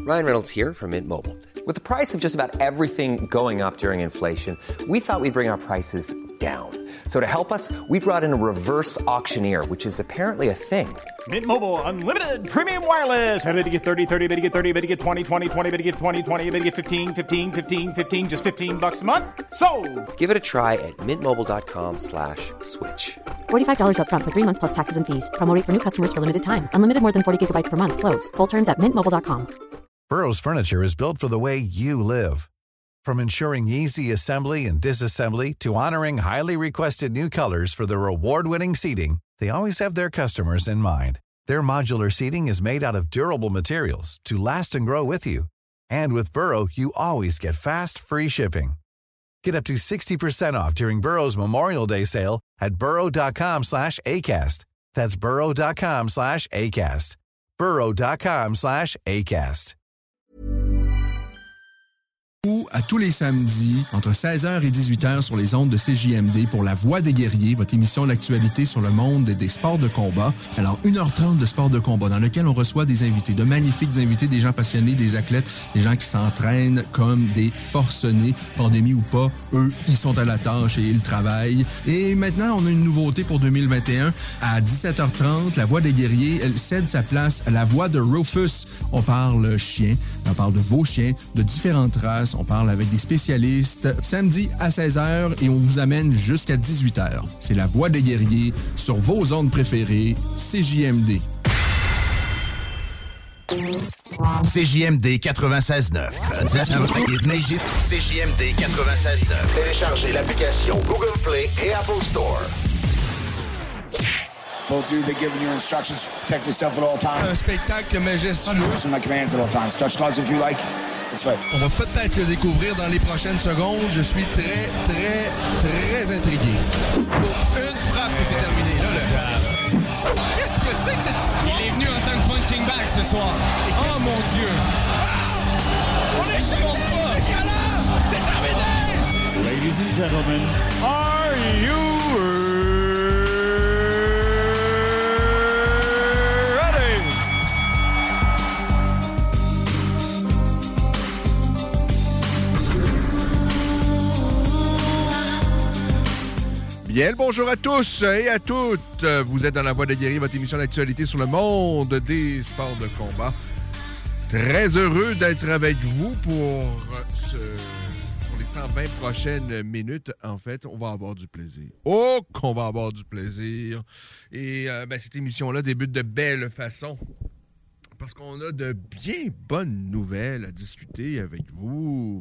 Ryan Reynolds here from Mint Mobile. With the price of just about everything going up during inflation, we thought we'd bring our prices down. So to help us, we brought in a reverse auctioneer, which is apparently a thing. Mint Mobile Unlimited Premium Wireless. How to get 30, 30, bit to get 30, bit to get 20, 20, 20, bit to get 20, 20, bit to get 15, 15, 15, 15, just $15 a month? Sold! Give it a try at mintmobile.com/switch. $45 up front for 3 months plus taxes and fees. Promo rate for new customers for limited time. Unlimited more than 40 gigabytes per month. Slows full terms at mintmobile.com. Burrow's furniture is built for the way you live. From ensuring easy assembly and disassembly to honoring highly requested new colors for their award-winning seating, they always have their customers in mind. Their modular seating is made out of durable materials to last and grow with you. And with Burrow, you always get fast, free shipping. Get up to 60% off during Burrow's Memorial Day sale at burrow.com/ACAST. That's burrow.com/ACAST. burrow.com/ACAST. À tous les samedis, entre 16h et 18h sur les ondes de CJMD pour La Voix des guerriers, votre émission d'actualité sur le monde des sports de combat. Alors, 1h30 de sport de combat dans lequel on reçoit des invités, de magnifiques invités, des gens passionnés, des athlètes, des gens qui s'entraînent comme des forcenés, pandémie ou pas. Eux, ils sont à la tâche et ils travaillent. Et maintenant, on a une nouveauté pour 2021. À 17h30, La Voix des guerriers, elle cède sa place à La Voix de Rufus. On parle chien, on parle de vos chiens, de différentes races. On parle avec des spécialistes samedi à 16h et on vous amène jusqu'à 18h. C'est La Voix des guerriers sur vos ondes préférées, CJMD. CJMD 96.9. CJMD 96.9. Téléchargez l'application Google Play et Apple Store. Both of you, they're giving you instructions. Protect yourself at all times. Un spectacle majestueux. Listen to my commands at all times. Touch gloves if you like. On va peut-être le découvrir dans les prochaines secondes. Je suis très, très, très intrigué. Une frappe et c'est terminé. Là. Qu'est-ce que c'est que cette histoire? Il est venu en tant que punching bag ce soir. Oh mon Dieu! Wow! On est champion! C'est galant! C'est terminé! Ladies and gentlemen, are you Bien le bonjour à tous et à toutes. Vous êtes dans La Voix des guerriers, votre émission d'actualité sur le monde des sports de combat. Très heureux d'être avec vous pour les 120 prochaines minutes. En fait, on va avoir du plaisir. Oh, qu'on va avoir du plaisir. Et cette émission-là débute de belle façon parce qu'on a de bien bonnes nouvelles à discuter avec vous.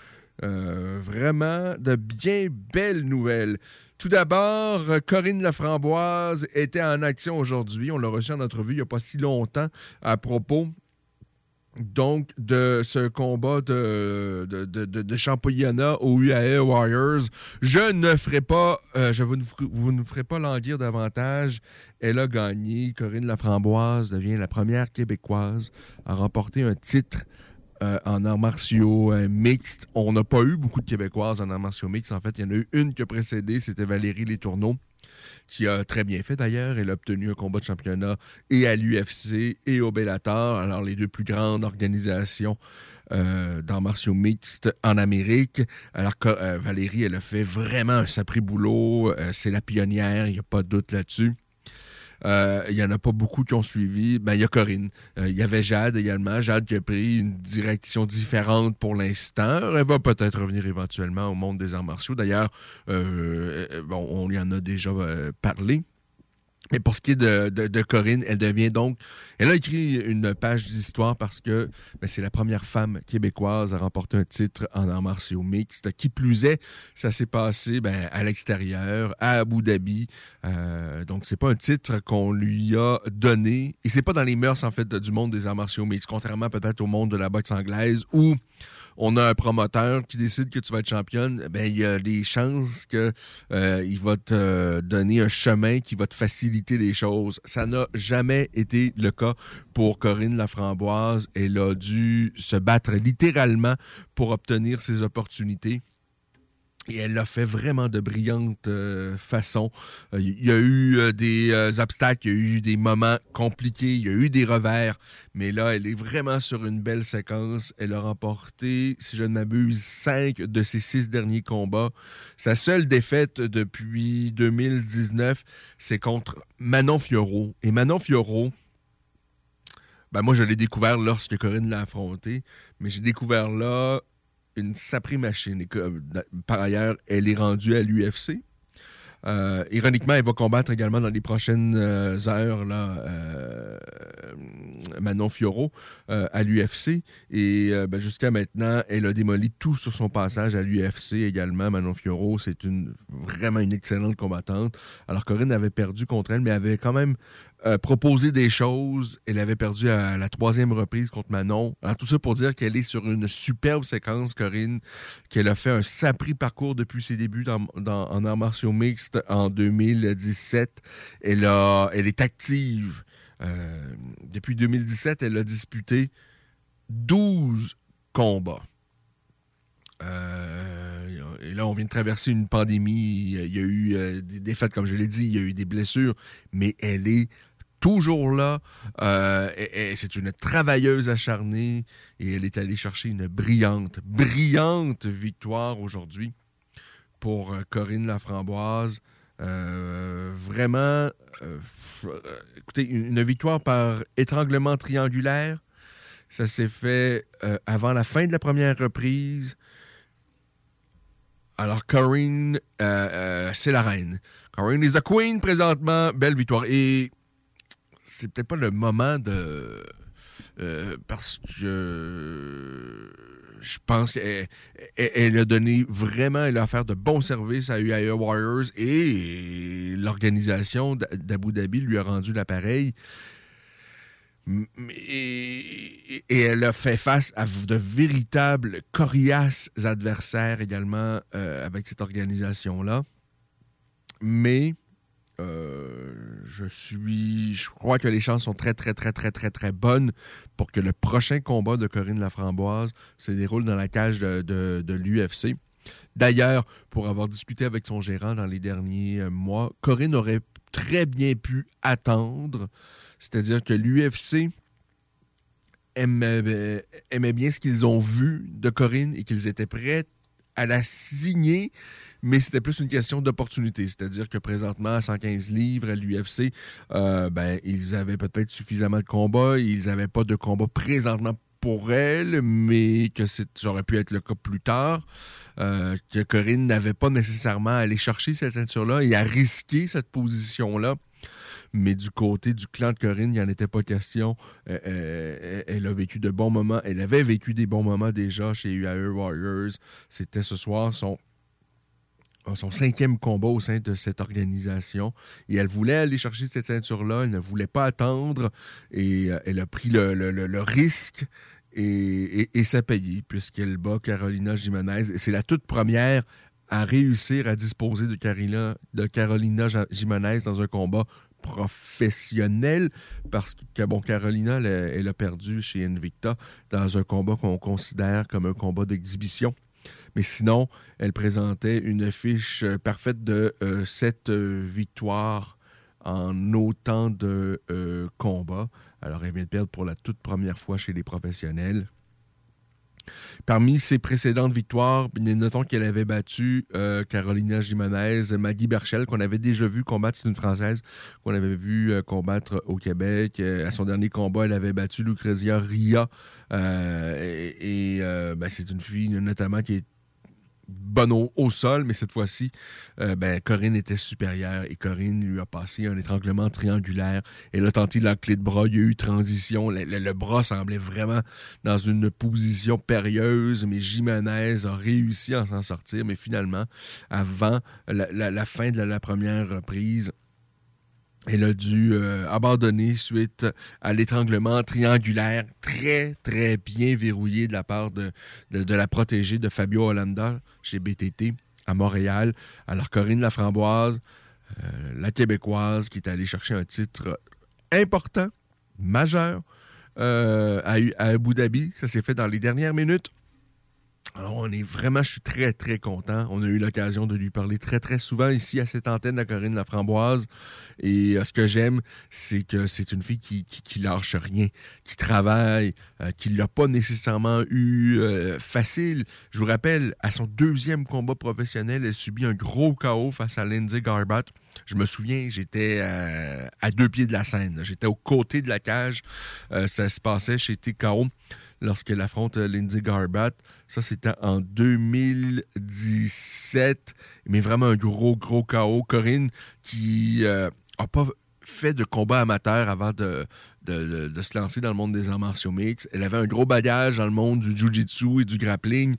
Vraiment de bien belles nouvelles. Tout d'abord, Corinne Laframboise était en action aujourd'hui. On l'a reçue en entrevue il n'y a pas si longtemps à propos donc de ce combat de championnat au UAE Warriors. Je ne ferai pas, vous ne ferez pas languir davantage. Elle a gagné. Corinne Laframboise devient la première Québécoise à remporter un titre en arts martiaux mixtes. On n'a pas eu beaucoup de Québécoises en arts martiaux mixtes. En fait, il y en a eu une qui a précédé, c'était Valérie Letourneau, qui a très bien fait d'ailleurs. Elle a obtenu un combat de championnat et à l'UFC et au Bellator, alors les deux plus grandes organisations d'arts martiaux mixtes en Amérique. Alors que Valérie, elle a fait vraiment un sacré boulot. C'est la pionnière, il n'y a pas de doute là-dessus. Il n'y en a pas beaucoup qui ont suivi. Il y a Corinne. Il y avait Jade également. Jade qui a pris une direction différente pour l'instant. Elle va peut-être revenir éventuellement au monde des arts martiaux. D'ailleurs, on y en a déjà parlé. Mais pour ce qui est de Corinne, elle a écrit une page d'histoire parce que c'est la première femme québécoise à remporter un titre en arts martiaux mixtes. Qui plus est, ça s'est passé à l'extérieur, à Abu Dhabi. Donc, c'est pas un titre qu'on lui a donné. Et c'est pas dans les mœurs, en fait, du monde des arts martiaux mixtes, contrairement peut-être au monde de la boxe anglaise où on a un promoteur qui décide que tu vas être championne, il y a des chances qu'il va te donner un chemin qui va te faciliter les choses. Ça n'a jamais été le cas pour Corinne Laframboise. Elle a dû se battre littéralement pour obtenir ses opportunités. Et elle l'a fait vraiment de brillante façon. Il y a eu des obstacles, il y a eu des moments compliqués, il y a eu des revers. Mais là, elle est vraiment sur une belle séquence. Elle a remporté, si je ne m'abuse, 5 de ses 6 derniers combats. Sa seule défaite depuis 2019, c'est contre Manon Fiorot. Et Manon Fiorot, ben moi, je l'ai découvert lorsque Corinne l'a affronté. Mais j'ai découvert là une saprée machine. Et par ailleurs, elle est rendue à l'UFC. Ironiquement, elle va combattre également dans les prochaines heures là, Manon Fiorot à l'UFC. Et jusqu'à maintenant, elle a démoli tout sur son passage à l'UFC également. Manon Fiorot, c'est vraiment une excellente combattante. Alors, Corinne avait perdu contre elle, mais avait quand même proposé des choses. Elle avait perdu à la 3e reprise contre Manon. Alors, tout ça pour dire qu'elle est sur une superbe séquence, Corinne, qu'elle a fait un sapré parcours depuis ses débuts en arts martiaux mixtes en 2017. Elle est active. Depuis 2017, elle a disputé 12 combats. Et là, on vient de traverser une pandémie. Il y a eu des défaites, comme je l'ai dit. Il y a eu des blessures. Mais elle est toujours là. C'est une travailleuse acharnée. Et elle est allée chercher une brillante victoire aujourd'hui pour Corinne Laframboise. Vraiment, écoutez, une victoire par étranglement triangulaire. Ça s'est fait avant la fin de la première reprise. Alors, Corinne, c'est la reine. Corinne is the queen présentement. Belle victoire. Et c'est peut-être pas le moment de... parce que je pense qu'elle a donné vraiment, elle a offert de bons services à UAE Warriors et l'organisation d'Abu Dhabi lui a rendu l'appareil. Et elle a fait face à de véritables coriaces adversaires également avec cette organisation-là. Mais je crois que les chances sont très bonnes pour que le prochain combat de Corinne Laframboise se déroule dans la cage de l'UFC. D'ailleurs, pour avoir discuté avec son gérant dans les derniers mois, Corinne aurait très bien pu attendre. C'est-à-dire que l'UFC aimait bien ce qu'ils ont vu de Corinne et qu'ils étaient prêts à la signer, mais c'était plus une question d'opportunité. C'est-à-dire que présentement, à 115 livres à l'UFC, ils avaient peut-être suffisamment de combats. Ils n'avaient pas de combat présentement pour elle, mais que ça aurait pu être le cas plus tard. Que Corinne n'avait pas nécessairement à aller chercher cette ceinture-là et à risquer cette position-là. Mais du côté du clan de Corinne, il n'y en était pas question. Elle a vécu de bons moments. Elle avait vécu des bons moments déjà chez UAE Warriors. C'était ce soir son 5e combat au sein de cette organisation. Et elle voulait aller chercher cette ceinture-là. Elle ne voulait pas attendre. Et elle a pris le risque et ça a payé puisqu'elle bat Carolina Jimenez. Et c'est la toute première à réussir à disposer de Carolina Jimenez dans un combat professionnel parce que Carolina, elle a perdu chez Invicta dans un combat qu'on considère comme un combat d'exhibition. Mais sinon, elle présentait une fiche parfaite de 7 victoires en autant de combats. Alors, elle vient de perdre pour la toute première fois chez les professionnels. Parmi ses précédentes victoires, notons qu'elle avait battu Carolina Jimenez, Maggie Berchel, qu'on avait déjà vu combattre, c'est une Française, qu'on avait vu combattre au Québec. À son dernier combat, elle avait battu Lucrezia Ria. C'est une fille notamment qui est bonne au sol, mais cette fois-ci, Corinne était supérieure et Corinne lui a passé un étranglement triangulaire. Elle a tenté la clé de bras, il y a eu transition. Le bras semblait vraiment dans une position périlleuse, mais Jimenez a réussi à s'en sortir. Mais finalement, avant la fin de la première reprise, elle a dû abandonner suite à l'étranglement triangulaire très, très bien verrouillé de la part de la protégée de Fabio Hollanda chez BTT à Montréal. Alors, Corinne Laframboise, la Québécoise, qui est allée chercher un titre important, majeur, à Abu Dhabi. Ça s'est fait dans les dernières minutes. Alors, je suis très, très content. On a eu l'occasion de lui parler très, très souvent ici à cette antenne de Corinne Laframboise. Et ce que j'aime, c'est que c'est une fille qui lâche rien, qui travaille, qui ne l'a pas nécessairement eu facile. Je vous rappelle, à son 2e combat professionnel, elle subit un gros KO face à Lindsay Garbutt. Je me souviens, j'étais à 2 pieds de la scène. J'étais aux côtés de la cage. Ça se passait chez TKO lorsqu'elle affronte Lindsay Garbutt. Ça, c'était en 2017. Mais vraiment un gros KO. Corinne qui n'a pas fait de combat amateur avant de se lancer dans le monde des arts martiaux mixtes. Elle avait un gros bagage dans le monde du jiu-jitsu et du grappling.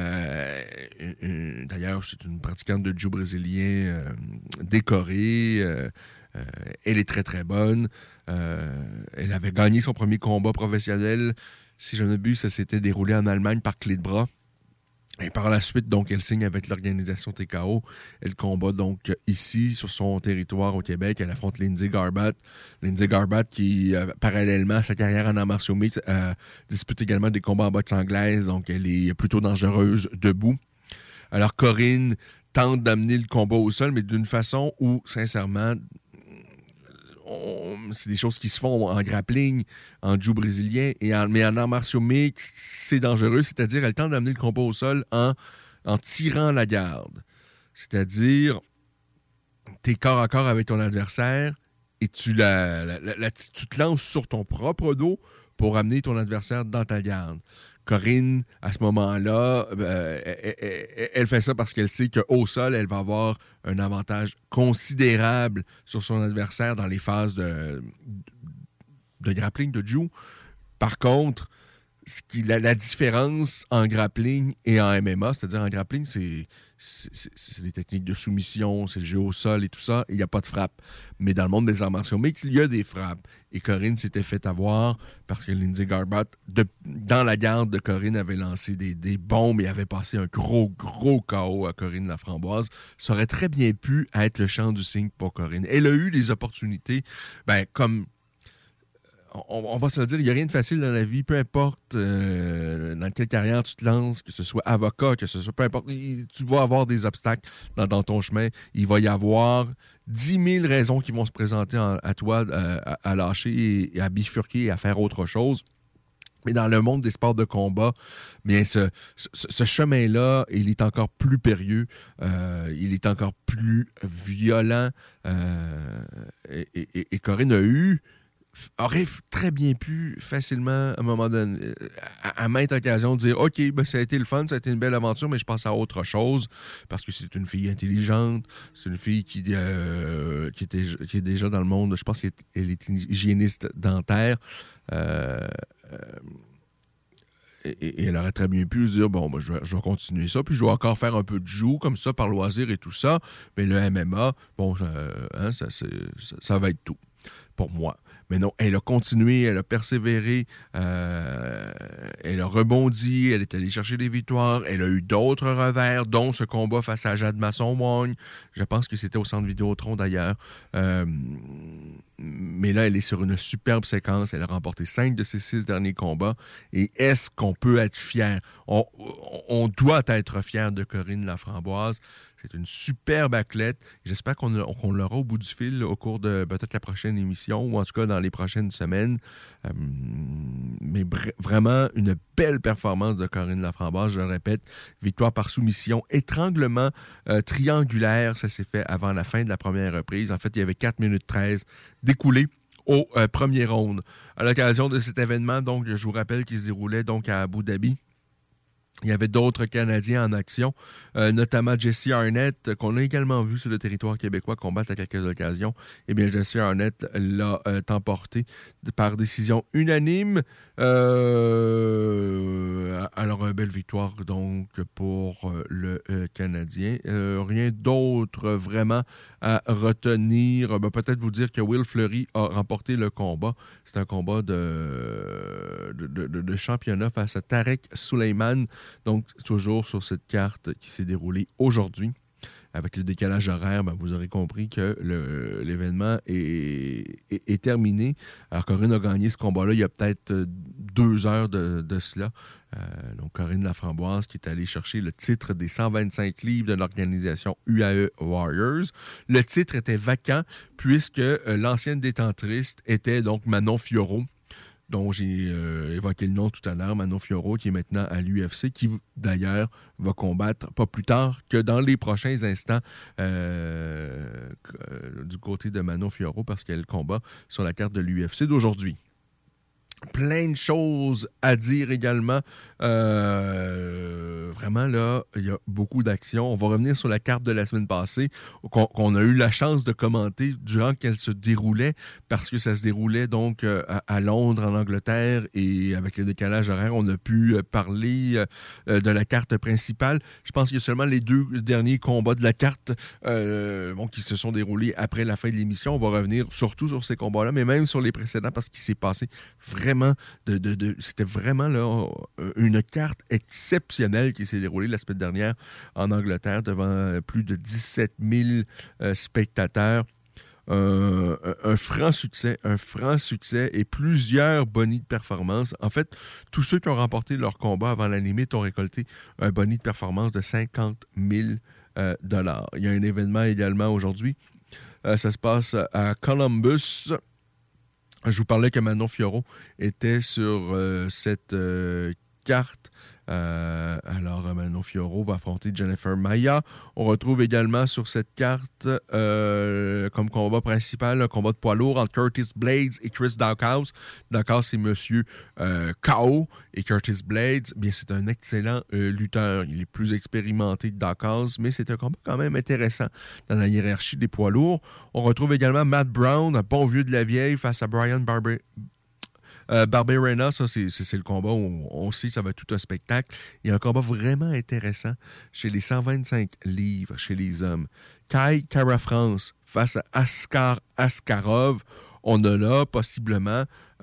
D'ailleurs, c'est une pratiquante de jiu brésilien décorée. Elle est très, très bonne. Elle avait gagné son premier combat professionnel. Si je ne m'abuse, ça s'était déroulé en Allemagne par clé de bras. Et par la suite, donc, elle signe avec l'organisation TKO. Elle combat donc ici, sur son territoire au Québec. Elle affronte Lindsay Garbutt. Lindsay Garbutt qui, parallèlement à sa carrière en arts martiaux mixtes, dispute également des combats en boxe anglaise. Donc, elle est plutôt dangereuse debout. Alors, Corinne tente d'amener le combat au sol, mais d'une façon où, sincèrement, c'est des choses qui se font en grappling, en jiu brésilien, mais en arts martiaux mixtes, c'est dangereux. C'est-à-dire, elle tente d'amener le combat au sol en tirant la garde. C'est-à-dire, t'es corps à corps avec ton adversaire et tu te lances sur ton propre dos pour amener ton adversaire dans ta garde. Corinne, à ce moment-là, elle fait ça parce qu'elle sait qu'au sol, elle va avoir un avantage considérable sur son adversaire dans les phases de grappling, de jiu. Par contre, la différence en grappling et en MMA, c'est-à-dire en grappling, c'est les techniques de soumission, c'est le jeu au sol et tout ça, il n'y a pas de frappe. Mais dans le monde des arts martiaux mixtes, il y a des frappes. Et Corinne s'était fait avoir parce que Lindsay Garbutt, dans la garde de Corinne, avait lancé des bombes et avait passé un gros KO à Corinne Laframboise. Ça aurait très bien pu être le champ du signe pour Corinne. Elle a eu des opportunités, comme... On va se le dire, il n'y a rien de facile dans la vie, peu importe dans quelle carrière tu te lances, que ce soit avocat, que ce soit peu importe, tu vas avoir des obstacles dans ton chemin. Il va y avoir 10 000 raisons qui vont se présenter à toi à lâcher et à bifurquer et à faire autre chose. Mais dans le monde des sports de combat, bien ce chemin-là, il est encore plus périlleux, il est encore plus violent. Et Corinne aurait très bien pu facilement, à un moment donné, à maintes occasions, dire « OK, ça a été le fun, ça a été une belle aventure, mais je passe à autre chose. » Parce que c'est une fille intelligente, c'est une fille qui est déjà dans le monde, je pense qu'elle est hygiéniste dentaire. Et elle aurait très bien pu se dire, je vais continuer ça, puis je vais encore faire un peu de jiu comme ça, par loisir et tout ça. Mais le MMA, ça va être tout pour moi. Mais non, elle a continué, elle a persévéré, elle a rebondi, elle est allée chercher des victoires, elle a eu d'autres revers, dont ce combat face à Jade Masson-Wong. Je pense que c'était au Centre Vidéotron d'ailleurs. Mais là, elle est sur une superbe séquence. Elle a remporté 5 de ses 6 derniers combats. Et est-ce qu'on peut être fier? On doit être fier de Corinne Laframboise. C'est une superbe athlète. J'espère qu'on l'aura au bout du fil au cours de peut-être la prochaine émission ou en tout cas dans les prochaines semaines. Mais vraiment une belle performance de Corinne Laframboise, je le répète. Victoire par soumission, étranglement triangulaire. Ça s'est fait avant la fin de la première reprise. En fait, il y avait 4 minutes 13 d'écoulé au premier round. À l'occasion de cet événement, donc, je vous rappelle qu'il se déroulait donc à Abu Dhabi. Il y avait d'autres Canadiens en action, notamment Jesse Arnett, qu'on a également vu sur le territoire québécois combattre à quelques occasions. Eh bien, Jesse Arnett l'a emporté par décision unanime. Alors, belle victoire donc pour le Canadien. Rien d'autre vraiment à retenir. Peut-être vous dire que Will Fleury a remporté le combat. C'est un combat de championnat face à Tarek Suleiman. Donc, toujours sur cette carte qui s'est déroulée aujourd'hui. avec le décalage horaire, vous aurez compris que l'événement est terminé. Alors, Corinne a gagné ce combat-là il y a peut-être 2 heures de cela. Donc, Corinne Laframboise qui est allée chercher le titre des 125 livres de l'organisation UAE Warriors. Le titre était vacant puisque l'ancienne détentrice était donc Manon Fiorot, dont j'ai évoqué le nom tout à l'heure, Manon Fiorot, qui est maintenant à l'UFC, qui d'ailleurs va combattre pas plus tard que dans les prochains instants du côté de Manon Fiorot, parce qu'elle combat sur la carte de l'UFC d'aujourd'hui. Plein de choses à dire également. Vraiment, là, il y a beaucoup d'actions. On va revenir sur la carte de la semaine passée, qu'on a eu la chance de commenter durant qu'elle se déroulait, parce que ça se déroulait donc à Londres, en Angleterre, et avec le décalage horaire, on a pu parler de la carte principale. Je pense qu'il y a seulement les 2 derniers combats de la carte qui se sont déroulés après la fin de l'émission. On va revenir surtout sur ces combats-là, mais même sur les précédents, parce qu'il s'est passé vraiment c'était vraiment là, une carte exceptionnelle qui s'est déroulée la semaine dernière en Angleterre devant plus de 17 000 spectateurs. Un franc succès et plusieurs bonnies de performance. En fait, tous ceux qui ont remporté leur combat avant la limite ont récolté un boni de performance de 50 000 $. Il y a un événement également aujourd'hui. Ça se passe à Columbus. Je vous parlais que Manon Fiorot était sur cette carte. Alors, Manon Fiorot va affronter Jennifer Maia. On retrouve également sur cette carte, comme combat principal, un combat de poids lourd entre Curtis Blades et Chris Daukaus. Daukaus, c'est Monsieur KO. Et Curtis Blades, bien, c'est un excellent lutteur. Il est plus expérimenté que Daukaus, mais c'est un combat quand même intéressant dans la hiérarchie des poids lourds. On retrouve également Matt Brown, un bon vieux de la vieille, face à Brian Barberena. Ça, c'est le combat où on sait que ça va être tout un spectacle. Il y a un combat vraiment intéressant chez les 125 livres, chez les hommes. Kai Kara-France face à Askar Askarov. On a là, possiblement,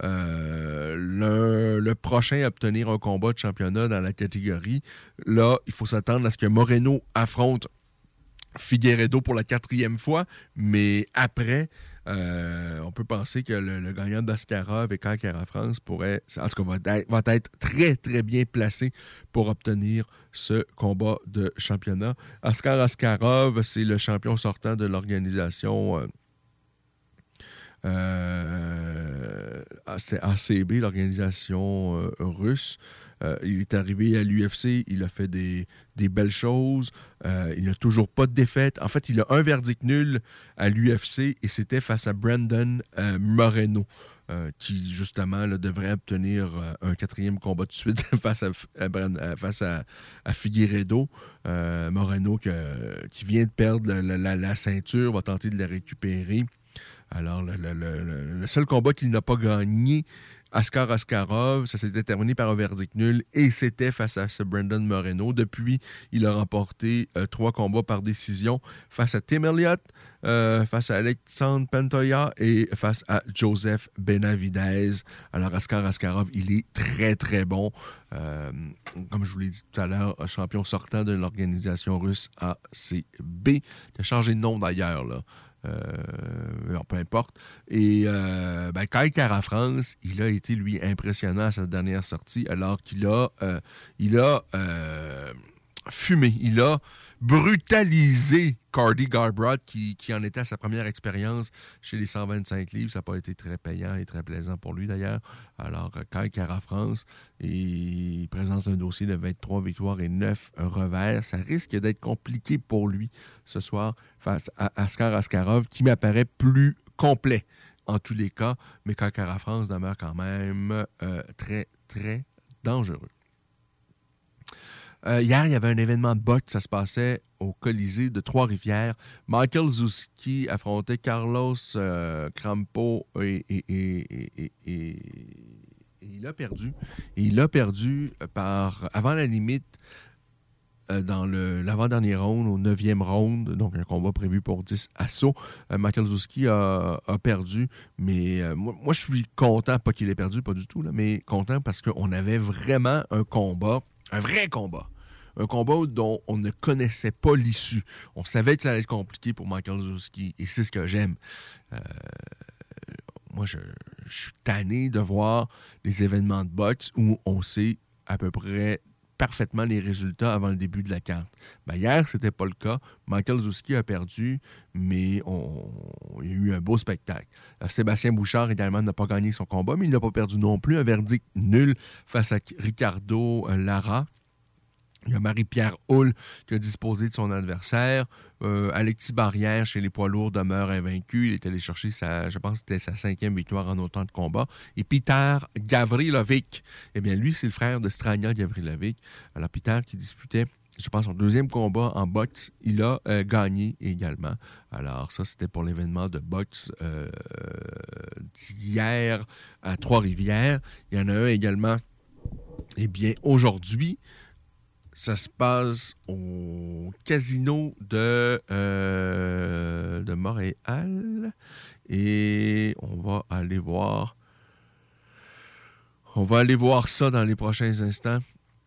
le prochain à obtenir un combat de championnat dans la catégorie. Là, il faut s'attendre à ce que Moreno affronte Figueiredo pour la 4e fois, mais après, on peut penser que le gagnant d'Askarov et Kai Kara-France pourrait, en tout cas, va être très, très bien placé pour obtenir ce combat de championnat. Askar Askarov, c'est le champion sortant de l'organisation c'est ACB, l'organisation russe. Il est arrivé à l'UFC, il a fait des belles choses. Il n'a toujours pas de défaite. En fait, il a un verdict nul à l'UFC et c'était face à Brandon Moreno, qui, justement, là, devrait obtenir un 4e combat de suite face à Figueiredo. Moreno, qui vient de perdre la ceinture, va tenter de la récupérer. Alors, le seul combat qu'il n'a pas gagné, Askar Askarov, ça s'était terminé par un verdict nul et c'était face à ce Brandon Moreno. Depuis, il a remporté 3 combats par décision face à Tim Elliott, face à Alexandre Pantoja et face à Joseph Benavidez. Alors, Askar Askarov, il est très, très bon. Comme je vous l'ai dit tout à l'heure, champion sortant de l'organisation russe ACB. Il a changé de nom d'ailleurs, là. Peu importe. Et Kai Kara-France, il a été, lui, impressionnant à sa dernière sortie, alors qu'il a fumé. Il a brutalisé Cardy Garbrandt, qui en était à sa première expérience chez les 125 livres. Ça n'a pas été très payant et très plaisant pour lui, d'ailleurs. Alors, Kai Kara-France, il présente un dossier de 23 victoires et 9 revers. Ça risque d'être compliqué pour lui ce soir face à Askar Askarov, qui m'apparaît plus complet en tous les cas. Mais Kai Kara-France demeure quand même très, très dangereux. Hier, il y avait un événement de boxe, ça se passait au Colisée de Trois-Rivières. Michael Zouski affrontait Carlos Crampo et il a perdu. Et il a perdu avant la limite, dans l'avant-dernier round, au 9e round, donc un combat prévu pour 10 assauts. Michael Zouski a perdu, mais moi, je suis content, pas qu'il ait perdu, pas du tout, là, mais content parce qu'on avait vraiment un vrai combat Un combat dont on ne connaissait pas l'issue. On savait que ça allait être compliqué pour Michael Zuzki, et c'est ce que j'aime. Moi, je suis tanné de voir les événements de boxe où on sait à peu près parfaitement les résultats avant le début de la carte. Hier, c'était pas le cas. Michael Zuzki a perdu, mais il y a eu un beau spectacle. Sébastien Bouchard également n'a pas gagné son combat, mais il n'a pas perdu non plus. Un verdict nul face à Ricardo Lara. Il y a Marie-Pierre Hull qui a disposé de son adversaire. Alexis Barrière, chez les poids lourds, demeure invaincu. Il est allé chercher, je pense que c'était sa 5e victoire en autant de combats. Et Peter Gavrilovic, eh bien lui, c'est le frère de Strania Gavrilovic. Alors Peter qui disputait, je pense, son 2e combat en boxe, il a gagné également. Alors ça, c'était pour l'événement de boxe d'hier à Trois-Rivières. Il y en a un également, eh bien, aujourd'hui. Ça se passe au casino de Montréal. Et on va aller voir ça dans les prochains instants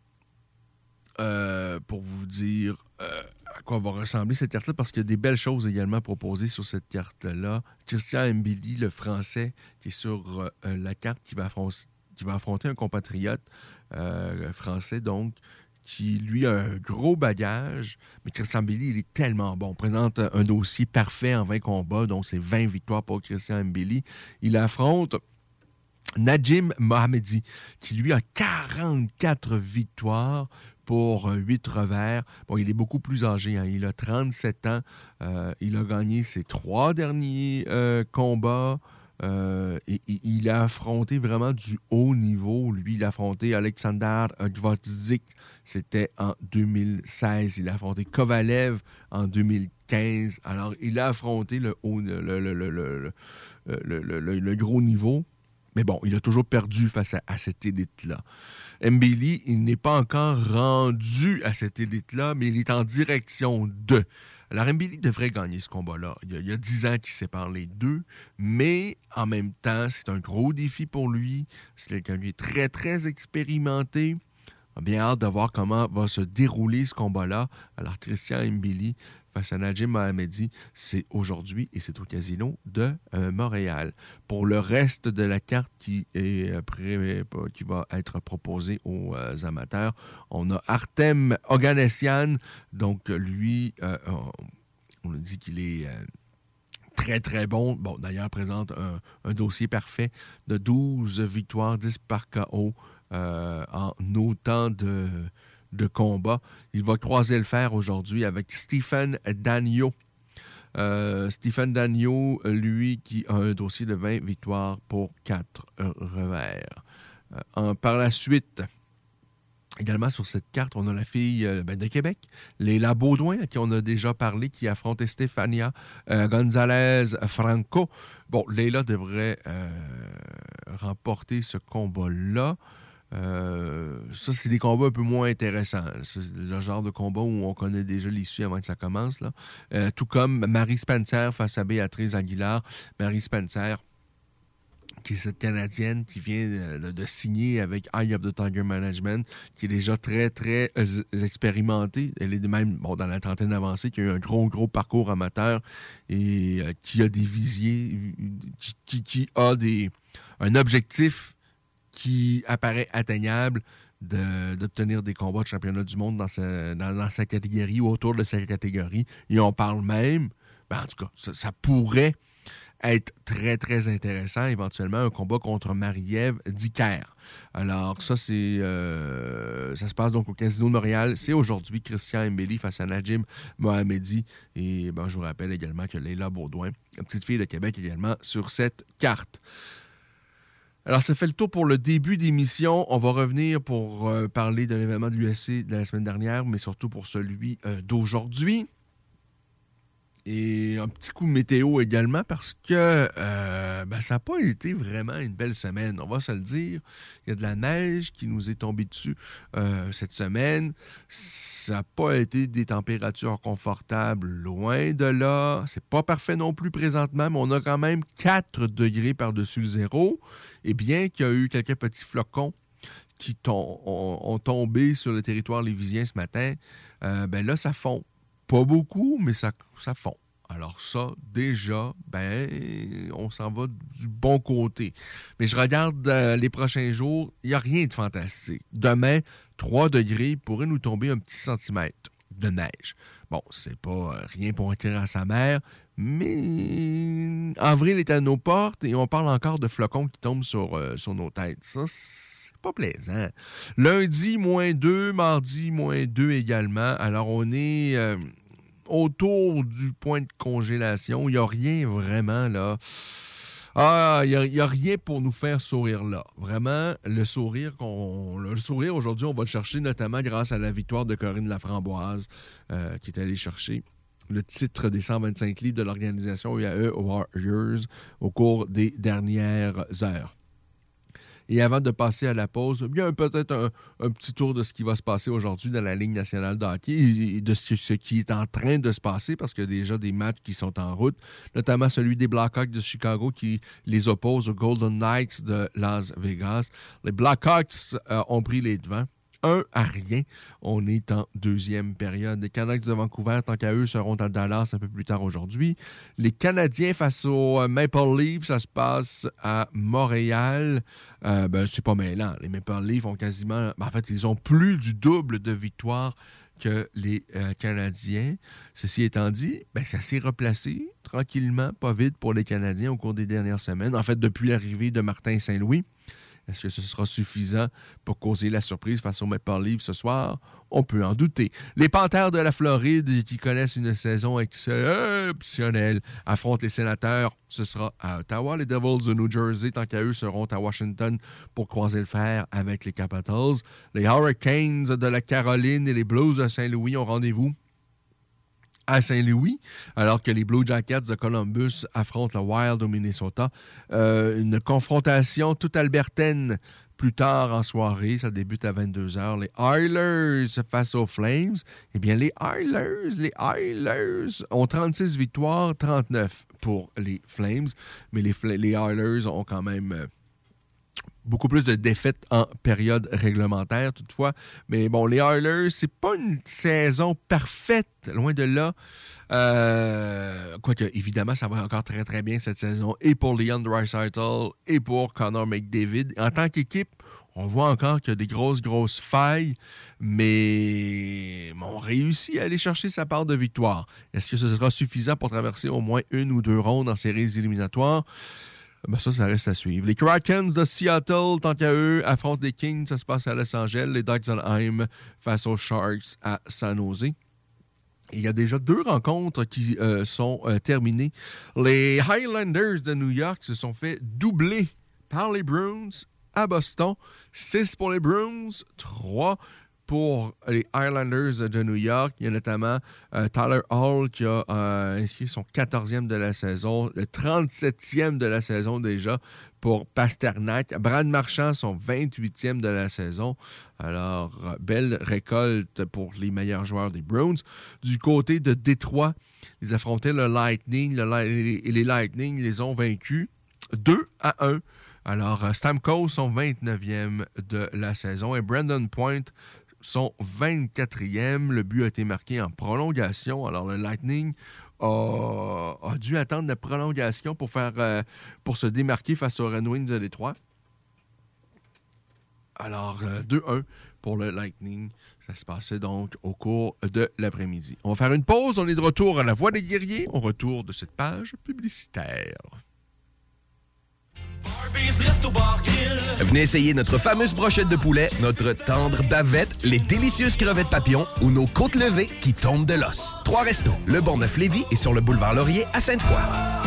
pour vous dire à quoi va ressembler cette carte-là, parce qu'il y a des belles choses également proposées sur cette carte-là. Christian Mbili, le Français, qui est sur la carte, qui va affronter un compatriote français, donc, qui, lui, a un gros bagage, mais Christian Mbili, il est tellement bon. Il présente un dossier parfait en 20 combats, donc c'est 20 victoires pour Christian Mbili. Il affronte Najim Mohamedi, qui, lui, a 44 victoires pour 8 revers. Bon, il est beaucoup plus âgé, hein. Il a 37 ans. Il a gagné ses 3 derniers combats. Et il a affronté vraiment du haut niveau. Lui, il a affronté Alexander Gvozdyk, c'était en 2016. Il a affronté Kovalev en 2015. Alors, il a affronté le gros niveau. Mais bon, il a toujours perdu face à cette élite-là. Mbili, il n'est pas encore rendu à cette élite-là, mais il est en direction de. Alors, Mbili devrait gagner ce combat-là. Il y a 10 ans qui séparent les deux, mais en même temps, c'est un gros défi pour lui. C'est quelqu'un qui est très, très expérimenté. On a bien hâte de voir comment va se dérouler ce combat-là. Alors, Christian Mbili face à Najim Mohamedi, c'est aujourd'hui et c'est au casino de Montréal. Pour le reste de la carte qui va être proposée aux amateurs, on a Artem Oganessian. Donc, lui, on a dit qu'il est très, très bon. Bon, d'ailleurs, présente un dossier parfait de 12 victoires, 10 par KO en autant de combat. Il va croiser le fer aujourd'hui avec Stephen Dagneau. Stephen Dagneau, lui, qui a un dossier de 20 victoires pour 4 revers. Par la suite, également sur cette carte, on a la fille de Québec, Leila Baudouin, à qui on a déjà parlé, qui affronte Stefania Gonzalez-Franco. Bon, Leila devrait remporter ce combat-là. Ça, c'est des combats un peu moins intéressants. C'est le genre de combat où on connaît déjà l'issue avant que ça commence, là. Tout comme Marie Spencer face à Béatrice Aguilar. Marie Spencer, qui est cette Canadienne qui vient de signer avec Eye of the Tiger Management, qui est déjà très, très expérimentée. Elle est même dans la trentaine avancée, qui a eu un gros parcours amateur et qui a des visiers, qui a un objectif qui apparaît atteignable d'obtenir des combats de championnat du monde dans sa catégorie ou autour de sa catégorie. Et on parle même, en tout cas, ça pourrait être très, très intéressant, éventuellement, un combat contre Marie-Ève Dicker. Alors, ça, ça se passe donc au Casino de Montréal. C'est aujourd'hui Christian Mbili face à Najim Mohamedi. Et je vous rappelle également que Leila Baudouin, la petite fille de Québec également, sur cette carte. Alors, ça fait le tour pour le début d'émission. On va revenir pour parler de l'événement de l'UFC de la semaine dernière, mais surtout pour celui d'aujourd'hui. Et un petit coup météo également, parce que ça n'a pas été vraiment une belle semaine, on va se le dire. Il y a de la neige qui nous est tombée dessus cette semaine. Ça n'a pas été des températures confortables, loin de là. C'est pas parfait non plus présentement, mais on a quand même 4 degrés par-dessus le zéro. Et bien qu'il y a eu quelques petits flocons qui ont tombé sur le territoire lévisien ce matin, ben là, ça fond. Pas beaucoup, mais ça fond. Alors ça, déjà, on s'en va du bon côté. Mais je regarde les prochains jours, il n'y a rien de fantastique. Demain, 3 degrés, pourrait nous tomber un petit centimètre de neige. Bon, c'est pas rien pour écrire à sa mère, mais avril est à nos portes et on parle encore de flocons qui tombent sur nos têtes. Ça, c'est pas plaisant. Lundi, -2, mardi, -2 également. Alors, on est autour du point de congélation. Il n'y a rien vraiment, là. Il n'y a rien pour nous faire sourire là. Vraiment, le sourire aujourd'hui, on va le chercher notamment grâce à la victoire de Corinne Laframboise qui est allée chercher le titre des 125 livres de l'organisation UAE Warriors au cours des dernières heures. Et avant de passer à la pause, bien peut-être un petit tour de ce qui va se passer aujourd'hui dans la Ligue nationale de hockey et de ce qui est en train de se passer parce qu'il y a déjà des matchs qui sont en route, notamment celui des Blackhawks de Chicago qui les oppose aux Golden Knights de Las Vegas. Les Blackhawks ont pris les devants. 1-0. On est en deuxième période. Les Canucks de Vancouver, tant qu'à eux, seront à Dallas un peu plus tard aujourd'hui. Les Canadiens face aux Maple Leafs, ça se passe à Montréal. C'est pas mêlant. Les Maple Leafs ont quasiment... en fait, ils ont plus du double de victoires que les Canadiens. Ceci étant dit, ça s'est replacé tranquillement, pas vite pour les Canadiens au cours des dernières semaines. En fait, depuis l'arrivée de Martin Saint-Louis. Est-ce que ce sera suffisant pour causer la surprise face aux Maple Leafs ce soir? On peut en douter. Les Panthères de la Floride, qui connaissent une saison exceptionnelle, affrontent les Sénateurs. Ce sera à Ottawa. Les Devils de New Jersey, tant qu'à eux, seront à Washington pour croiser le fer avec les Capitals. Les Hurricanes de la Caroline et les Blues de Saint-Louis ont rendez-vous à Saint-Louis, alors que les Blue Jackets de Columbus affrontent le Wild au Minnesota. Une confrontation toute albertaine plus tard en soirée. Ça débute à 22h. Les Oilers face aux Flames. Eh bien, les Oilers ont 36 victoires, 39 pour les Flames. Mais les Oilers ont quand même... beaucoup plus de défaites en période réglementaire, toutefois. Mais bon, les Oilers, c'est pas une saison parfaite, loin de là. Quoique, évidemment, ça va encore très, très bien cette saison, et pour Leon Draisaitl, et pour Connor McDavid. En tant qu'équipe, on voit encore qu'il y a des grosses failles, mais on réussit à aller chercher sa part de victoire. Est-ce que ce sera suffisant pour traverser au moins 1 ou 2 rondes en séries éliminatoires? Ça reste à suivre. Les Krakens de Seattle, tant qu'à eux, affrontent les Kings. Ça se passe à Los Angeles. Les Ducks d'Anaheim face aux Sharks à San Jose. Et il y a déjà 2 rencontres qui sont terminées. Les Highlanders de New York se sont fait doubler par les Bruins à Boston. 6 pour les Bruins, 3 pour les Highlanders de New York. Il y a notamment Tyler Hall qui a inscrit son 14e de la saison, le 37e de la saison déjà pour Pasternak. Brad Marchand, son 28e de la saison. Alors, belle récolte pour les meilleurs joueurs des Bruins. Du côté de Détroit, ils affrontaient le Lightning. Et les Lightning les ont vaincus 2-1. Alors, Stamkos, son 29e de la saison. Et Brandon Point, son 24e. Le but a été marqué en prolongation. Alors, le Lightning a dû attendre la prolongation pour se démarquer face aux Red Wings de Détroit. Alors, 2-1 pour le Lightning. Ça se passait donc au cours de l'après-midi. On va faire une pause. On est de retour à la Voix des Guerriers. On retourne de cette page publicitaire. Venez essayer notre fameuse brochette de poulet, notre tendre bavette, les délicieuses crevettes papillons ou nos côtes levées qui tombent de l'os. 3 restos, le Bonneuf-Lévis et sur le boulevard Laurier à Sainte-Foy.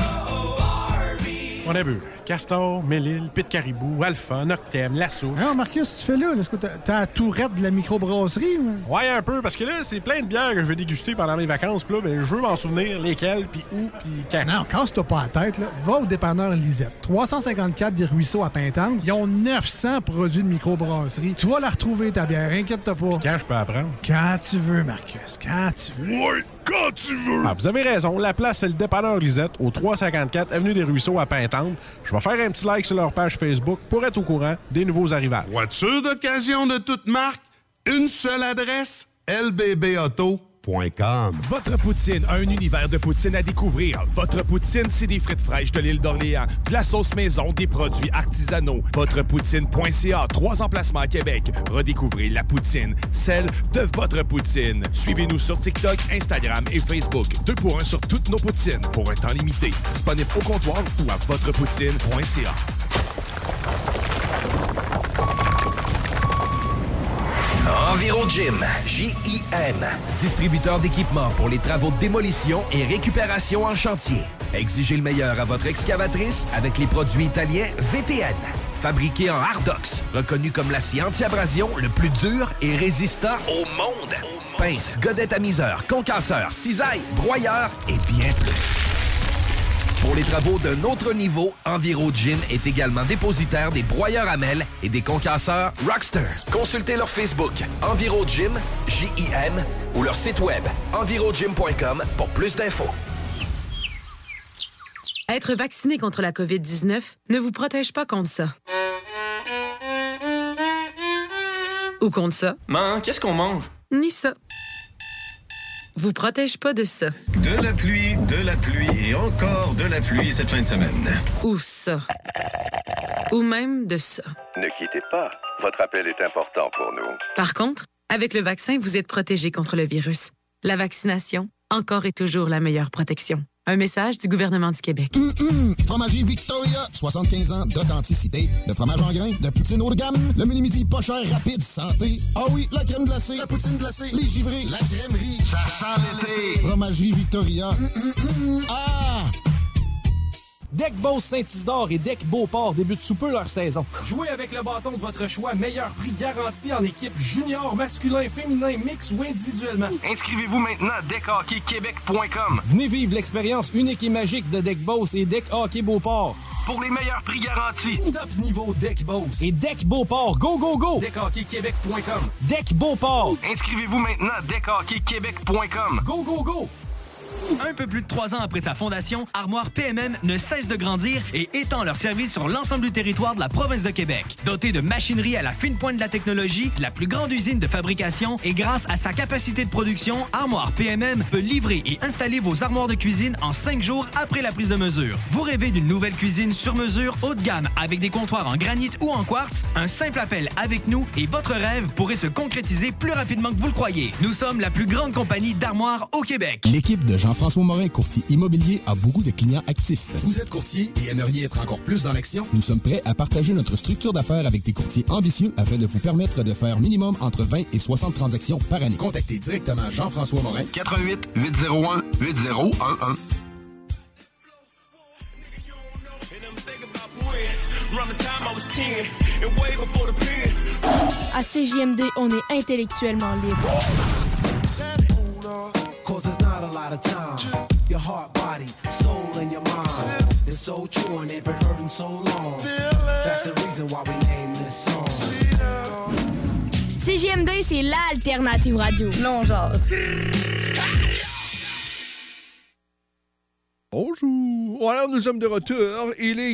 On a vu Castor, Mélile, Pit Caribou, Alpha, Noctem, Lasso. Non, Marcus, tu fais là? Est-ce que t'as la tourette de la microbrasserie? Ouais, un peu, parce que là, c'est plein de bières que je vais déguster pendant mes vacances. Puis là, je veux m'en souvenir lesquelles, puis où, puis quand. Non, casse-toi pas la tête. Là. Va au dépanneur Lisette. 354 des Ruisseaux à Pintante. Ils ont 900 produits de microbrasserie. Tu vas la retrouver, ta bière. Inquiète-toi pas. Puis quand je peux apprendre? Quand tu veux, Marcus. Quand tu veux. Ouais! quand tu veux. Ah, vous avez raison, la place, c'est le dépanneur Lisette, au 354 Avenue des Ruisseaux à Pintante. Je vais faire un petit like sur leur page Facebook pour être au courant des nouveaux arrivages. Voiture d'occasion de toute marque, une seule adresse, lbbauto.com. Votre poutine, un univers de poutine à découvrir. Votre poutine, c'est des frites fraîches de l'île d'Orléans, de la sauce maison, des produits artisanaux. Votrepoutine.ca, 3 emplacements à Québec. Redécouvrez la poutine, celle de votre poutine. Suivez-nous sur TikTok, Instagram et Facebook. 2 pour 1 sur toutes nos poutines, pour un temps limité. Disponible au comptoir ou à votrepoutine.ca. EnviroGym, J-I-M, distributeur d'équipements pour les travaux de démolition et récupération en chantier. Exigez le meilleur à votre excavatrice avec les produits italiens VTN. Fabriqué en Hardox, reconnu comme l'acier anti-abrasion le plus dur et résistant au monde. Pince, godette amiseur, concasseur, cisaille, broyeur et bien plus. Pour les travaux d'un autre niveau, EnviroGym est également dépositaire des broyeurs à mêles et des concasseurs Rockster. Consultez leur Facebook EnviroGym, J-I-M, ou leur site web envirogym.com pour plus d'infos. Être vacciné contre la COVID-19 ne vous protège pas contre ça. Ou contre ça. Maman, qu'est-ce qu'on mange? Ni ça. Vous protège pas de ça. De la pluie et encore de la pluie cette fin de semaine. Ou ça. Ou même de ça. Ne quittez pas. Votre appel est important pour nous. Par contre, avec le vaccin, vous êtes protégé contre le virus. La vaccination, encore et toujours la meilleure protection. Un message du gouvernement du Québec. Fromagerie Victoria, 75 ans d'authenticité, de fromage en grains, de poutine haut de gamme, le mini-midi pas cher, rapide, santé. Ah oui, la crème glacée, la poutine glacée, les givrés, la crèmerie. Ça sent l'été. Fromagerie Victoria. Ah! Deck Boss Saint-Isidore et Deck Beauport débutent sous peu leur saison. Jouez avec le bâton de votre choix, meilleur prix garanti en équipe junior, masculin, féminin, mix ou individuellement. Inscrivez-vous maintenant à deckhockeyquebec.com. Venez vivre l'expérience unique et magique de Deck Boss et Deck Hockey Beauport. Pour les meilleurs prix garantis. Top niveau Deck Boss et Deck Beauport. Go, go, go! deckhockeyquebec.com. Deck Beauport. Inscrivez-vous maintenant à deckhockeyquebec.com. Go, go, go! Un peu plus de 3 ans après sa fondation, Armoire PMM ne cesse de grandir et étend leur service sur l'ensemble du territoire de la province de Québec. Dotée de machinerie à la fine pointe de la technologie, la plus grande usine de fabrication et grâce à sa capacité de production, Armoire PMM peut livrer et installer vos armoires de cuisine en 5 jours après la prise de mesure. Vous rêvez d'une nouvelle cuisine sur mesure haut de gamme avec des comptoirs en granit ou en quartz? Un simple appel avec nous et votre rêve pourrait se concrétiser plus rapidement que vous le croyez. Nous sommes la plus grande compagnie d'armoires au Québec. L'équipe de Jean-François Morin, courtier immobilier, a beaucoup de clients actifs. Vous êtes courtier et aimeriez être encore plus dans l'action? Nous sommes prêts à partager notre structure d'affaires avec des courtiers ambitieux afin de vous permettre de faire minimum entre 20 et 60 transactions par année. Contactez directement Jean-François Morin. 88 801 8011. À CJMD, on est intellectuellement libre. Cause there's not a lot of time. Your heart, body, soul, and your mind. It's so true and they've been hurting so long. That's the reason why we named this song. CJMD, c'est l'alternative radio. Non, jase. Bonjour. Alors, nous sommes de retour. Il est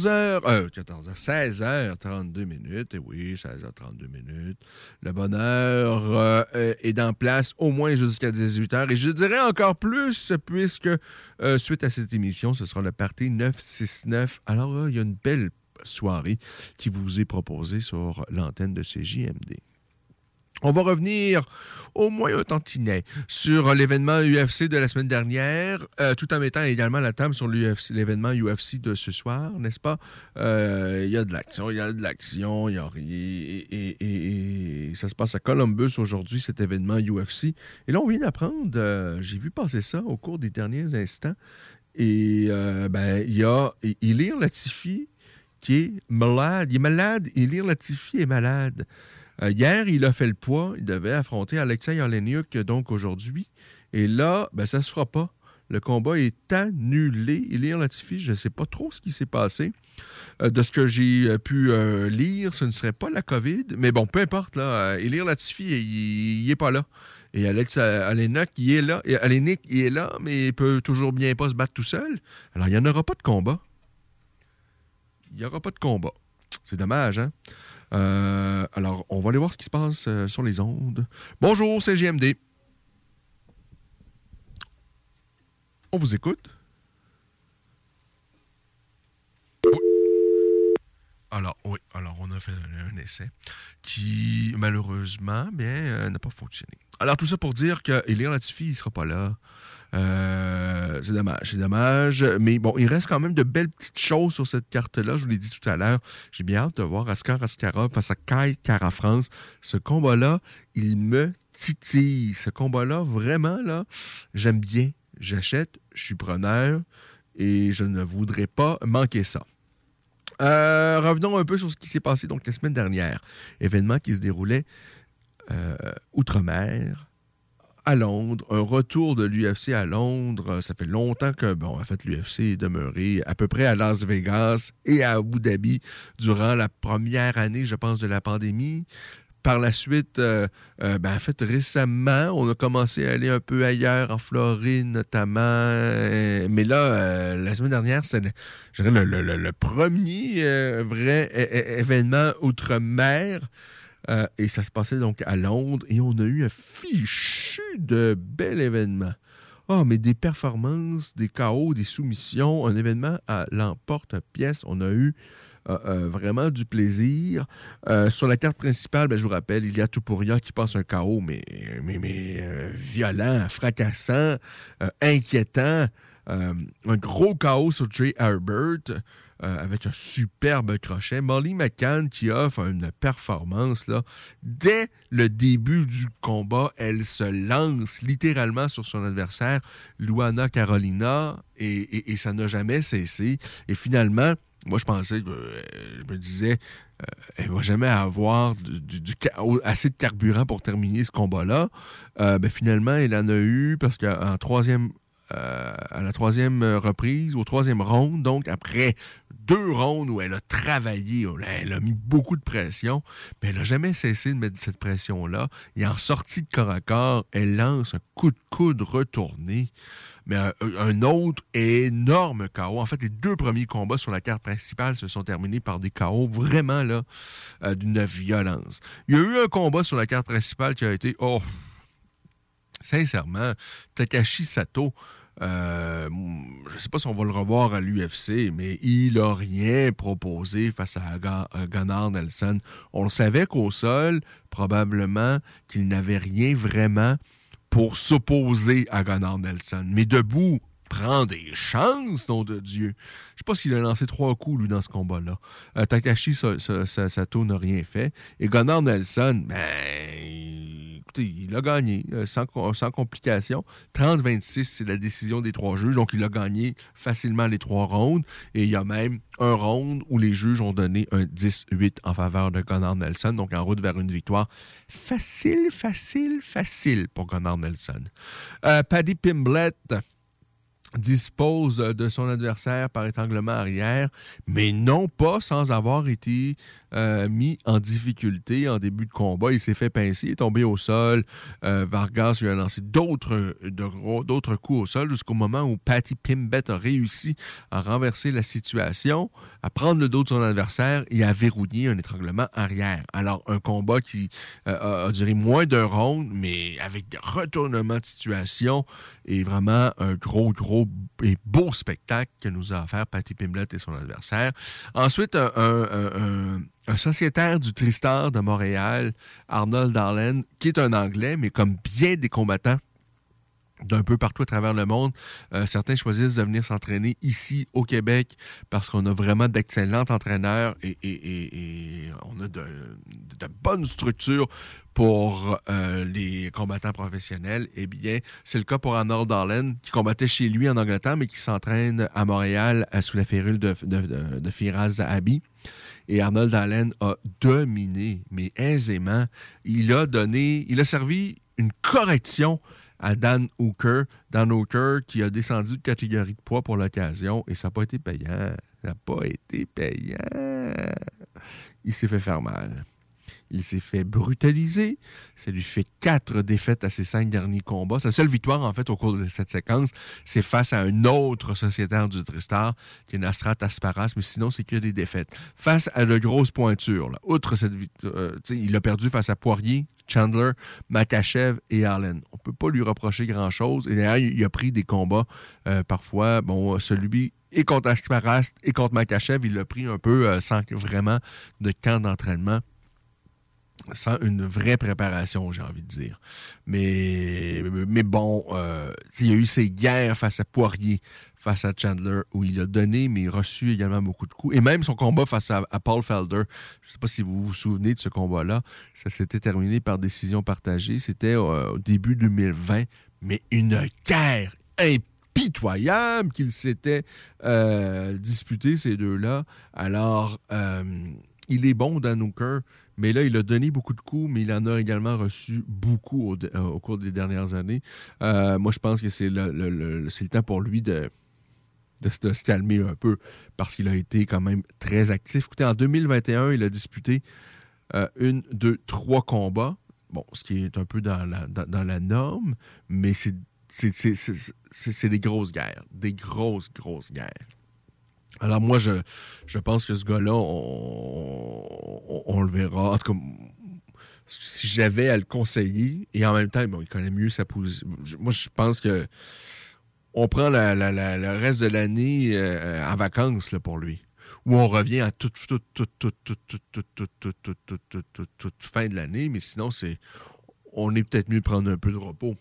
16h32 minutes. Et oui, 16h32 minutes. Le bonheur est en place au moins jusqu'à 18h. Et je dirais encore plus, puisque suite à cette émission, ce sera le Party 969. Alors, il y a une belle soirée qui vous est proposée sur l'antenne de CJMD. On va revenir au moins un tantinet sur l'événement UFC de la semaine dernière, tout en mettant également la table sur l'événement UFC de ce soir, n'est-ce pas? Il y a de l'action, et ça se passe à Columbus aujourd'hui, cet événement UFC. Et là, on vient d'apprendre, j'ai vu passer ça au cours des derniers instants, et il y a Ilir Latifi qui est malade. Il est malade, Ilir Latifi est malade. Hier, il a fait le poids. Il devait affronter Alexei Oleinik, donc aujourd'hui. Et là, ça ne se fera pas. Le combat est annulé. Ilir Latifi, je ne sais pas trop ce qui s'est passé. De ce que j'ai pu lire, ce ne serait pas la COVID. Mais bon, peu importe. Ilir Latifi, il n'est pas là. Et Alex Oleinik, il est là. Et Oleinik, il est là, mais il peut toujours bien pas se battre tout seul. Alors, il n'y en aura pas de combat. Il n'y aura pas de combat. C'est dommage, hein? Alors, on va aller voir ce qui se passe sur les ondes. Bonjour, c'est JMD. On vous écoute. Oui. Alors, on a fait un essai qui, malheureusement, n'a pas fonctionné. Alors, tout ça pour dire que Ilir Latifi, il ne sera pas là. C'est dommage. Mais bon, il reste quand même de belles petites choses sur cette carte-là. Je vous l'ai dit tout à l'heure. J'ai bien hâte de voir Askar Askarov face à Kai Kara-France. Ce combat-là, il me titille. Ce combat-là, vraiment, là, j'aime bien. J'achète, je suis preneur et je ne voudrais pas manquer ça. Revenons un peu sur ce qui s'est passé donc la semaine dernière. Événement qui se déroulait outre-mer, à Londres. Un retour de l'UFC à Londres. Ça fait longtemps que, l'UFC est demeuré à peu près à Las Vegas et à Abu Dhabi durant la première année, je pense, de la pandémie. Par la suite, récemment, on a commencé à aller un peu ailleurs, en Floride notamment. Mais là, la semaine dernière, c'est le premier vrai événement outre-mer. Et ça se passait donc à Londres. Et on a eu un fichu de bel événement. Mais des performances, des KO, des soumissions. Un événement à l'emporte-pièce. On a eu vraiment du plaisir. Sur la carte principale, je vous rappelle, il y a Topuria qui passe un KO, mais violent, fracassant, inquiétant. Un gros KO sur Jay Herbert avec un superbe crochet. Molly McCann qui offre une performance. Là. Dès le début du combat, elle se lance littéralement sur son adversaire, Luana Carolina, et ça n'a jamais cessé. Et finalement, moi, je pensais, je me disais, elle ne va jamais avoir assez de carburant pour terminer ce combat-là. Finalement, elle en a eu parce qu'à la troisième reprise, au troisième round, donc après 2 rounds où elle a travaillé, elle a mis beaucoup de pression, mais elle n'a jamais cessé de mettre cette pression-là. Et en sortie de corps à corps, elle lance un coup de coude retourné. Mais un autre énorme KO. En fait, les 2 premiers combats sur la carte principale se sont terminés par des KO vraiment là d'une violence. Il y a eu un combat sur la carte principale qui a été, sincèrement, Takashi Sato. Je ne sais pas si on va le revoir à l'UFC, mais il n'a rien proposé face à Gunnar Nelson. On le savait qu'au sol, probablement qu'il n'avait rien vraiment pour s'opposer à Gunnar Nelson. Mais debout, prend des chances, nom de Dieu. Je ne sais pas s'il a lancé 3 coups, lui, dans ce combat-là. Takashi Sato n'a rien fait. Et Gunnar Nelson, écoutez, il a gagné sans complication. 30-26, c'est la décision des 3 juges. Donc, il a gagné facilement les 3 rounds. Et il y a même un round où les juges ont donné un 10-8 en faveur de Gunnar Nelson. Donc, en route vers une victoire facile pour Gunnar Nelson. Paddy Pimblett dispose de son adversaire par étranglement arrière, mais non pas sans avoir été mis en difficulté en début de combat. Il s'est fait pincer, il est tombé au sol. Vargas lui a lancé d'autres coups au sol jusqu'au moment où Paddy Pimblett a réussi à renverser la situation, à prendre le dos de son adversaire et à verrouiller un étranglement arrière. Alors, un combat qui a duré moins d'1 round, mais avec des retournements de situation et vraiment un gros et beau spectacle que nous a offert Paddy Pimblett et son adversaire. Ensuite, un sociétaire du Tristar de Montréal, Arnold Allen, qui est un Anglais, mais comme bien des combattants d'un peu partout à travers le monde, certains choisissent de venir s'entraîner ici au Québec parce qu'on a vraiment d'excellents entraîneurs et on a de bonnes structures pour les combattants professionnels. Eh bien, c'est le cas pour Arnold Allen qui combattait chez lui en Angleterre mais qui s'entraîne à Montréal sous la férule de Firas Zahabi. Et Arnold Allen a dominé, mais aisément. Il a servi une correction à Dan Hooker. Dan Hooker qui a descendu de catégorie de poids pour l'occasion et ça n'a pas été payant. Ça n'a pas été payant. Il s'est fait faire mal. Il s'est fait brutaliser. Ça lui fait 4 défaites à ses 5 derniers combats. Sa seule victoire, en fait, au cours de cette séquence, c'est face à un autre sociétaire du Tristar, qui est Nasrat Asparas, mais sinon, c'est que des défaites. Face à de grosses pointures, là. Outre cette victoire, il a perdu face à Poirier, Chandler, Makachev et Allen. On ne peut pas lui reprocher grand-chose. Et d'ailleurs, il a pris des combats, parfois, celui et contre Asparas et contre Makachev, il l'a pris un peu sans vraiment de camp d'entraînement. Sans une vraie préparation, j'ai envie de dire. Mais bon, il y a eu ces guerres face à Poirier, face à Chandler, où il a donné, mais reçu également beaucoup de coups. Et même son combat face à Paul Felder, je ne sais pas si vous vous souvenez de ce combat-là, ça s'était terminé par décision partagée. C'était au début 2020, mais une guerre impitoyable qu'ils s'étaient disputés, ces deux-là. Alors, il est bon, Dan Hooker, mais là, il a donné beaucoup de coups, mais il en a également reçu beaucoup au cours des dernières années. Moi, je pense que c'est le temps pour lui de se calmer un peu, parce qu'il a été quand même très actif. Écoutez, en 2021, il a disputé 3 combats, bon, ce qui est un peu dans la norme, mais c'est des grosses guerres, des grosses guerres. Alors moi, je pense que ce gars-là, on le verra. En tout cas, si j'avais à le conseiller, et en même temps, il connaît mieux sa position. Moi, je pense que on prend le reste de l'année en vacances là, pour lui. Ou on revient à toute fin de l'année, mais sinon, on est peut-être mieux de prendre un peu de repos.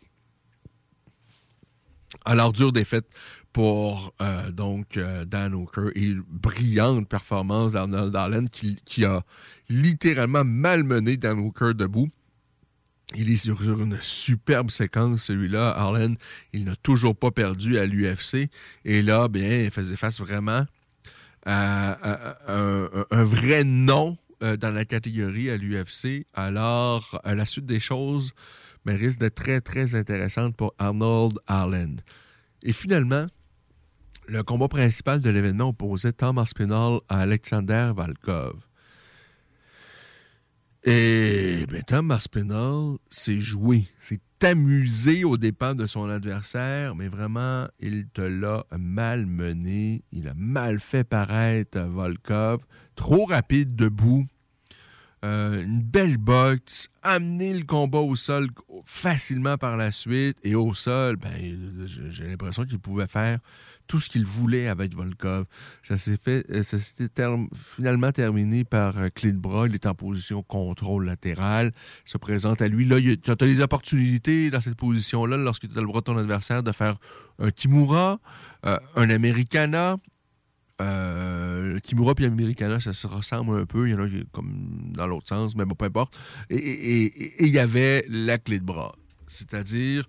Alors, dure défaite pour Dan Hooker et une brillante performance d'Arnold Allen qui a littéralement malmené Dan Hooker debout. Il est sur une superbe séquence, celui-là. Allen, il n'a toujours pas perdu à l'UFC. Et là, bien, il faisait face vraiment à un vrai nom dans la catégorie à l'UFC. Alors, la suite des choses risque d'être très, très intéressante pour Arnold Allen. Et finalement, le combat principal de l'événement opposait Tom Aspinall à Alexander Volkov. Et Tom Aspinall s'est joué, s'est amusé aux dépens de son adversaire, mais vraiment, il te l'a malmené. Il a mal fait paraître Volkov. Trop rapide debout. Une belle boxe, amener le combat au sol facilement par la suite, et au sol, j'ai l'impression qu'il pouvait faire tout ce qu'il voulait avec Volkov. Ça s'était finalement terminé par clé de bras. Il est en position contrôle latéral, se présente à lui. Là, tu as les opportunités dans cette position-là, lorsque tu as le bras de ton adversaire, de faire un Kimura, un Americana. Kimura et Americana, ça se ressemble un peu. Il y en a comme dans l'autre sens, mais bon, peu importe. Et il y avait la clé de bras. C'est-à-dire,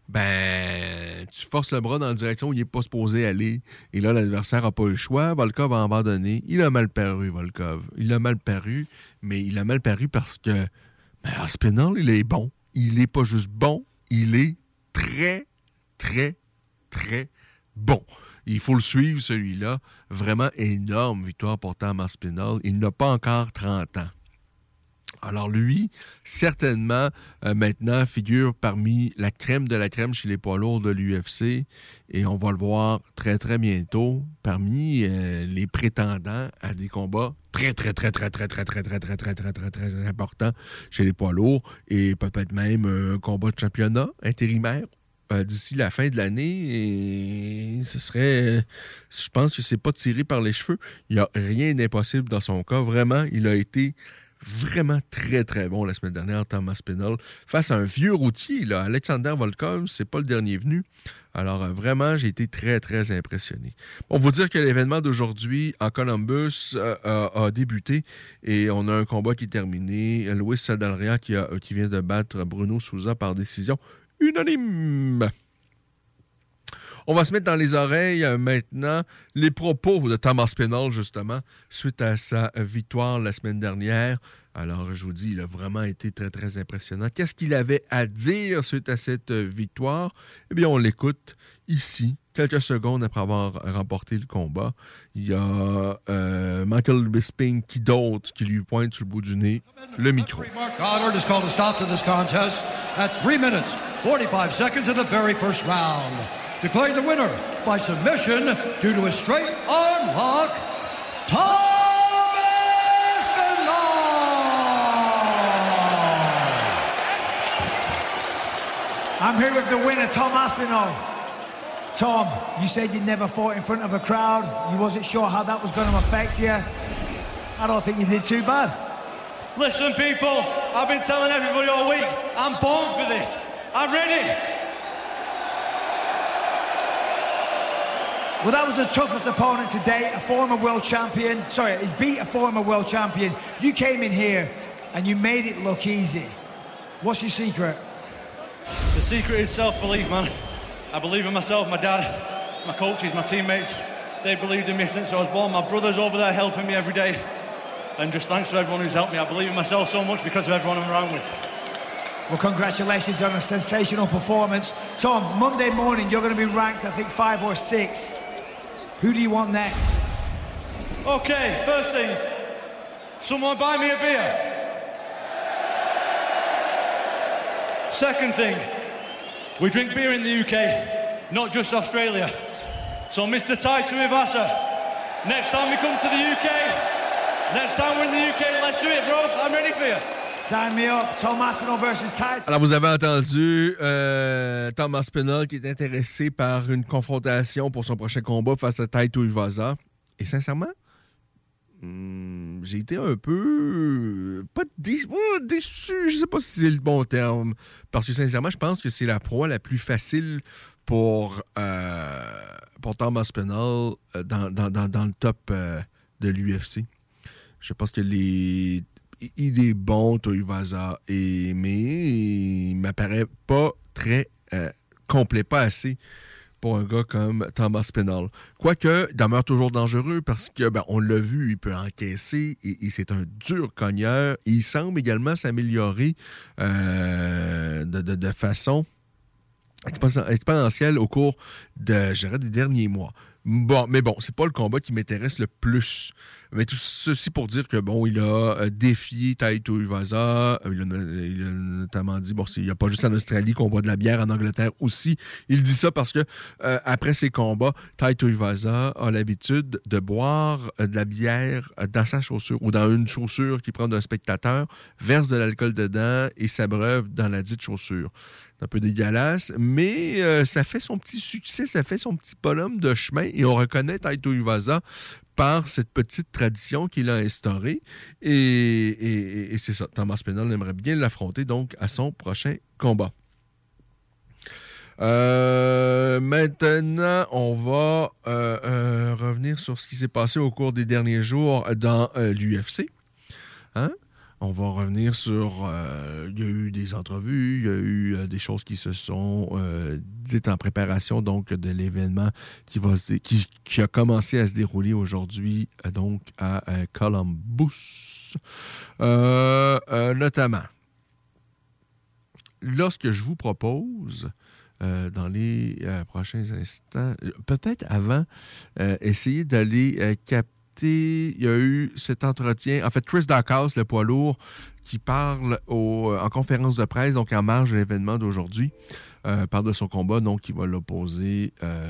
tu forces le bras dans la direction où il n'est pas supposé aller. Et là, l'adversaire n'a pas eu le choix. Volkov a abandonné. Il a mal paru, Volkov. Il a mal paru, mais il a mal paru parce que Aspinall, il est bon. Il n'est pas juste bon, il est très, très, très bon. Il faut le suivre, celui-là. Vraiment énorme victoire pour Tom Aspinall. Il n'a pas encore 30 ans. Alors lui, certainement, maintenant, figure parmi la crème de la crème chez les poids lourds de l'UFC. Et on va le voir très, très bientôt parmi les prétendants à des combats très, très, très, très, très, très, très, très, très, très, très, très, très importants chez les poids lourds. Et peut-être même un combat de championnat intérimaire d'ici la fin de l'année, et ce serait, je pense que c'est pas tiré par les cheveux. Il n'y a rien d'impossible dans son cas. Vraiment, il a été vraiment très, très bon la semaine dernière, Tom Aspinall, face à un vieux routier, là, Alexander Volkov, c'est pas le dernier venu. Alors, vraiment, j'ai été très, très impressionné. On va dire que l'événement d'aujourd'hui à Columbus a débuté et on a un combat qui est terminé. Luis Saldana qui vient de battre Bruno Souza par décision unanime. On va se mettre dans les oreilles maintenant les propos de Tom Aspinall, justement, suite à sa victoire la semaine dernière Alors, je vous dis, il a vraiment été très, très impressionnant. Qu'est-ce qu'il avait à dire suite à cette victoire? Eh bien, on l'écoute ici, quelques secondes après avoir remporté le combat. Il y a Michael Bisping, qui d'autre, qui lui pointe sur le bout du nez le micro. Mark Goddard has called a stop to this contest at 3 minutes, 45 seconds of the very first round. Declaring the winner by submission due to a straight arm lock, Tom I'm here with the winner, Tom Aspinall. Tom, you said you'd never fought in front of a crowd. You wasn't sure how that was going to affect you. I don't think you did too bad. Listen, people, I've been telling everybody all week, I'm born for this. I'm ready. Well, that was the toughest opponent to date, a former world champion. Sorry, he's beat a former world champion. You came in here and you made it look easy. What's your secret? The secret is self-belief, man. I believe in myself, my dad, my coaches, my teammates. They believed in me since I was born. My brother's over there helping me every day. And just thanks to everyone who's helped me. I believe in myself so much because of everyone I'm around with. Well, congratulations on a sensational performance. Tom, Monday morning, you're going to be ranked, I think, 5 or 6. Who do you want next? Okay, first things. Someone buy me a beer. Second thing, we drink beer in the UK, not just Australia. So Mr. Tai Tuivasa, next time we come to the UK, next time we're in the UK, let's do it, bro. I'm ready for you. Sign me up. Tom Aspinall versus Tai. Alors, vous avez entendu Tom Aspinall qui est intéressé par une confrontation pour son prochain combat face à Tai Tuivasa. Et sincèrement, j'ai été un peu pas déçu, je sais pas si c'est le bon terme, parce que sincèrement, je pense que c'est la proie la plus facile pour Tom Aspinall dans le top de l'UFC. Je pense que il est bon, Tuivasa, mais il m'apparaît pas très complet, pas assez pour un gars comme Tom Aspinall. Quoique, il demeure toujours dangereux parce que, on l'a vu, il peut encaisser et c'est un dur cogneur. Il semble également s'améliorer de façon exponentielle au cours des derniers mois. Mais c'est pas le combat qui m'intéresse le plus. Mais tout ceci pour dire que, il a défié Tai Tuivasa. Il a notamment dit, il n'y a pas juste en Australie qu'on boit de la bière, en Angleterre aussi. Il dit ça parce que, après ses combats, Tai Tuivasa a l'habitude de boire de la bière dans sa chaussure ou dans une chaussure qu'il prend d'un spectateur, verse de l'alcool dedans et s'abreuve dans la dite chaussure. C'est un peu dégueulasse, mais ça fait son petit succès, ça fait son petit bonhomme de chemin et on reconnaît Tai Tuivasa par cette petite tradition qu'il a instaurée. Et c'est ça. Tom Aspinall aimerait bien l'affronter donc à son prochain combat. Maintenant, on va revenir sur ce qui s'est passé au cours des derniers jours dans l'UFC. Hein? On va revenir sur... il y a eu des entrevues, il y a eu des choses qui se sont dites en préparation donc de l'événement qui a commencé à se dérouler aujourd'hui donc à Columbus. Notamment, lorsque je vous propose dans les prochains instants, peut-être avant, essayer d'aller capter. Il y a eu cet entretien. En fait, Chris Daukaus, le poids lourd, qui parle en conférence de presse, donc en marge de l'événement d'aujourd'hui, parle de son combat, donc qui va l'opposer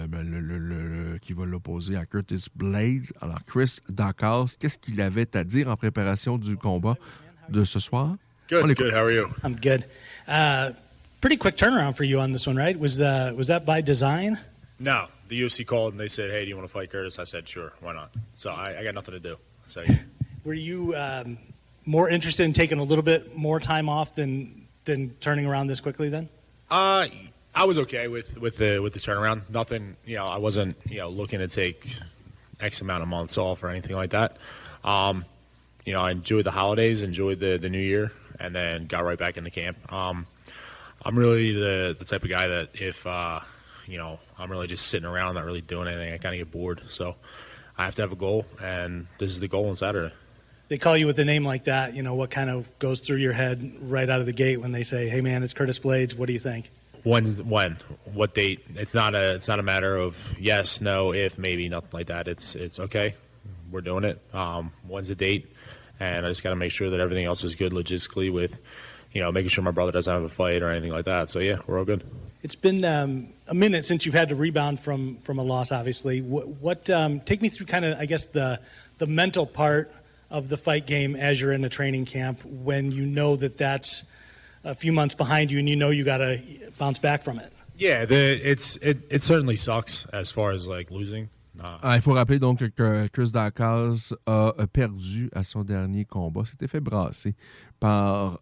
à Curtis Blades. Alors, Chris Daukaus, qu'est-ce qu'il avait à dire en préparation du combat de ce soir? Good. How are you? I'm good. Pretty quick turnaround for you on this one, right? Was that by design? No. The UFC called and they said, hey, do you want to fight Curtis? I said, sure, why not? So I got nothing to do. So, Were you more interested in taking a little bit more time off than turning around this quickly then? I was okay with the turnaround. Nothing, I wasn't, looking to take X amount of months off or anything like that. I enjoyed the holidays, enjoyed the new year, and then got right back into camp. I'm really the type of guy that if I'm really just sitting around, not really doing anything, I kind of get bored. So I have to have a goal, and this is the goal on Saturday. they call you with a name like that, what kind of goes through your head right out of the gate when they say, "Hey, man, it's Curtis Blades. What do you think?" When? What date? It's not a matter of yes, no, if, maybe, nothing like that. It's okay. We're doing it. When's the date? And I just got to make sure that everything else is good logistically with, making sure my brother doesn't have a fight or anything like that. So yeah, we're all good. It's been a minute since you've had to rebound from a loss, obviously. What take me through kind of, I guess, the mental part of the fight game as you're in a training camp when you know that that's a few months behind you and you got to bounce back from it. Yeah, it certainly sucks as far as like losing. Il faut rappeler donc que Chris Daukaus a perdu à son dernier combat. S'était fait brasser par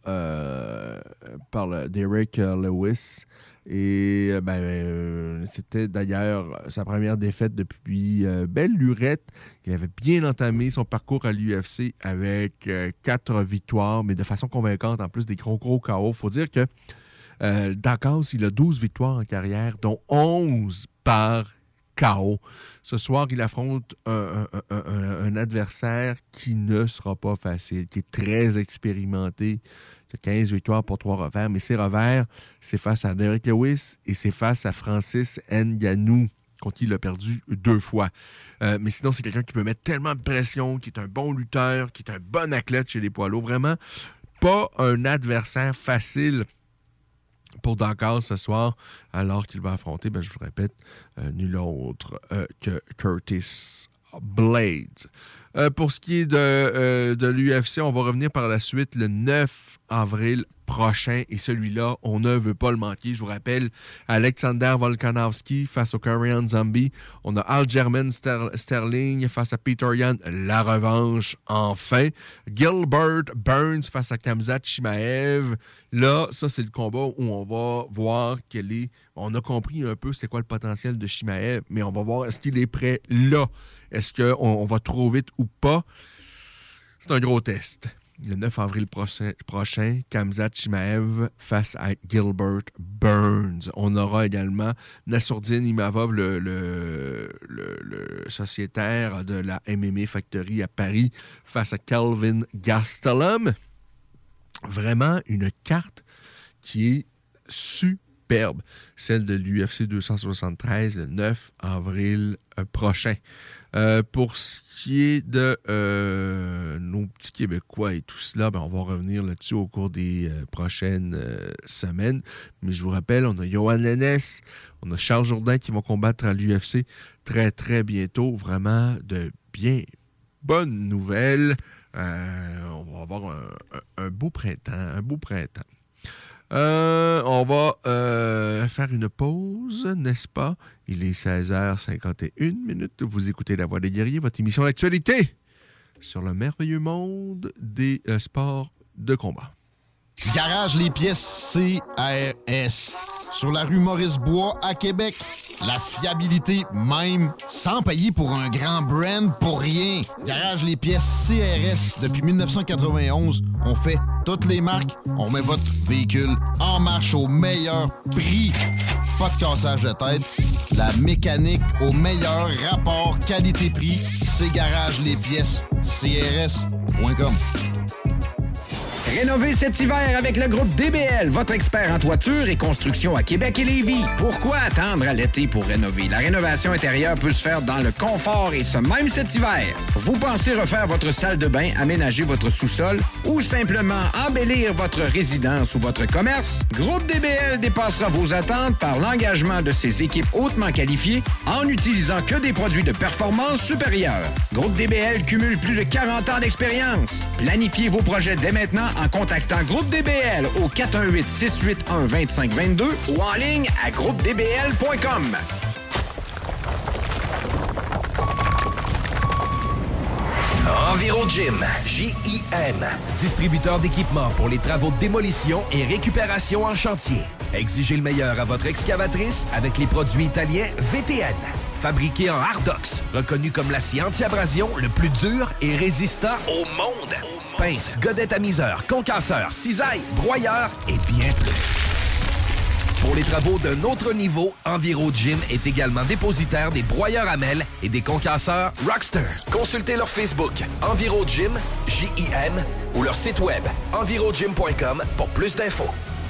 le Derek Lewis. Et c'était d'ailleurs sa première défaite depuis belle lurette. Il avait bien entamé son parcours à l'UFC avec 4 victoires, mais de façon convaincante, en plus des gros KO. Il faut dire que Daukaus, il a 12 victoires en carrière, dont 11 par KO. Ce soir, il affronte un adversaire qui ne sera pas facile, qui est très expérimenté. Il a 15 victoires pour 3 revers, mais ces revers, c'est face à Derek Lewis et c'est face à Francis Ngannou, contre qui il a perdu 2 fois. Mais sinon, c'est quelqu'un qui peut mettre tellement de pression, qui est un bon lutteur, qui est un bon athlète chez les poids lourds. Vraiment, pas un adversaire facile pour Daukaus ce soir, alors qu'il va affronter, je vous le répète, nul autre que Curtis Blades. Pour ce qui est de l'UFC, on va revenir par la suite le 9 avril prochain. Et celui-là, on ne veut pas le manquer. Je vous rappelle, Alexander Volkanovski face au Korean Zombie. On a Aljamain Sterling face à Peter Yan. La revanche, enfin. Gilbert Burns face à Khamzat Chimaev. Là, ça, c'est le combat où on va voir on a compris un peu c'est quoi le potentiel de Chimaev, mais on va voir est-ce qu'il est prêt là. Est-ce qu'on va trop vite ou pas? C'est un gros test. Le 9 avril prochain, Khamzat Chimaev face à Gilbert Burns. On aura également Nassourdine Imavov, le sociétaire de la MMA Factory à Paris, face à Calvin Gastelum. Vraiment une carte qui est superbe. Celle de l'UFC 273, le 9 avril prochain. Pour ce qui est de nos petits Québécois et tout cela, on va revenir là-dessus au cours des prochaines semaines. Mais je vous rappelle, on a Yohan Lennes, on a Charles Jourdain qui vont combattre à l'UFC très, très bientôt. Vraiment de bien bonnes nouvelles. On va avoir un beau printemps, on va faire une pause, n'est-ce pas? Il est 16h51. Vous écoutez La Voix des Guerriers, votre émission d'actualité sur le merveilleux monde des sports de combat. Garage les pièces CRS. Sur la rue Maurice-Bois à Québec. La fiabilité même, sans payer pour un grand brand pour rien. Garage les pièces CRS. Depuis 1991, on fait toutes les marques. On met votre véhicule en marche au meilleur prix. Pas de cassage de tête. La mécanique au meilleur rapport qualité-prix. C'est Garage les pièces CRS.com. Rénovez cet hiver avec le groupe DBL, votre expert en toiture et construction à Québec et Lévis. Pourquoi attendre à l'été pour rénover? La rénovation intérieure peut se faire dans le confort et ce même cet hiver. Vous pensez refaire votre salle de bain, aménager votre sous-sol ou simplement embellir votre résidence ou votre commerce? Groupe DBL dépassera vos attentes par l'engagement de ses équipes hautement qualifiées en n'utilisant que des produits de performance supérieure. Groupe DBL cumule plus de 40 ans d'expérience. Planifiez vos projets dès maintenant en contactant Groupe DBL au 418-681-2522 ou en ligne à groupedbl.com. EnviroGym, J-I-M, distributeur d'équipements pour les travaux de démolition et récupération en chantier. Exigez le meilleur à votre excavatrice avec les produits italiens VTN. Fabriqué en Hardox, reconnu comme l'acier anti-abrasion le plus dur et résistant au monde. Pince, godette à miseur, concasseur, cisaille, broyeur et bien plus. Pour Pour les travaux d'un autre niveau, EnviroGym est également dépositaire des broyeurs à mêles et des concasseurs Rockster. Consultez leur Facebook EnviroGym, J-I-M, ou leur site web envirogym.com pour plus d'infos.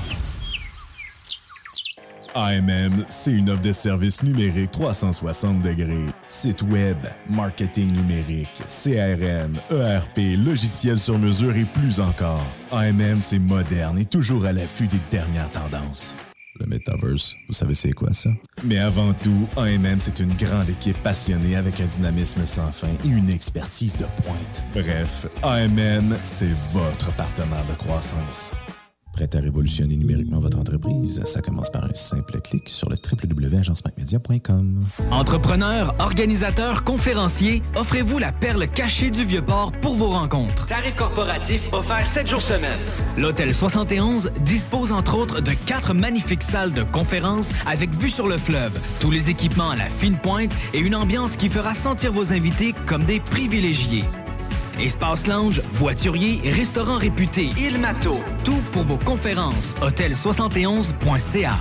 AMM, c'est une offre de services numériques 360 degrés. Site web, marketing numérique, CRM, ERP, logiciels sur mesure et plus encore. AMM, c'est moderne et toujours à l'affût des dernières tendances. Le Metaverse, vous savez c'est quoi ça? Mais avant tout, AMM, c'est une grande équipe passionnée avec un dynamisme sans fin et une expertise de pointe. Bref, AMM, c'est votre partenaire de croissance. Prêt à révolutionner numériquement votre entreprise? Ça commence par un simple clic sur le www.agencemacmedia.com. Entrepreneurs, organisateurs, conférenciers, offrez-vous la perle cachée du Vieux-Port pour vos rencontres. Tarif corporatif offert 7 jours semaine. L'Hôtel 71 dispose entre autres de 4 magnifiques salles de conférences avec vue sur le fleuve, tous les équipements à la fine pointe et une ambiance qui fera sentir vos invités comme des privilégiés. Espace lounge, voiturier, restaurant réputé, Il Mato. Tout pour vos conférences. Hôtel71.ca.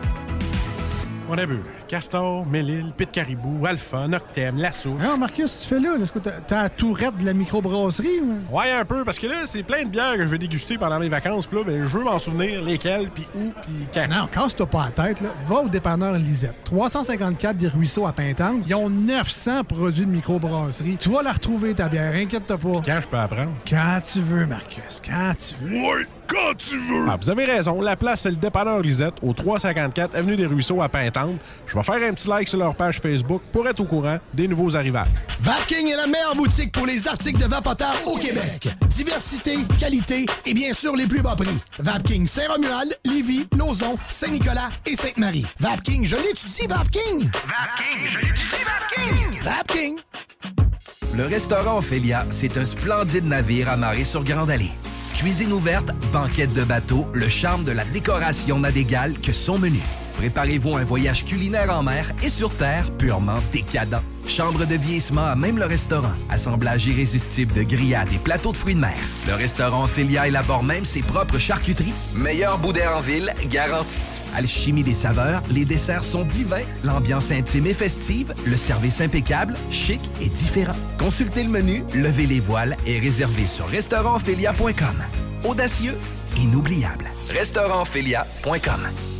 On a vu Castor, Mélile, Pit Caribou, Alpha, Noctem, Lasso. Non, Marcus, tu fais là? Est-ce que t'as la tourette de la microbrasserie? Ou... Ouais, un peu, parce que là, c'est plein de bières que je vais déguster pendant mes vacances. Puis là, ben, je veux m'en souvenir lesquelles, puis où, puis quand. Non, casse-toi pas la tête. Là. Va au dépanneur Lisette. 354 des Ruisseaux à Pintante. Ils ont 900 produits de microbrasserie. Tu vas la retrouver, ta bière. Inquiète-toi pas. Puis quand je peux apprendre? Quand tu veux, Marcus. Quand tu veux. Ouais, quand tu veux. Ah, vous avez raison. La place, c'est le dépanneur Lisette, au 354 Avenue des Ruisseaux à Pintante. Je vais faire un petit like sur leur page Facebook pour être au courant des nouveaux arrivages. Vapking est la meilleure boutique pour les articles de vapoteurs au Québec. Diversité, qualité et bien sûr les plus bas prix. Vapking Saint-Romuald, Lévis, Lauson, Saint-Nicolas et Sainte-Marie. Vapking, je l'étudie, Vapking! Vapking, je l'étudie, Vapking! Vapking! Le restaurant Ophélia, c'est un splendide navire amarré sur Grande Allée. Cuisine ouverte, banquette de bateau, le charme de la décoration n'a d'égal que son menu. Préparez-vous un voyage culinaire en mer et sur terre purement décadent. Chambre de vieillissement à même le restaurant. Assemblage irrésistible de grillades et plateaux de fruits de mer. Le restaurant Ophélia élabore même ses propres charcuteries. Meilleur boudin en ville, garanti. Alchimie des saveurs, les desserts sont divins, l'ambiance intime et festive, le service impeccable, chic et différent. Consultez le menu, levez les voiles et réservez sur restaurantophélia.com. Audacieux, inoubliable. Restaurantophélia.com.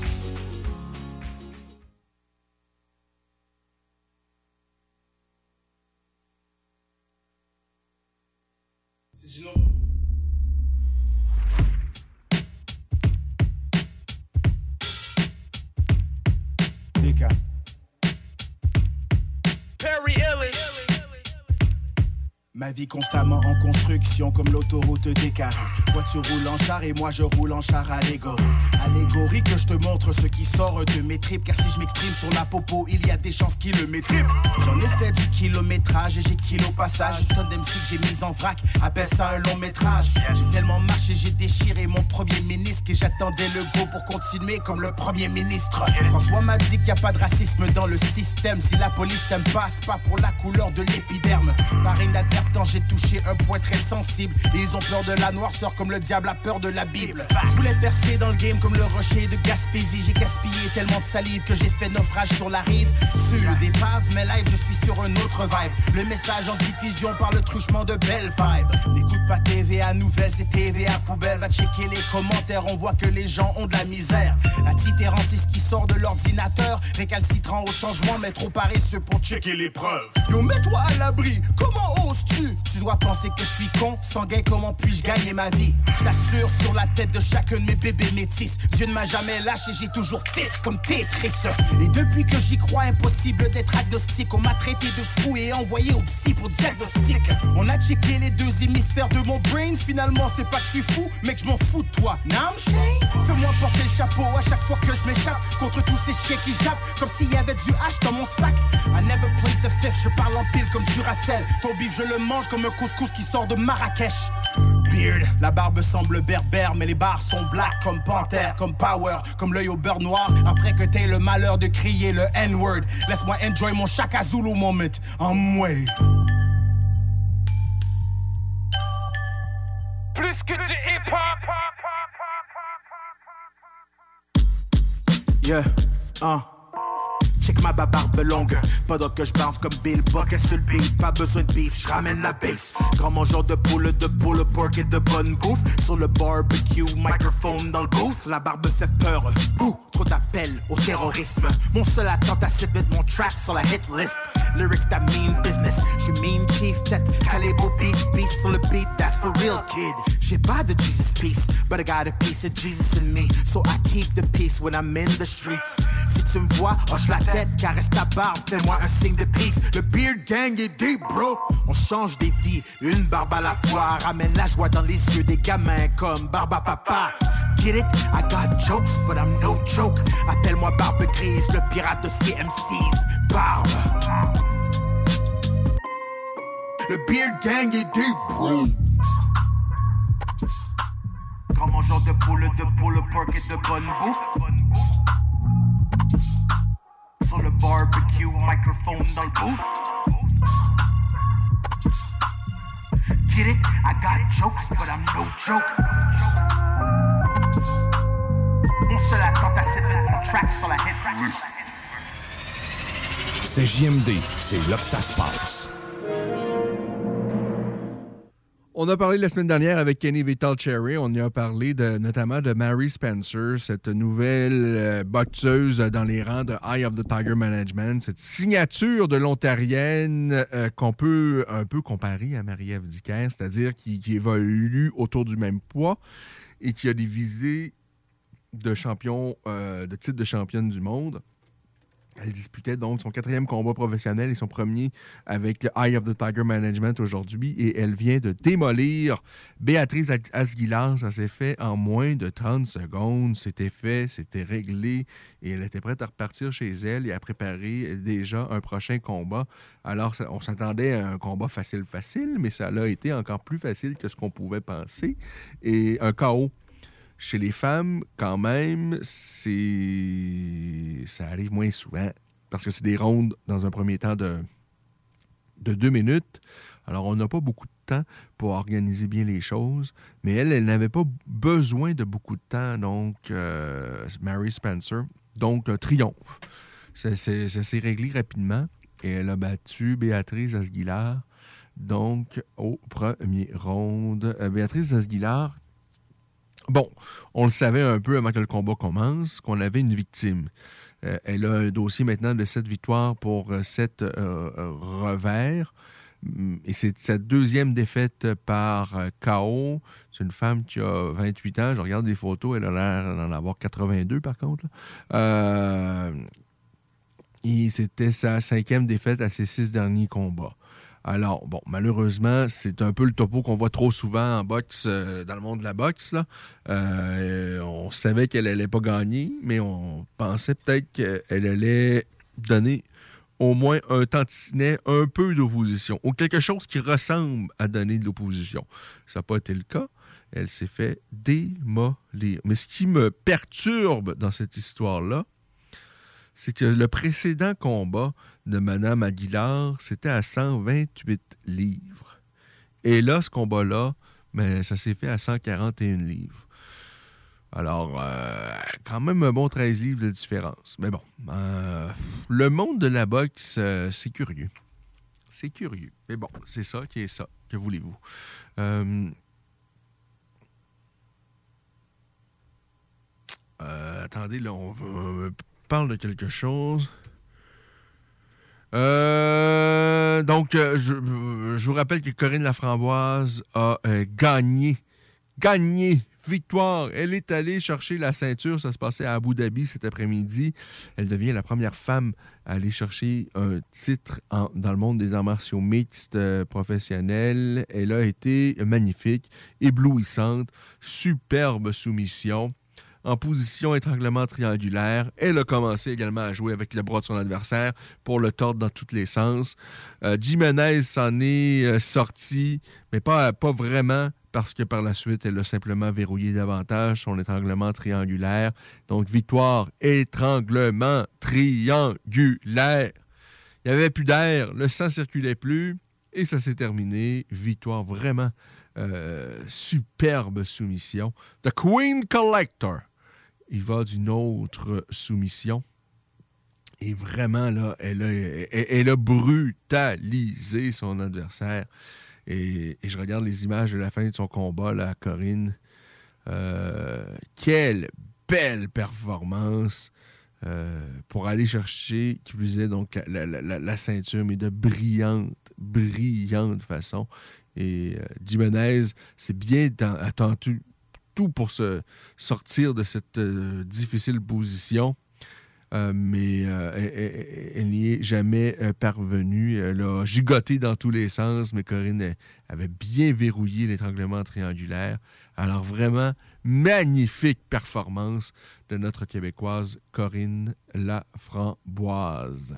Perry Ellis. Ma vie constamment en construction comme l'autoroute des carrés. Toi tu roules en char et moi je roule en char allégorique. Allégorie que je te montre ce qui sort de mes tripes. Car si je m'exprime sur la popo, il y a des chances qu'il le métripe. J'en ai fait du kilométrage et j'ai kilo passage. Une tonne d'MC que j'ai mise en vrac, appelle ça un long métrage. J'ai tellement marché, j'ai déchiré mon premier ministre. Et j'attendais le go pour continuer comme le premier ministre. François m'a dit qu'il n'y a pas de racisme dans le système. Si la police t'aime pas, c'est pas pour la couleur de l'épiderme. Par inadvertance, j'ai touché un point très sensible. Et ils ont peur de la noirceur comme le diable a peur de la Bible. Je voulais percer dans le game comme le rocher de Gaspésie. J'ai gaspillé tellement de salive que j'ai fait naufrage sur la rive. Sur des paves, mais live, je suis sur un autre vibe. Le message en diffusion par le truchement de belle vibe. N'écoute pas TVA Nouvelles, c'est TVA Poubelle. Va checker les commentaires, on voit que les gens ont de la misère. La différence, c'est ce qui sort de l'ordinateur. Récalcitrant au changement, mais trop paresseux pour checker les preuves. Yo, mets-toi à l'abri, comment oses-tu? Tu dois penser que je suis con, sanguin, comment puis-je gagner ma vie? Je t'assure sur la tête de chacun de mes bébés métis. Dieu ne m'a jamais lâché, j'ai toujours fait comme Tetris. Et depuis que j'y crois, impossible d'être agnostique. On m'a traité de fou et envoyé au psy pour diagnostic. On a checké les deux hémisphères de mon brain. Finalement, c'est pas que je suis fou, mais que je m'en fous de toi. Fais-moi porter le chapeau à chaque fois que je m'échappe contre tous ces chiens qui jappent, comme s'il y avait du hache dans mon sac. I never played the fifth, je parle en pile comme Duracell. Ton bif, je le mange comme un couscous qui sort de Marrakech. Beard, la barbe semble berbère, mais les barres sont black comme Panthère, comme Power, comme l'œil au beurre noir. Après que t'aies le malheur de crier le N-word, laisse-moi enjoy mon Shaka Zulu moment en moi. Plus que du hip-hop. Yeah, check ma barbe longue, pendant que je bounce comme Bill Bucket sur le beat. Pas besoin de beef, je ramène la base. Grand mangeur de poule, pork et de bonne bouffe. Sur le barbecue, microphone dans le booth. La barbe fait peur, trop d'appels au terrorisme. Mon seul attente à c'est mettre mon track sur la hit list. Lyrics that mean business, j'suis mean chief, tête calibre beast sur le beat, that's for real kid. J'ai pas de Jesus peace, but I got a piece of Jesus in me. So I keep the peace when I'm in the streets. Si tu me vois, hoche la tête, caresse ta barbe, fais-moi un signe de peace. Le beard gang est deep, bro. On change des vies, une barbe à la fois. Ramène la joie dans les yeux des gamins comme Barba Papa. Get it? I got jokes, but I'm no joke. Appelle-moi Barbe Grise, le pirate de CMC's. Barbe. Le beard gang est deep, bro. Grand mangeur de poule, pork et de bonne bouffe. Sur le barbecue, microphone dans le booth. Get it? I got jokes, but I'm no joke. Mon seul attente à c'est mettre mon track sur la hit list. C'est JMD, c'est là que ça se passe. On a parlé la semaine dernière avec Kenny Vital-Cherry. On y a parlé notamment de Mary Spencer, cette nouvelle boxeuse dans les rangs de Eye of the Tiger Management, cette signature de l'Ontarienne qu'on peut un peu comparer à Marie-Ève Dicker, c'est-à-dire qui évolue autour du même poids et qui a des visées de champion, de titre de championne du monde. Elle disputait donc son 4e combat professionnel et son premier avec le Eye of the Tiger Management aujourd'hui. Et elle vient de démolir Béatrice Asguilard. Ça s'est fait en moins de 30 secondes. C'était fait, c'était réglé. Et elle était prête à repartir chez elle et à préparer déjà un prochain combat. Alors, on s'attendait à un combat facile, mais ça a été encore plus facile que ce qu'on pouvait penser. Et un KO. Chez les femmes, quand même, ça arrive moins souvent parce que c'est des rondes, dans un premier temps, de 2 minutes. Alors, on n'a pas beaucoup de temps pour organiser bien les choses, mais elle n'avait pas besoin de beaucoup de temps, donc Mary Spencer. Donc, un triomphe. Ça s'est réglé rapidement et elle a battu Béatrice Asguilard, donc, au premier round. Béatrice Asguilard, bon, on le savait un peu avant que le combat commence, qu'on avait une victime. Elle a un dossier maintenant de 7 victoires pour 7 revers. Et c'est sa 2e défaite par KO. C'est une femme qui a 28 ans. Je regarde des photos, elle a l'air d'en avoir 82 par contre. Et c'était sa 5e défaite à ses 6 derniers combats. Alors, bon, malheureusement, c'est un peu le topo qu'on voit trop souvent en boxe, dans le monde de la boxe, là. On savait qu'elle n'allait pas gagner, mais on pensait peut-être qu'elle allait donner au moins un tantinet, un peu d'opposition, ou quelque chose qui ressemble à donner de l'opposition. Ça n'a pas été le cas. Elle s'est fait démolir. Mais ce qui me perturbe dans cette histoire-là, c'est que le précédent combat de Mme Aguilar, c'était à 128 livres. Et là, ce combat-là, ça s'est fait à 141 livres. Alors, quand même un bon 13 livres de différence. Mais bon, le monde de la boxe, c'est curieux. C'est curieux. Mais bon, c'est ça qui est ça. Que voulez-vous? Attendez, là, on parle de quelque chose. Donc, je vous rappelle que Corinne Laframboise a gagné. Victoire. Elle est allée chercher la ceinture. Ça se passait à Abu Dhabi cet après-midi. Elle devient la première femme à aller chercher un titre dans le monde des arts martiaux mixtes professionnels. Elle a été magnifique, éblouissante, superbe soumission. En position étranglement triangulaire. Elle a commencé également à jouer avec le bras de son adversaire pour le tordre dans tous les sens. Jimenez s'en est sorti, mais pas vraiment, parce que par la suite, elle a simplement verrouillé davantage son étranglement triangulaire. Donc, victoire, étranglement triangulaire. Il n'y avait plus d'air, le sang ne circulait plus, et ça s'est terminé. Victoire vraiment superbe soumission. The Queen Collector. il va d'une autre soumission. Et vraiment, là, elle a brutalisé son adversaire. Et je regarde les images de la fin de son combat, là, Corinne. Quelle belle performance pour aller chercher, qui plus est, donc, la ceinture, mais de brillante façon. Et Jimenez, c'est bien attendu tout pour se sortir de cette difficile position. Mais elle n'y est jamais parvenue. Elle a gigoté dans tous les sens, mais Corinne avait bien verrouillé l'étranglement triangulaire. Alors vraiment, magnifique performance de notre Québécoise Corinne Laframboise.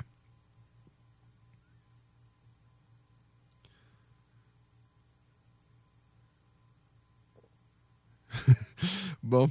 Bon.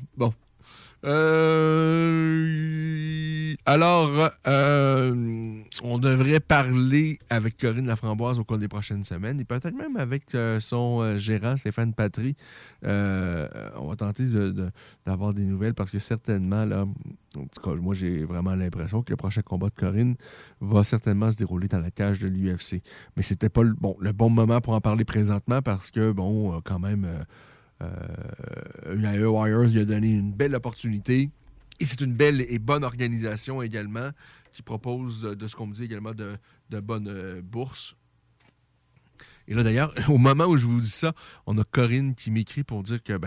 Alors, on devrait parler avec Corinne Laframboise au cours des prochaines semaines et peut-être même avec son gérant, Stéphane Patry. On va tenter d'avoir des nouvelles parce que certainement, là, en tout cas, moi, j'ai vraiment l'impression que le prochain combat de Corinne va certainement se dérouler dans la cage de l'UFC. Mais c'était pas le bon moment pour en parler présentement parce que, quand même... Yair Wires lui a donné une belle opportunité et c'est une belle et bonne organisation également qui propose, de ce qu'on me dit également, de bonnes bourses. Et là d'ailleurs, au moment où je vous dis ça, on a Corinne qui m'écrit pour dire que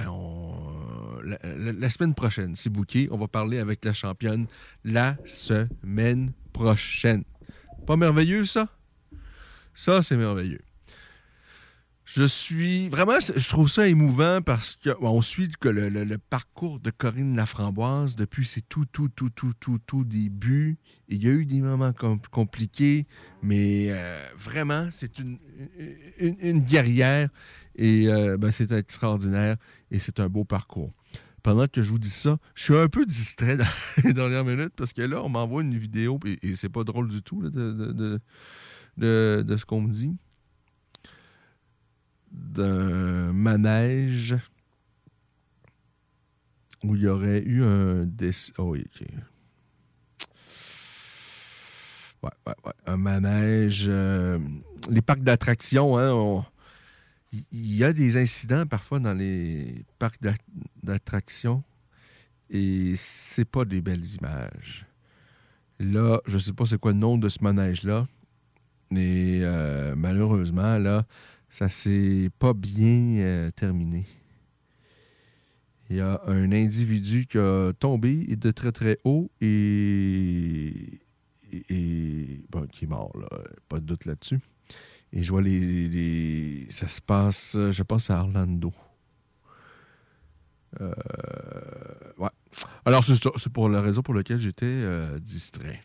la semaine prochaine, c'est booké, on va parler avec la championne la semaine prochaine. Pas merveilleux ça? Ça c'est merveilleux. Je trouve ça émouvant parce qu'on suit le parcours de Corinne Laframboise depuis ses tout débuts. Il y a eu des moments compliqués, mais vraiment, c'est une guerrière et c'est extraordinaire et c'est un beau parcours. Pendant que je vous dis ça, je suis un peu distrait dans les dernières minutes parce que là, on m'envoie une vidéo et c'est pas drôle du tout là, de ce qu'on me dit. D'un manège où il y aurait eu un un manège, les parcs d'attractions, hein, il y a des incidents parfois dans les parcs d'attractions et c'est pas des belles images. Là, je sais pas c'est quoi le nom de ce manège-là, mais malheureusement, là, ça s'est pas bien terminé. Il y a un individu qui a tombé de très très haut et qui est mort, là. Pas de doute là-dessus. Et je vois ça se passe, je pense, à Orlando. Ouais. Alors, c'est ça. C'est pour la raison pour laquelle j'étais distrait.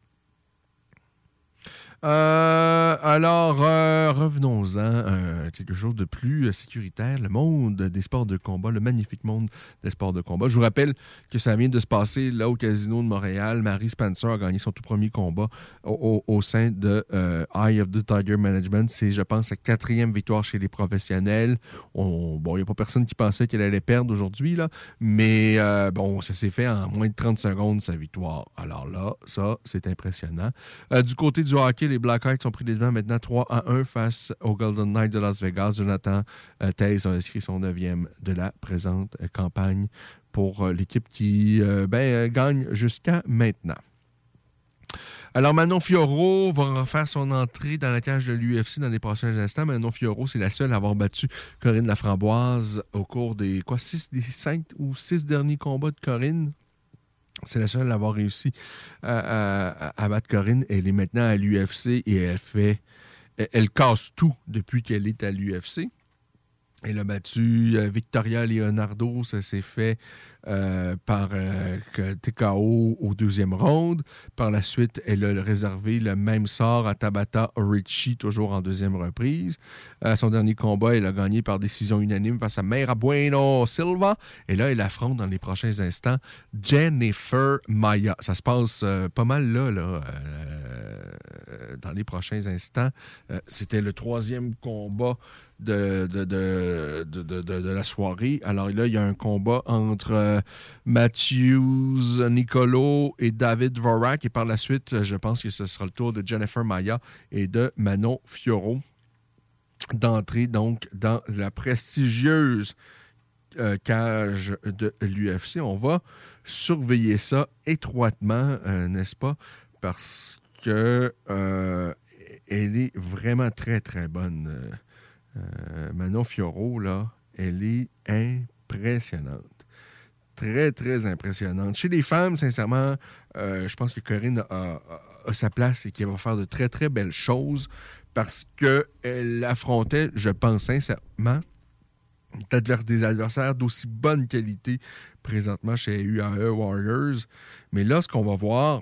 Revenons-en, quelque chose de plus sécuritaire, le monde des sports de combat, le magnifique monde des sports de combat. Je vous rappelle que ça vient de se passer là au Casino de Montréal. Mary Spencer a gagné son tout premier combat au sein de Eye of the Tiger Management. C'est, je pense, sa 4e victoire chez les professionnels. Il n'y a pas personne qui pensait qu'elle allait perdre aujourd'hui, là, mais ça s'est fait en moins de 30 secondes, sa victoire. Alors là, ça, c'est impressionnant. Du côté du hockey, les Blackhawks ont pris les devants maintenant 3-1 face aux Golden Knights de Las Vegas. Jonathan Toews a inscrit son 9e de la présente campagne pour l'équipe qui gagne jusqu'à maintenant. Alors, Manon Fiorot va faire son entrée dans la cage de l'UFC dans les prochains instants. Manon Fiorot, c'est la seule à avoir battu Corinne Laframboise au cours des 5 ou 6 derniers combats de Corinne. C'est la seule à avoir réussi à battre Corinne. Elle est maintenant à l'UFC et elle casse tout depuis qu'elle est à l'UFC. Elle a battu Victoria Leonardo. Ça s'est fait par TKO au 2e round. Par la suite, elle a réservé le même sort à Tabata Ricci, toujours en 2e reprise. Son dernier combat, elle a gagné par décision unanime face à Mayra Bueno Silva. Et là, elle affronte dans les prochains instants Jennifer Maia. Ça se passe pas mal là dans les prochains instants. C'était le 3e combat de la soirée. Alors là, il y a un combat entre Matthews Nicolau et David Dvorak. Et par la suite, je pense que ce sera le tour de Jennifer Maia et de Manon Fiorot d'entrer donc dans la prestigieuse cage de l'UFC. On va surveiller ça étroitement, n'est-ce pas? Parce que elle est vraiment très, très bonne. Manon Fiorot, là, elle est impressionnante. Très, très impressionnante. Chez les femmes, sincèrement, je pense que Corinne a sa place et qu'elle va faire de très, très belles choses parce qu'elle affrontait, je pense sincèrement, des adversaires d'aussi bonne qualité présentement chez UAE Warriors. Mais là, ce qu'on va voir,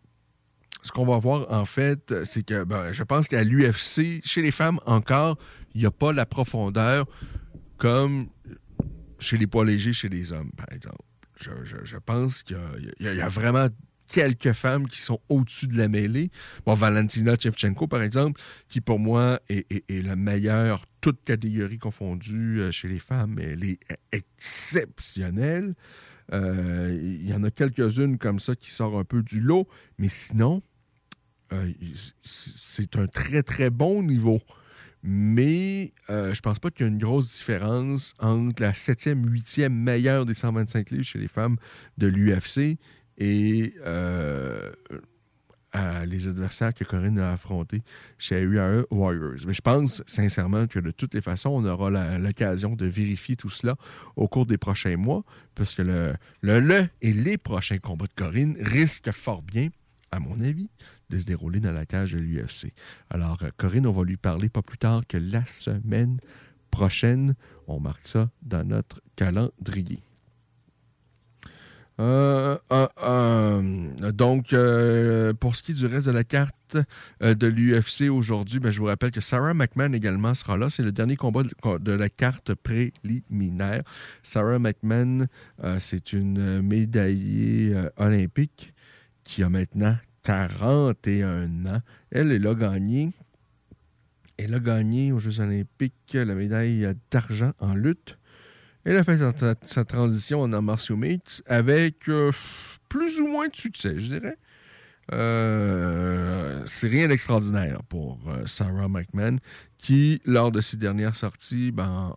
en fait, c'est que je pense qu'à l'UFC, chez les femmes encore, il n'y a pas la profondeur comme chez les poids légers, chez les hommes, par exemple. Je pense qu'il y a vraiment quelques femmes qui sont au-dessus de la mêlée. Bon, Valentina Shevchenko, par exemple, qui pour moi est la meilleure, toute catégorie confondue chez les femmes. Elle est exceptionnelle. Il y en a quelques-unes comme ça qui sortent un peu du lot, mais sinon, c'est un très, très bon niveau. Mais je pense pas qu'il y a une grosse différence entre la 7e, 8e meilleure des 125 livres chez les femmes de l'UFC et les adversaires que Corinne a affrontés chez UAE Warriors. Mais je pense sincèrement que de toutes les façons, on aura l'occasion de vérifier tout cela au cours des prochains mois, parce que le et les prochains combats de Corinne risquent fort bien, à mon avis, de se dérouler dans la cage de l'UFC. Alors, Corinne, on va lui parler pas plus tard que la semaine prochaine. On marque ça dans notre calendrier. Donc, pour ce qui est du reste de la carte de l'UFC aujourd'hui, je vous rappelle que Sarah McMahon également sera là. C'est le dernier combat de la carte préliminaire. Sarah McMahon, c'est une médaillée olympique qui a maintenant 41 ans. Elle a gagné. Elle a gagné aux Jeux olympiques la médaille d'argent en lutte. Elle a fait sa transition en arts martiaux mixtes avec plus ou moins de succès, je dirais. C'est rien d'extraordinaire pour Sarah McMahon, qui, lors de ses dernières sorties,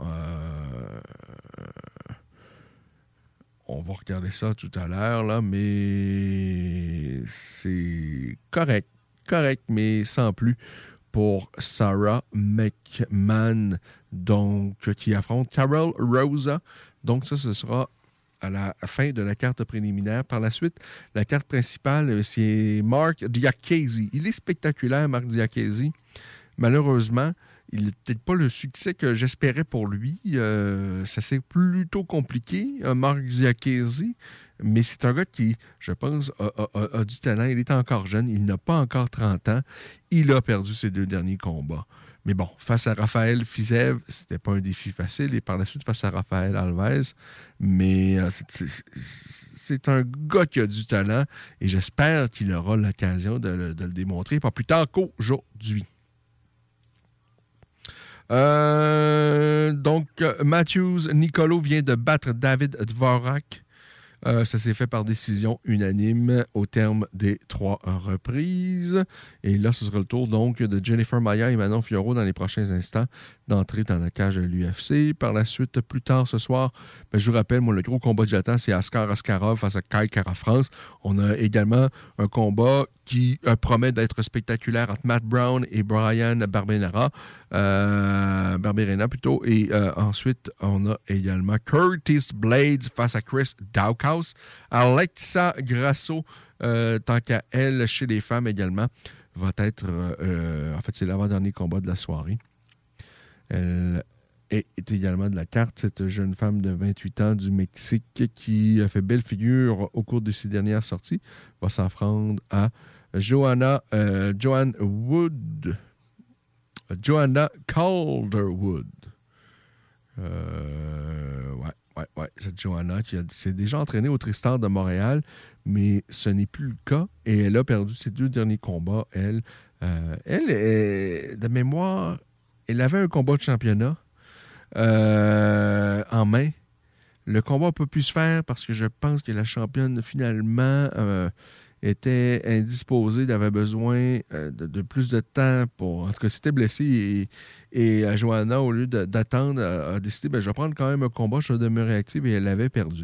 on va regarder ça tout à l'heure, là, mais c'est correct, mais sans plus pour Sarah McMahon, donc, qui affronte Carol Rosa. Donc, ça, ce sera à la fin de la carte préliminaire. Par la suite, la carte principale, c'est Mark Diakiese. Il est spectaculaire, Mark Diakiese. Malheureusement, il n'a peut-être pas le succès que j'espérais pour lui. Ça s'est plutôt compliqué, Mark Diakiese. Mais c'est un gars qui, je pense, a du talent. Il est encore jeune. Il n'a pas encore 30 ans. Il a perdu ses 2 derniers combats. Mais bon, face à Raphaël Fiziev, c'était pas un défi facile. Et par la suite, face à Raphaël Alves. Mais c'est un gars qui a du talent. Et j'espère qu'il aura l'occasion de le démontrer, pas plus tard qu'aujourd'hui. Donc, Matthews Nicolau vient de battre David Dvorak. Ça s'est fait par décision unanime au terme des 3 reprises. Et là, ce sera le tour donc de Jennifer Maia et Manon Fiorot dans les prochains instants d'entrer dans la cage de l'UFC. Par la suite, plus tard ce soir, je vous rappelle, le gros combat que j'attends, c'est Askar Askarov face à Kai Kara-France. On a également un combat qui promet d'être spectaculaire entre Matt Brown et Brian Barberena. Et ensuite, on a également Curtis Blades face à Chris Daukaus. Alexa Grasso, tant qu'à elle, chez les femmes également, va être... en fait, c'est l'avant-dernier combat de la soirée. Elle est également de la carte, cette jeune femme de 28 ans du Mexique qui a fait belle figure au cours de ses dernières sorties, va s'affronter à Joanna Calderwood. Ouais. Cette Joanna qui s'est déjà entraînée au Tristar de Montréal, mais ce n'est plus le cas. Et elle a perdu ses 2 derniers combats, elle, Elle, de mémoire, elle avait un combat de championnat en main. Le combat n'a pas pu se faire parce que je pense que la championne, finalement, était indisposée, elle avait besoin de plus de temps pour... En tout cas, c'était blessée et Joanna, au lieu d'attendre, a décidé, je vais prendre quand même un combat, je vais demeurer active et elle avait perdu.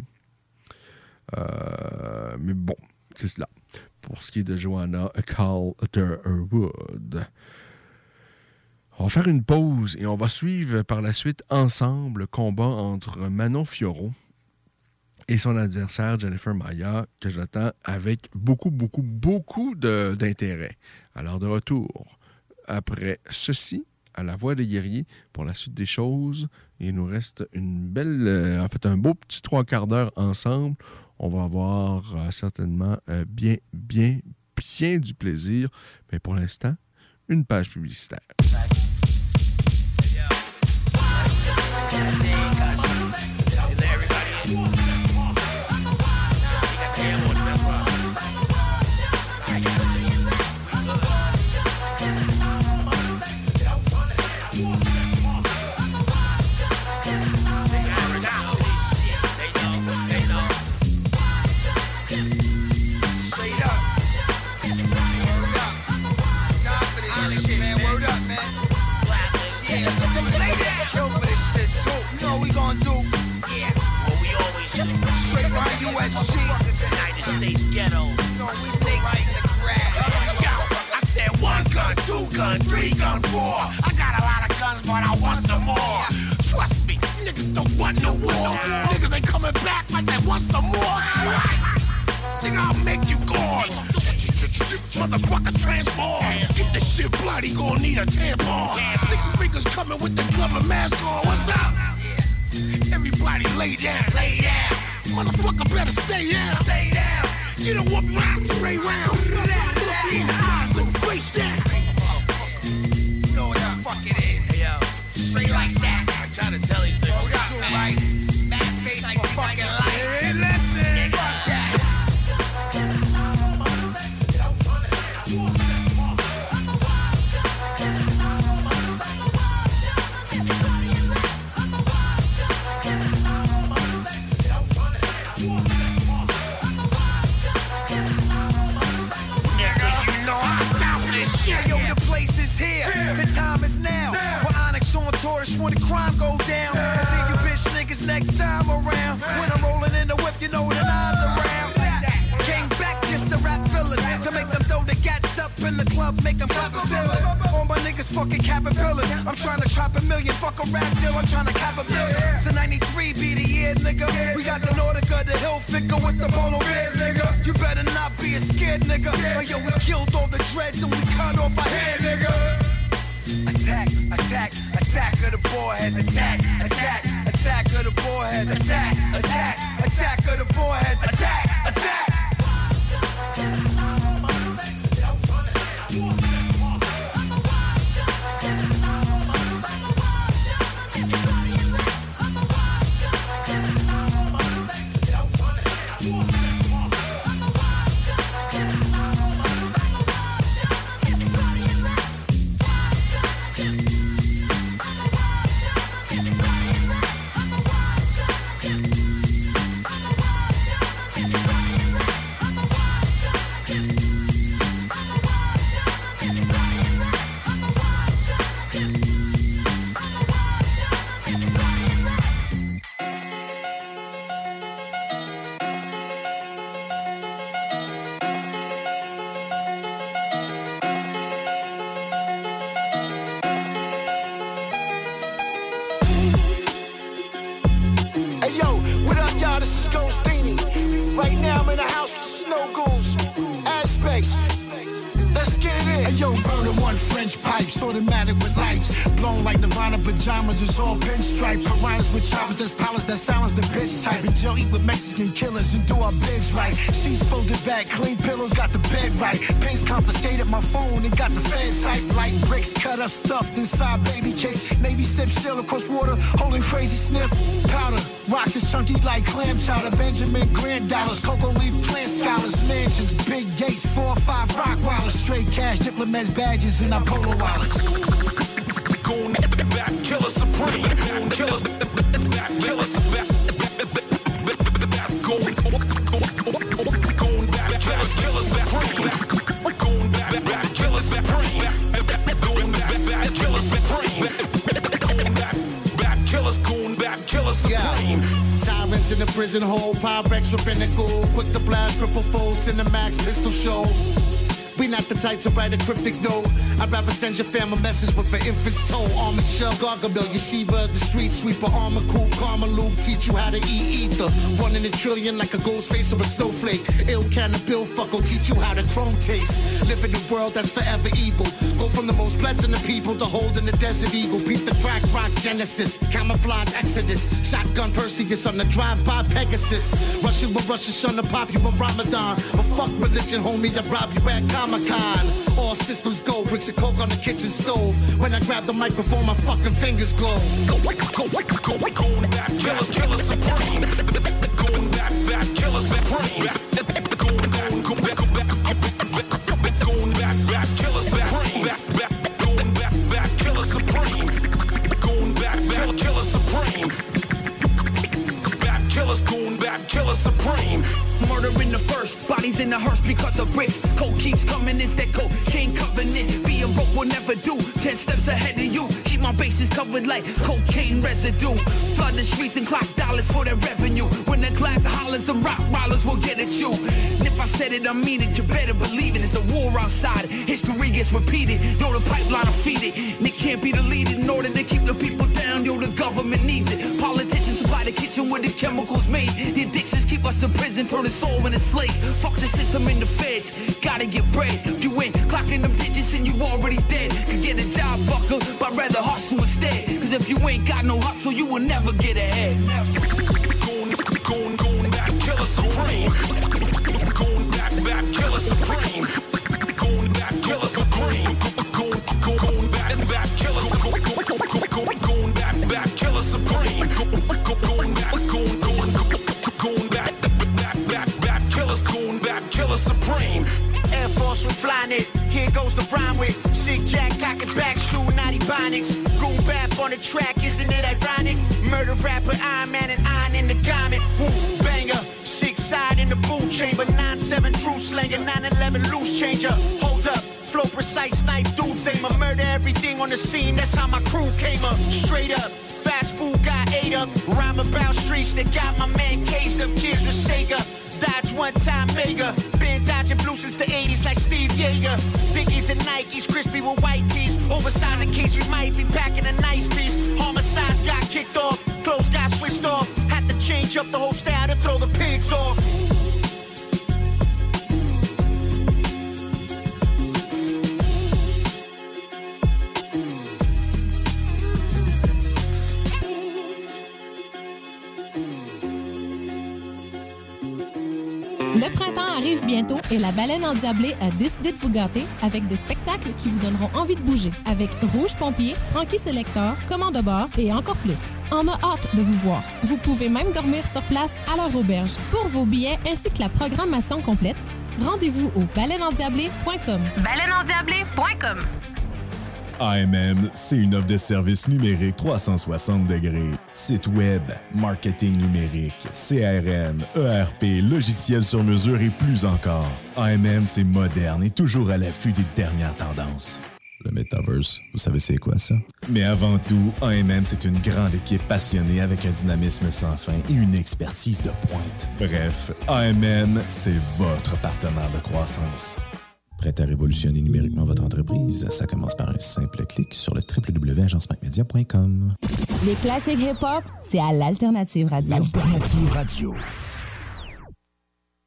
Mais bon, c'est cela. Pour ce qui est de Joanna Calderwood. On va faire une pause et on va suivre par la suite ensemble le combat entre Manon Fiorot et son adversaire Jennifer Maia, que j'attends avec beaucoup d'intérêt. Alors, de retour, après ceci, à la Voix des guerriers, pour la suite des choses, il nous reste une belle, un beau petit 3/4 d'heure ensemble. On va avoir certainement bien du plaisir. Mais pour l'instant, une page publicitaire. Gun, 3 gun, 4. I got a lot of guns, but I want some more. Trust me, niggas don't want no war. Niggas ain't coming back like they want some more. Nigga, I'll make you gauze. Motherfucker transform. Get this shit bloody, gon' need a tampon. Sticky fingers coming with the glove and mask on. What's up? Everybody lay down. Lay down. Motherfucker better stay down. Stay down. You don't want me to spray rounds. Look me in the eyes and face that. It is. Hey, yo. Straight like that. I'm trying to tell these niggas. What we do, right? That face like for fucking life. Hey, listen. Fuck that. Nigga, you know I'm down for this shit. Hey, yo, the place is here. The time is now. When Onyx on tortoise, when the crime go down. See you bitch niggas next time around. When I'm rolling in the whip, you know the lines around. Came back just the rap villain. To make them throw the gats up in the club, make them clap a ceiling. All my niggas fucking capping. I'm trying to trap $1 million. Fuck a rap deal, I'm trying to cap $1 billion. So 93 be the year, nigga. We got the Nordica, the hill figure with the polo bears, nigga. You better not be a scared nigga. Oh, yo, we killed all the dreads and we cut off our hair, nigga. Attack, attack, attack of the boyheads. Attack, attack, attack of the boyheads. Attack, attack, attack of the boyheads. Attack, attack. Right now I'm in the house with snow goons, aspects. Let's get it in. Hey, yo, burning one French pipe, automatic with lights. Blown like Nirvana pajamas, it's all pinstripes. Piranhas with choppers, there's pilots that silence the bitch type. And Joe eat with Mexican killers and do our bids right. Sheets folded back, clean pillows, got the bed right. Pinks confiscated my phone and got the feds hype. Light bricks cut up, stuffed inside baby cakes. Navy sip, shell across water, holding crazy sniff. Powder. Rocks is chunky like clam chowder. Benjamin Grant dollars. Cocoa leaf plant scholars. Mansions. Big gates. 4 or 5 rock wallers. Straight cash. Diplomats badges in our polo wallets. Goon back, killer supreme. Killers back, killers back. Goon back, killers supreme. Goon back, killers supreme. Goon back, killers supreme. Goon back, killers. Goon back, killers supreme. Tyrants in the prison hole. Pyrex or pinnacle. Quick to blast, cripple foe. Cinemax, pistol show. We not the type to write a cryptic note. I'd rather send your fam a message with an infant's toe. Armored shell, Gargamel, Yeshiva, the street sweeper, armor coupe, karma loop, teach you how to eat ether. 1 in a trillion like a ghost face or a snowflake. Ill can of bill fuck'll teach you how to chrome taste. Live in a world that's forever evil. Go from the most pleasant of people to holding the desert eagle. Beat the crack rock genesis. Camouflage exodus. Shotgun Perseus on the drive-by Pegasus. Russian will rush your son to pop you on Ramadan. But fuck religion, homie, I rob you at Comic-Con. All systems go, bricks of coke on the kitchen stove. When I grab the microphone, my fucking fingers glow. Going back, killers, killers supreme. Going back, killers supreme. Going back, killers supreme. Going back, killers supreme. Going back, killers supreme. Back killers, going back, killers supreme. Murder in the first, bodies in the hearse because of bricks. Coke keeps coming, it's that cocaine covenant. Being broke will never do, 10 steps ahead of you. Keep my bases covered like cocaine residue. Flood the streets and clock dollars for their revenue. When the clock hollers, the rock rollers will get at you. And if I said it, I mean it, you better believe it. It's a war outside, history gets repeated. Yo, the pipeline will feed it, and it can't be deleted. In order to keep the people down, yo, the government needs it. Politicians supply the kitchen where the chemicals made. The addictions keep us in prison, turn the soul in a slave. Fuck the system in the feds, gotta get bread. You ain't clocking them digits and you already dead. Could get a job, fucker, but rather hustle instead. Cause if you ain't got no hustle, you will never get ahead. Going back, killer supreme. Going back, killer supreme. Going back, killer supreme. Going back, killer supreme. Going back, killer supreme. Going back, killers, going back, killer supreme. Air Force with Flynet, here goes the rhyme with Sick Jack, cock and back, shoe, naughty bonics. Goon bap on the track, isn't it ironic? Murder rapper, Iron Man and iron in the garment. Woo, banger, 6 side in the boot chamber. 9-7 true slanger, 9-11 loose changer. Hold up, flow precise, snipe dudes aim. Murder everything on the scene, that's how my crew came up. Straight up. Fast food got ate up. Rhyme about streets that got my man caged up. Kids with Sega. Dodge one time mega. Been dodging blue since the 80s like Steve Yeager. Dickies and Nikes, crispy with white tees. Oversized in case we might be packing a nice piece. Homicides got kicked off. Clothes got switched off. Had to change up the whole style to throw the pigs off. Le printemps arrive bientôt et la Baleine Endiablée a décidé de vous gâter avec des spectacles qui vous donneront envie de bouger. Avec Rouge Pompier, Frankie Selector, Commande de bord et encore plus. On a hâte de vous voir. Vous pouvez même dormir sur place à leur auberge. Pour vos billets ainsi que la programmation complète, rendez-vous au baleineendiablée.com. baleineendiablée.com. AMM, c'est une offre de services numériques 360 degrés. Site web, marketing numérique, CRM, ERP, logiciels sur mesure et plus encore. AMM, c'est moderne et toujours à l'affût des dernières tendances. Le Metaverse, vous savez c'est quoi ça? Mais avant tout, AMM, c'est une grande équipe passionnée avec un dynamisme sans fin et une expertise de pointe. Bref, AMM, c'est votre partenaire de croissance. Prête à révolutionner numériquement votre entreprise? Ça commence par un simple clic sur le www.agencemacmedia.com. Les classiques hip-hop, c'est à l'Alternative Radio. L'Alternative Radio.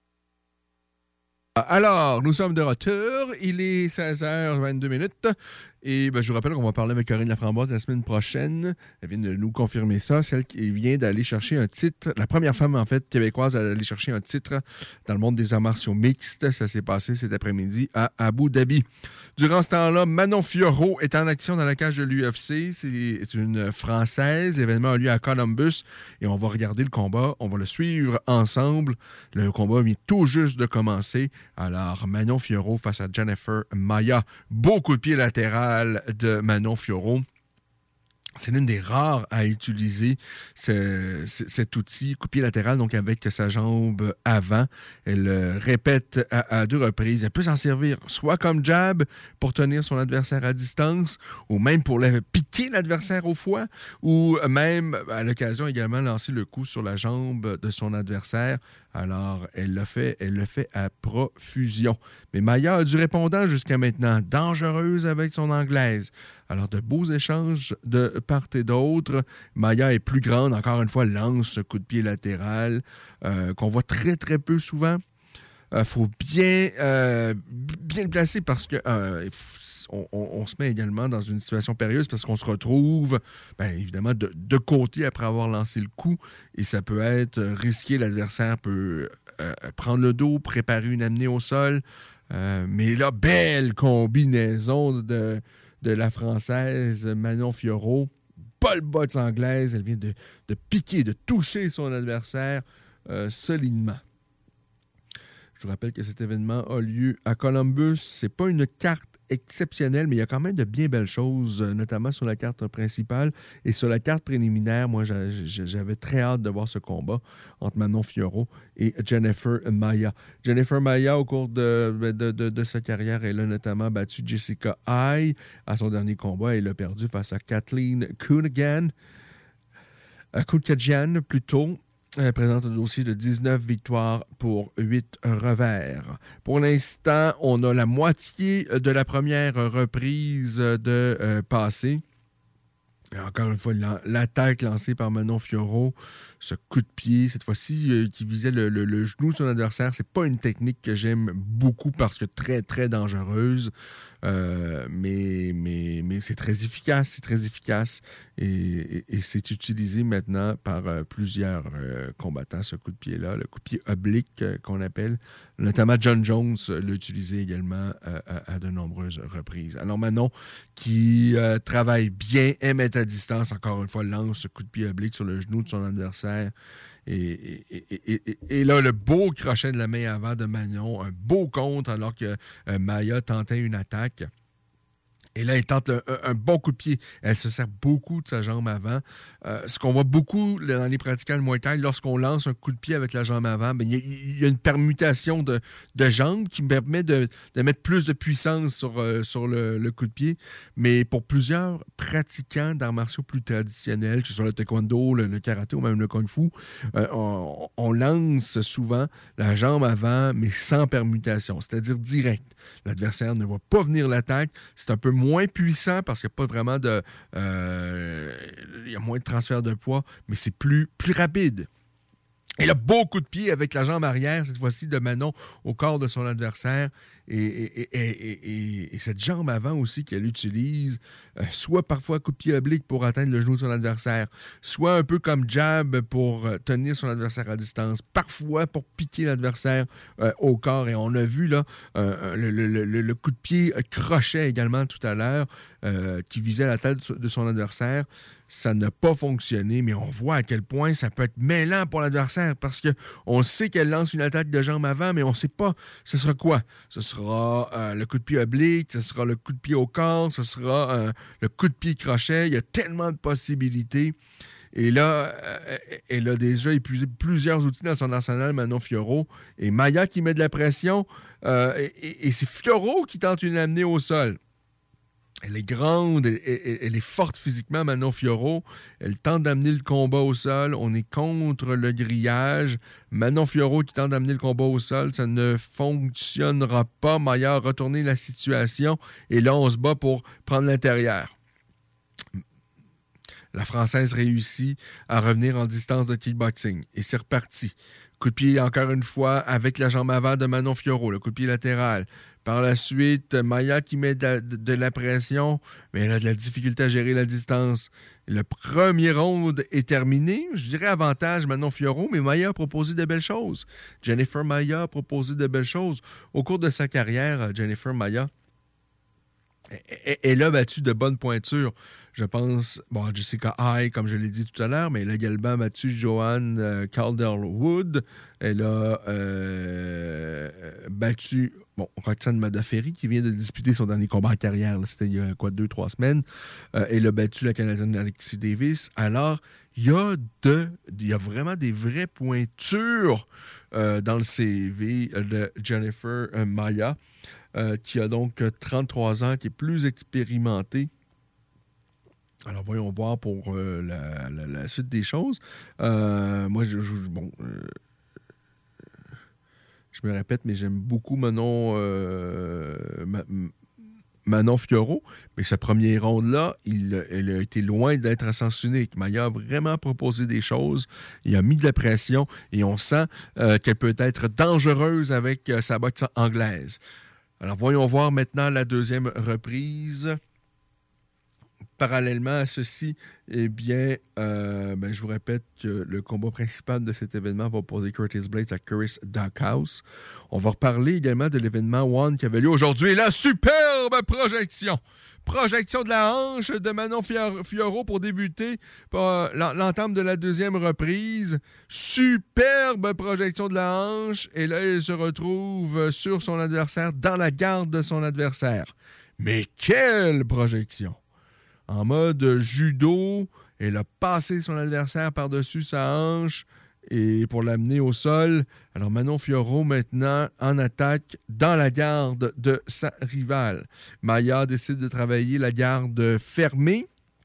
Alors, nous sommes de retour. Il est 16h22. Et je vous rappelle qu'on va parler avec Corinne Laframboise la semaine prochaine. Elle vient de nous confirmer ça. Celle qui vient d'aller chercher un titre. La première femme, en fait, québécoise à aller chercher un titre dans le monde des arts martiaux mixtes. Ça s'est passé cet après-midi à Abu Dhabi. Durant ce temps-là, Manon Fiorot est en action dans la cage de l'UFC. C'est une Française. L'événement a lieu à Columbus. Et on va regarder le combat. On va le suivre ensemble. Le combat vient tout juste de commencer. Alors, Manon Fiorot face à Jennifer Maia. Beau coup de pied latéral de Manon Fiorot. C'est l'une des rares à utiliser cet outil, coup de pied latéral, donc avec sa jambe avant. Elle répète à 2 reprises. Elle peut s'en servir soit comme jab pour tenir son adversaire à distance, ou même pour piquer l'adversaire au foie, ou même à l'occasion également lancer le coup sur la jambe de son adversaire. Alors, elle le fait à profusion. Mais Maia a du répondant jusqu'à maintenant, dangereuse avec son anglaise. Alors, de beaux échanges de part et d'autre. Maia est plus grande, encore une fois, lance ce coup de pied latéral qu'on voit très, très peu souvent. Faut bien le placer parce que on se met également dans une situation périlleuse parce qu'on se retrouve, évidemment, de côté après avoir lancé le coup. Et ça peut être risqué. L'adversaire peut prendre le dos, préparer une amenée au sol. Mais là, belle combinaison de la Française Manon Fiorot. Pas le bottes anglaise. Elle vient de piquer, de toucher son adversaire solidement. Je vous rappelle que cet événement a lieu à Columbus. C'est pas une carte exceptionnelle, mais il y a quand même de bien belles choses, notamment sur la carte principale. Et sur la carte préliminaire, moi, j'avais très hâte de voir ce combat entre Manon Fiorot et Jennifer Maia. Jennifer Maia, au cours de sa carrière, elle a notamment battu Jessica Eye à son dernier combat. Elle a perdu face à Kathleen Kounaghan plutôt. Elle présente un dossier de 19 victoires pour 8 revers. Pour l'instant, on a la moitié de la première reprise de passé. Encore une fois, l'attaque lancée par Manon Fiorot, ce coup de pied, cette fois-ci, qui visait le genou de son adversaire, c'est pas une technique que j'aime beaucoup parce que très, très dangereuse. Mais c'est très efficace. Et c'est utilisé maintenant par plusieurs combattants, ce coup de pied-là, le coup de pied oblique qu'on appelle. Notamment John Jones l'a utilisé également à de nombreuses reprises. Alors Manon, qui travaille bien, aime être à distance, encore une fois, lance ce coup de pied oblique sur le genou de son adversaire. Et là, le beau crochet de la main avant de Manon, un beau contre alors que Maia tentait une attaque. Et là, elle tente un bon coup de pied. Elle se sert beaucoup de sa jambe avant. Ce qu'on voit beaucoup dans les pratiquants de Muay Thai, lorsqu'on lance un coup de pied avec la jambe avant, il y a une permutation de jambes qui permet de mettre plus de puissance sur le coup de pied. Mais pour plusieurs pratiquants d'arts martiaux plus traditionnels, que ce soit le taekwondo, le karaté ou même le kung-fu, on lance souvent la jambe avant, mais sans permutation, c'est-à-dire direct. L'adversaire ne va pas venir l'attaque. C'est un peu moins puissant parce qu'il n'y a pas vraiment il y a moins de transfert de poids, mais c'est plus rapide. Et là, beau coup de pied avec la jambe arrière, cette fois-ci de Manon au corps de son adversaire. Et cette jambe avant aussi qu'elle utilise, soit parfois coup de pied oblique pour atteindre le genou de son adversaire, soit un peu comme jab pour tenir son adversaire à distance, parfois pour piquer l'adversaire au corps. Et on a vu là le coup de pied crochet également tout à l'heure qui visait la tête de son adversaire. Ça n'a pas fonctionné, mais on voit à quel point ça peut être mêlant pour l'adversaire parce qu'on sait qu'elle lance une attaque de jambe avant, mais on ne sait pas ce sera quoi. Ce sera le coup de pied oblique, ce sera le coup de pied au corps, ce sera le coup de pied crochet. Il y a tellement de possibilités. Et là, elle a déjà épuisé plusieurs outils dans son arsenal, Manon Fiorot. Et Maia qui met de la pression. Et c'est Fiorot qui tente une amenée au sol. Elle est grande, elle est forte physiquement, Manon Fiorot. Elle tente d'amener le combat au sol. On est contre le grillage. Manon Fiorot qui tente d'amener le combat au sol, ça ne fonctionnera pas. Maia a retourné la situation. Et là, on se bat pour prendre l'intérieur. La Française réussit à revenir en distance de kickboxing. Et c'est reparti. Coup de pied, encore une fois, avec la jambe avant de Manon Fiorot. Le coup de pied latéral. Par la suite, Maia qui met de la pression, mais elle a de la difficulté à gérer la distance. Le premier round est terminé. Je dirais avantage Manon Fiorot, mais Maia a proposé de belles choses. Jennifer Maia a proposé de belles choses. Au cours de sa carrière, Jennifer Maia, elle a battu de bonnes pointures. Je pense, Jessica Eye, comme je l'ai dit tout à l'heure, mais elle a également battu Joanne Calderwood. Elle a battu Roxane Modafferi, qui vient de disputer son dernier combat en carrière. Là, c'était il y a 2-3 semaines. Elle a battu la Canadienne Alexis Davis. Alors, il y a vraiment des vraies pointures dans le CV de Jennifer Maia, qui a donc 33 ans, qui est plus expérimentée. Alors, voyons voir pour la suite des choses. Moi, je me répète, mais j'aime beaucoup Manon Fiorot. Mais ce premier round-là, elle a été loin d'être à sens unique. Maia a vraiment proposé des choses. Il a mis de la pression et on sent qu'elle peut être dangereuse avec sa boxe anglaise. Alors, voyons voir maintenant la deuxième reprise. Parallèlement à ceci, eh bien, je vous répète que le combat principal de cet événement va opposer Curtis Blades à Chris Dawkhouse. On va reparler également de l'événement One qui avait lieu aujourd'hui. Et la superbe projection de la hanche de Manon Fiorot pour débuter l'entame de la deuxième reprise. Superbe projection de la hanche. Et là, elle se retrouve sur son adversaire, dans la garde de son adversaire. Mais quelle projection! En mode judo, elle a passé son adversaire par-dessus sa hanche et pour l'amener au sol. Alors Manon Fiorot maintenant en attaque dans la garde de sa rivale. Maia décide de travailler la garde fermée.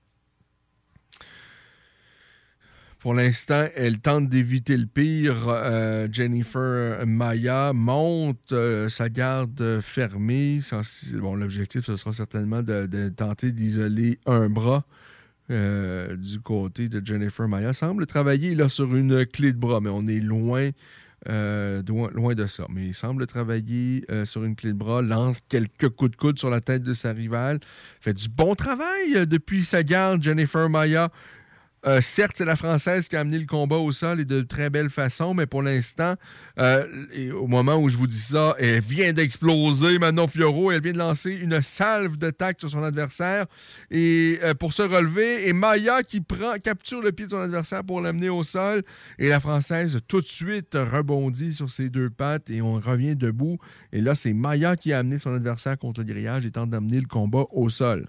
Pour l'instant, elle tente d'éviter le pire. Jennifer Maia monte sa garde fermée. L'objectif, ce sera certainement de tenter d'isoler un bras du côté de Jennifer Maia. Semble travailler là, sur une clé de bras, mais on est loin de ça. Mais il semble travailler sur une clé de bras, lance quelques coups de coude sur la tête de sa rivale. Fait du bon travail depuis sa garde, Jennifer Maia. Certes, c'est la Française qui a amené le combat au sol et de très belle façon, mais pour l'instant, au moment où je vous dis ça, elle vient d'exploser, Manon Fiorot. Elle vient de lancer une salve de tact sur son adversaire et pour se relever. Et Maia qui capture le pied de son adversaire pour l'amener au sol. Et la Française, tout de suite, rebondit sur ses deux pattes et on revient debout. Et là, c'est Maia qui a amené son adversaire contre le grillage et tente d'amener le combat au sol.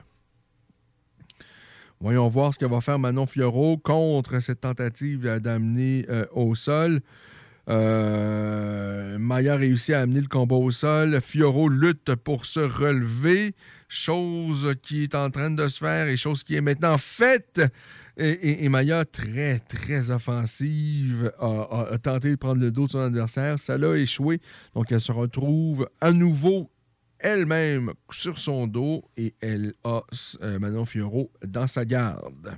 Voyons voir ce que va faire Manon Fiorot contre cette tentative d'amener au sol. Maia réussit à amener le combat au sol. Fiorot lutte pour se relever. Chose qui est en train de se faire et chose qui est maintenant faite. Et Maia, très, très offensive, a tenté de prendre le dos de son adversaire. Ça l'a échoué. Donc, elle se retrouve à nouveau elle-même sur son dos et elle a Manon Fiorot dans sa garde.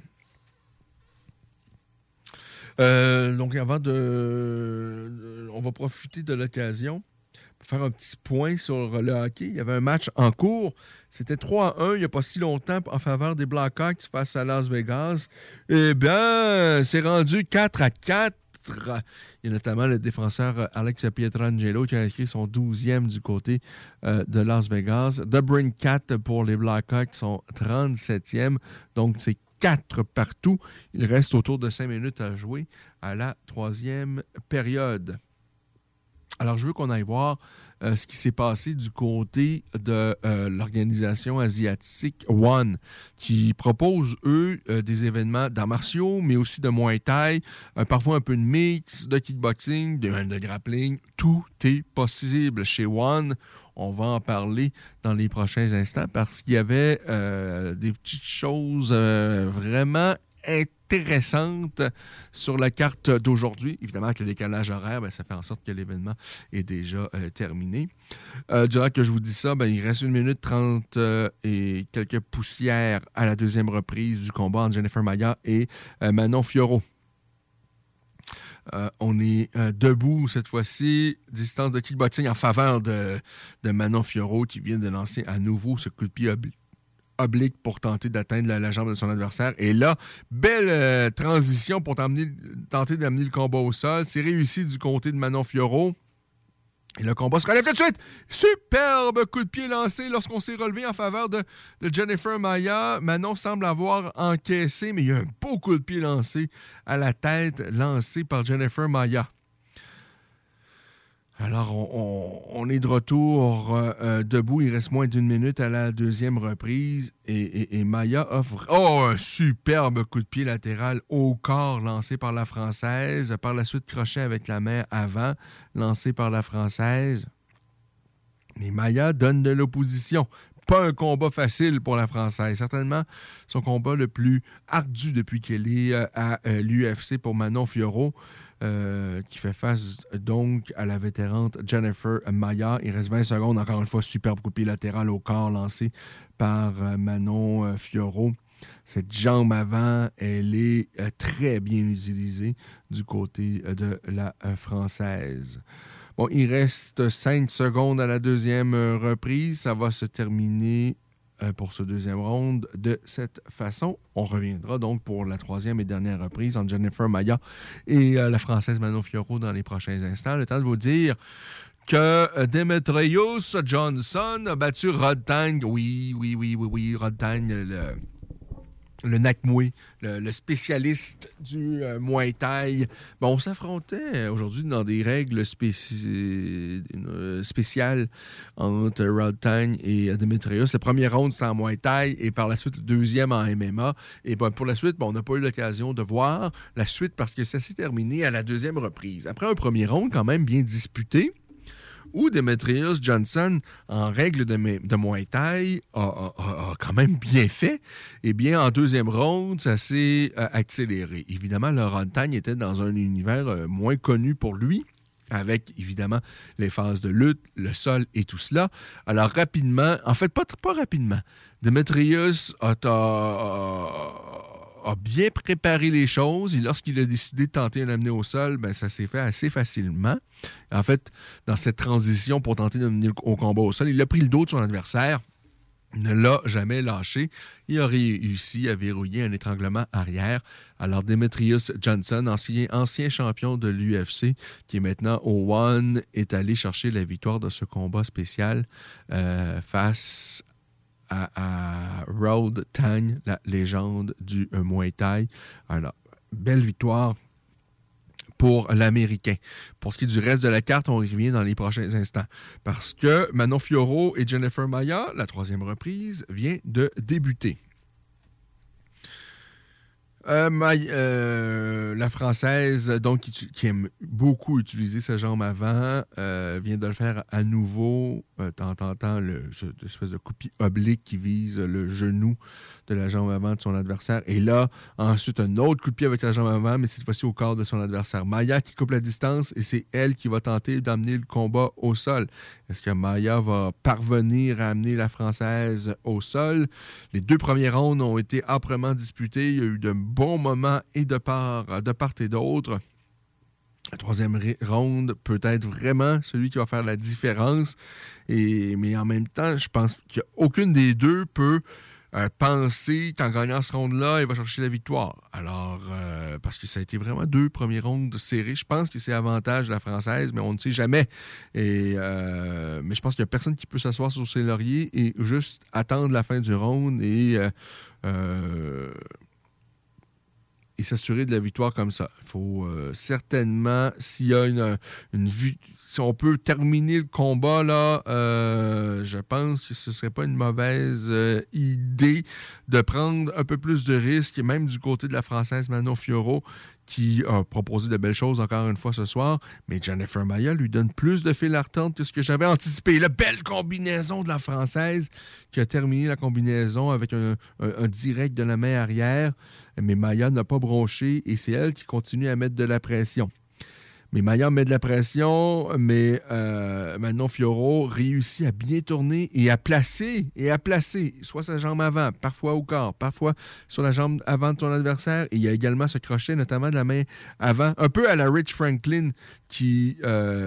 Donc, avant on va profiter de l'occasion pour faire un petit point sur le hockey. Il y avait un match en cours. C'était 3-1 il n'y a pas si longtemps en faveur des Blackhawks face à Las Vegas. Eh bien, c'est rendu 4-4. Il y a notamment le défenseur Alex Pietrangelo qui a inscrit son 12e du côté de Las Vegas. The Brincat pour les Blackhawks sont 37e. Donc, c'est 4 partout. Il reste autour de 5 minutes à jouer à la 3e période. Alors, je veux qu'on aille voir ce qui s'est passé du côté de l'organisation asiatique One, qui propose, eux, des événements d'arts martiaux, mais aussi de Muay Thai, parfois un peu de mix, de kickboxing, même de grappling. Tout est possible chez One. On va en parler dans les prochains instants parce qu'il y avait des petites choses vraiment intéressante sur la carte d'aujourd'hui. Évidemment, avec le décalage horaire, ça fait en sorte que l'événement est déjà terminé. Durant que je vous dis ça, il reste 1 minute 30 et quelques poussières à la deuxième reprise du combat entre Jennifer Maia et Manon Fiorot. On est debout cette fois-ci. Distance de kickboxing en faveur de Manon Fiorot qui vient de lancer à nouveau ce coup de pied oblique pour tenter d'atteindre la jambe de son adversaire. Et là, belle transition pour tenter d'amener le combat au sol. C'est réussi du côté de Manon Fiorot. Et le combat se relève tout de suite. Superbe coup de pied lancé lorsqu'on s'est relevé en faveur de Jennifer Maia. Manon semble avoir encaissé, mais il y a un beau coup de pied lancé à la tête, lancé par Jennifer Maia. Alors, on est de retour debout. Il reste moins d'1 minute à la deuxième reprise. Et Maia offre un superbe coup de pied latéral au corps lancé par la Française. Par la suite, crochet avec la main avant, lancé par la Française. Mais Maia donne de l'opposition. Pas un combat facile pour la Française. Certainement son combat le plus ardu depuis qu'elle est à l'UFC pour Manon Fiorot. Qui fait face donc à la vétérante Jennifer Maia. Il reste 20 secondes. Encore une fois, superbe coup de pied latéral au corps lancé par Manon Fiorot. Cette jambe avant, elle est très bien utilisée du côté de la Française. Bon, il reste 5 secondes à la deuxième reprise. Ça va se terminer pour ce deuxième round de cette façon. On reviendra donc pour la troisième et dernière reprise entre Jennifer Maia et la Française Manon Fiorot dans les prochains instants. Le temps de vous dire que Demetrius Johnson a battu Rod Tang. Oui, Rod Tang, le Nakmoué, le spécialiste du Muay Thai. Bon, on s'affrontait aujourd'hui dans des règles spéciales entre Rod Tang et Demetrius. Le premier round, c'est en Muay Thai et par la suite, le deuxième en MMA. Et pour la suite, on n'a pas eu l'occasion de voir la suite parce que ça s'est terminé à la deuxième reprise. Après un premier round quand même bien disputé, où Demetrius Johnson, en règle de Muay Thai, a quand même bien fait, eh bien, en deuxième ronde, ça s'est accéléré. Évidemment, le Rod Tang était dans un univers moins connu pour lui, avec, évidemment, les phases de lutte, le sol et tout cela. Alors, rapidement, en fait, pas rapidement, Demetrius a bien préparé les choses et lorsqu'il a décidé de tenter un amener au sol, ben, ça s'est fait assez facilement. En fait, dans cette transition pour tenter d'amener au combat au sol, il a pris le dos de son adversaire, ne l'a jamais lâché. Il a réussi à verrouiller un étranglement arrière. Alors, Demetrius Johnson, ancien champion de l'UFC, qui est maintenant au One, est allé chercher la victoire de ce combat spécial face à Rod Tang, la légende du Muay Thai. Alors, belle victoire pour l'Américain. Pour ce qui est du reste de la carte, on y revient dans les prochains instants. Parce que Manon Fiorot et Jennifer Maia, la troisième reprise, vient de débuter. La Française, donc, qui aime beaucoup utiliser sa jambe avant, vient de le faire à nouveau, en tentant cette espèce de coup de pied oblique qui vise le genou de la jambe avant de son adversaire. Et là, ensuite, un autre coup de pied avec sa jambe avant, mais cette fois-ci au corps de son adversaire. Maia qui coupe la distance et c'est elle qui va tenter d'amener le combat au sol. Est-ce que Maia va parvenir à amener la Française au sol? Les deux premiers rounds ont été âprement disputés. Il y a eu de bons moments et de part et d'autre. La troisième round peut être vraiment celui qui va faire la différence. Mais en même temps, je pense qu'aucune des deux peut penser qu'en gagnant ce round-là, il va chercher la victoire. Alors, parce que ça a été vraiment deux premiers rounds serrés. Je pense que c'est avantage de la Française, mais on ne sait jamais. Mais je pense qu'il n'y a personne qui peut s'asseoir sur ses lauriers et juste attendre la fin du round et s'assurer de la victoire comme ça. Il faut certainement, s'il y a si on peut terminer le combat, là, je pense que ce ne serait pas une mauvaise idée de prendre un peu plus de risques, même du côté de la Française Manon Fiorot, qui a proposé de belles choses encore une fois ce soir, mais Jennifer Maia lui donne plus de fil à retordre que ce que j'avais anticipé. La belle combinaison de la Française qui a terminé la combinaison avec un direct de la main arrière, mais Maia n'a pas bronché et c'est elle qui continue à mettre de la pression. Mais Maillard met de la pression, mais Manon Fiorot réussit à bien tourner et à placer, soit sa jambe avant, parfois au corps, parfois sur la jambe avant de son adversaire. Et il y a également ce crochet, notamment de la main avant, un peu à la Rich Franklin, qui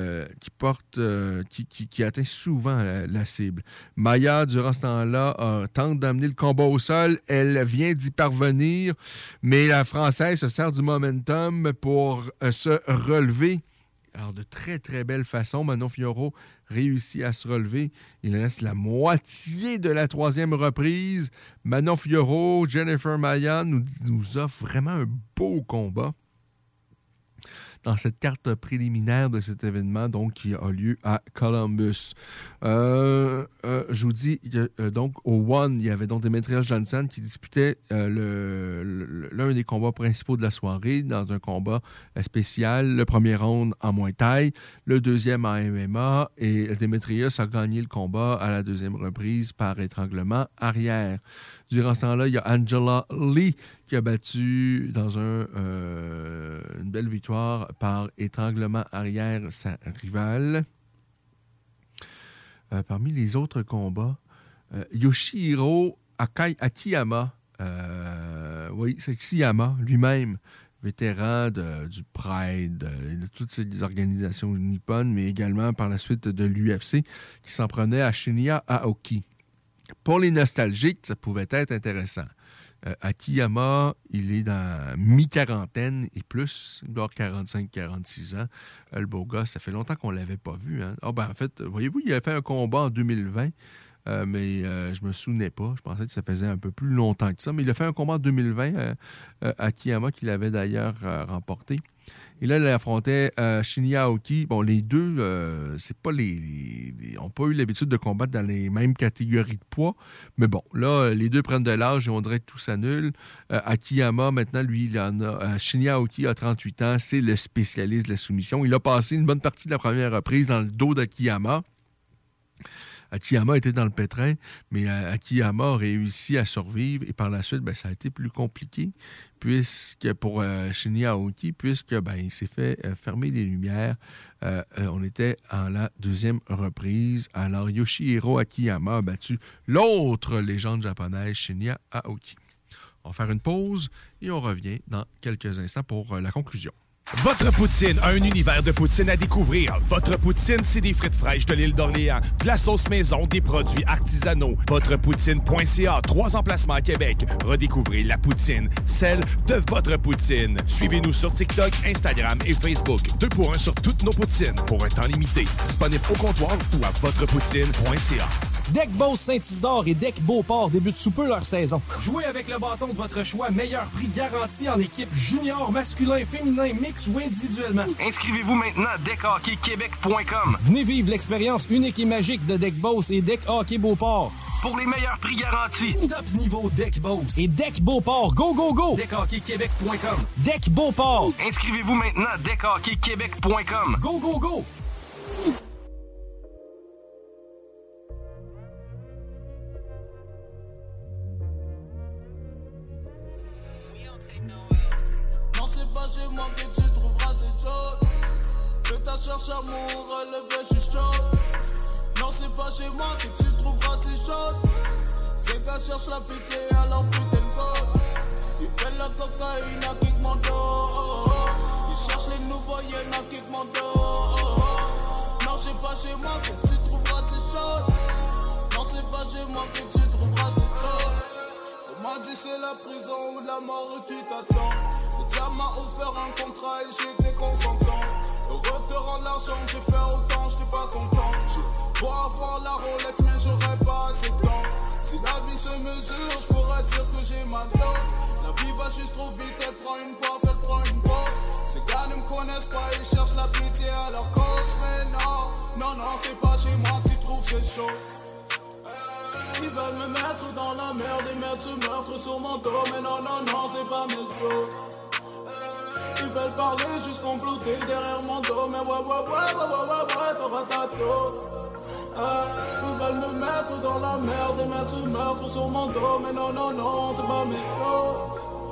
atteint souvent la cible. Maillard, durant ce temps-là, tente d'amener le combat au sol. Elle vient d'y parvenir, mais la Française se sert du momentum pour se relever. Alors, de très, très belle façon, Manon Fiorot réussit à se relever. Il reste la moitié de la troisième reprise. Manon Fiorot, Jennifer Maia nous offre vraiment un beau combat dans cette carte préliminaire de cet événement, donc, qui a lieu à Columbus. Je vous dis, donc, au One, il y avait donc Demetrius Johnson qui disputait l'un des combats principaux de la soirée dans un combat spécial. Le premier round en Muay Thai, le deuxième en MMA, et Demetrius a gagné le combat à la deuxième reprise par étranglement arrière. Durant ce temps-là, il y a Angela Lee qui a battu dans une belle victoire par étranglement arrière sa rivale. Parmi les autres combats, Yoshihiro Akiyama, oui, c'est Akiyama lui-même, vétéran du Pride et de toutes ces organisations nippones, mais également par la suite de l'UFC, qui s'en prenait à Shinya Aoki. Pour les nostalgiques, ça pouvait être intéressant. Akiyama, il est dans mi-quarantaine et plus, il doit avoir 45-46 ans. Le beau gars, ça fait longtemps qu'on ne l'avait pas vu. Hein? En fait, voyez-vous, il avait fait un combat en 2020, mais je me souvenais pas. Je pensais que ça faisait un peu plus longtemps que ça. Mais il a fait un combat en 2020, Akiyama, qu'il avait d'ailleurs remporté. Et là, il affrontait Shinya Aoki. Bon, les deux, c'est pas n'ont pas eu l'habitude de combattre dans les mêmes catégories de poids. Mais bon, là, les deux prennent de l'âge et on dirait que tout s'annule. Akiyama, maintenant, lui, il en a. Shinya Aoki a 38 ans. C'est le spécialiste de la soumission. Il a passé une bonne partie de la première reprise dans le dos d'Akiyama. Akiyama était dans le pétrin, mais Akiyama a réussi à survivre et par la suite, ça a été plus compliqué pour Shinya Aoki, puisque il s'est fait fermer les lumières. On était en la deuxième reprise. Alors, Yoshihiro Akiyama a battu l'autre légende japonaise, Shinya Aoki. On va faire une pause et on revient dans quelques instants pour la conclusion. Votre Poutine, un univers de poutine à découvrir. Votre Poutine, c'est des frites fraîches de l'île d'Orléans, de la sauce maison, des produits artisanaux. Votrepoutine.ca, 3 emplacements à Québec. Redécouvrez la poutine, celle de votre poutine. Suivez-nous sur TikTok, Instagram et Facebook. 2 pour 1 sur toutes nos poutines, pour un temps limité. Disponible au comptoir ou à Votrepoutine.ca. Deck Boss Saint-Isidore et Deck Beauport débutent sous peu leur saison. Jouez avec le bâton de votre choix, meilleur prix garanti en équipe junior, masculin, féminin, mix ou individuellement. Inscrivez-vous maintenant à deckhockeyquebec.com. Venez vivre l'expérience unique et magique de Deck Boss et Deck Hockey Beauport. Pour les meilleurs prix garantis. Top niveau Deck Boss et Deck Beauport. Go, go, go! Deckhockeyquebec.com. Deck Beauport. Inscrivez-vous maintenant à deckhockeyquebec.com. Go, go, go! Moi que tu trouveras cette chose. Que ta cherche amour, le veut juste chose. Non, c'est pas chez moi que tu trouveras ces choses. C'est qu'elle cherche la pitié, alors putain de code. Il fait la cocaïne à kick mon dos. Il cherche les nouveaux yens à kick mon dos. Non, c'est pas chez moi que tu trouveras ces choses. Non, c'est pas chez moi que tu trouveras ces choses. On m'a dit c'est la prison ou la mort qui t'attend. Le diable m'a offert un contrat et j'étais consentant. Heureux te rendre l'argent, j'ai fait autant, j'étais pas content. J'ai beau avoir la Rolex, mais j'aurais pas assez de temps. Si la vie se mesure, je pourrais dire que j'ai ma dose. La vie va juste trop vite, elle prend une pause, elle prend une pause. Ces gars ne me connaissent pas, ils cherchent la pitié à leur cause. Mais non, c'est pas chez moi que tu trouves ces choses. Ils veulent me mettre dans la merde et mettre ce meurtre sur mon dos. Mais non, c'est pas mes choses. Ils veulent parler, juste comploter derrière mon dos. Mais ouais, t'auras ta tôt. Ils veulent me mettre dans la merde et mettre ce meurtre sur mon dos. Mais non, c'est pas mes choses.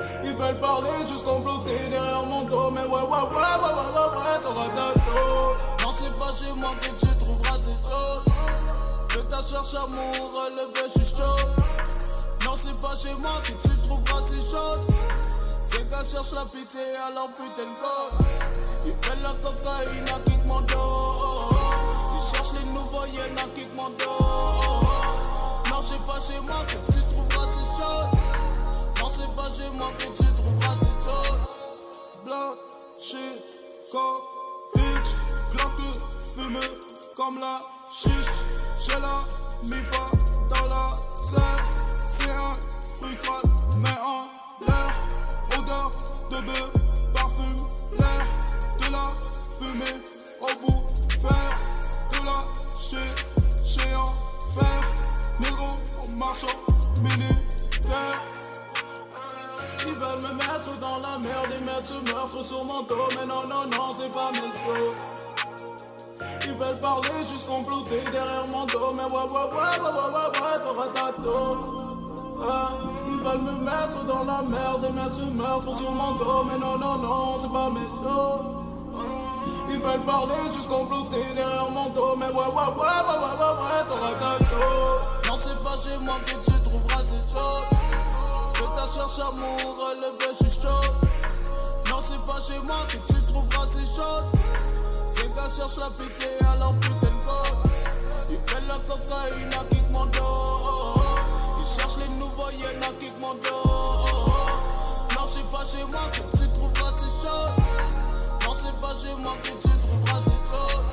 Ils veulent parler juste comploter derrière mon dos. Mais ouais, t'auras ta dos. Non, c'est pas chez moi que tu trouveras ces choses. Que ta cherche amour, relevé, je suis chose. Non, c'est pas chez moi que tu trouveras ces choses. C'est qu'elle cherche la pitié, alors putain de code. Ils veulent la cocaïne, à kick mon dos. Ils cherchent les nouveaux yens, à kick mon dos. Non, c'est pas chez moi que tu trouveras ces choses. Non, c'est pas chez moi que tu trouveras ces choses. Blood, shit, coke, bitch, claque, fumée, comme la chiche. J'ai la mifa dans la scène. C'est un fruit crade, mais en l'air. Odeur de bœuf, parfume, l'air. De la fumée, au bout, faire. De la shit, chez en fer. Négro, en marchant, militaire. Ils veulent me mettre dans la merde et mettre ce meurtre sur mon dos. Mais non, c'est pas mes choses. Ils veulent parler, juste comploter derrière mon dos. Mais ouais, t'auras ta dos. Ils veulent me mettre dans la merde et mettre ce meurtre sur mon dos. Mais non, c'est pas mes choses. Ils veulent parler, juste comploter derrière mon dos. Mais ouais, t'auras ta dos. Non, c'est pas chez moi que tu trouveras ces choses. Que ta cherche amour, relevé, je suis chose. Non, c'est pas chez moi que tu trouveras ces choses. C'est qu'elle cherche la pitié, alors putain de code. Ils veulent la cocaïne, à kick mon dos. Ils cherchent les nouveaux yens, à kick mon dos. Non, c'est pas chez moi que tu trouveras ces choses. Non, c'est pas chez moi que tu trouveras ces choses.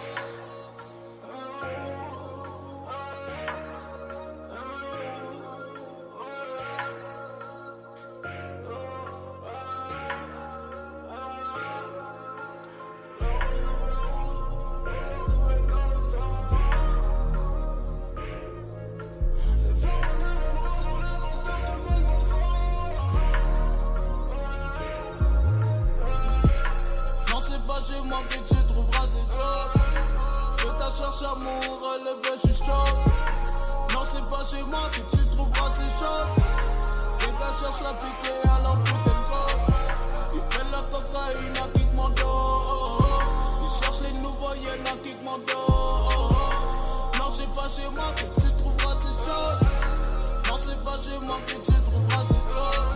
Chez moi que tu trouveras ces choses. Que ta cherche amour, relevé, je suis chose. Non, c'est pas chez moi que tu trouveras ces choses. C'est qu'elle cherche la pitié, alors putain de code. Ils veulent la cocaïne, à kick mon dos. Ils cherchent les nouveaux yens, à kick mon dos. Non, c'est pas chez moi que tu trouveras ces choses. Non, c'est pas chez moi que tu trouveras ces choses.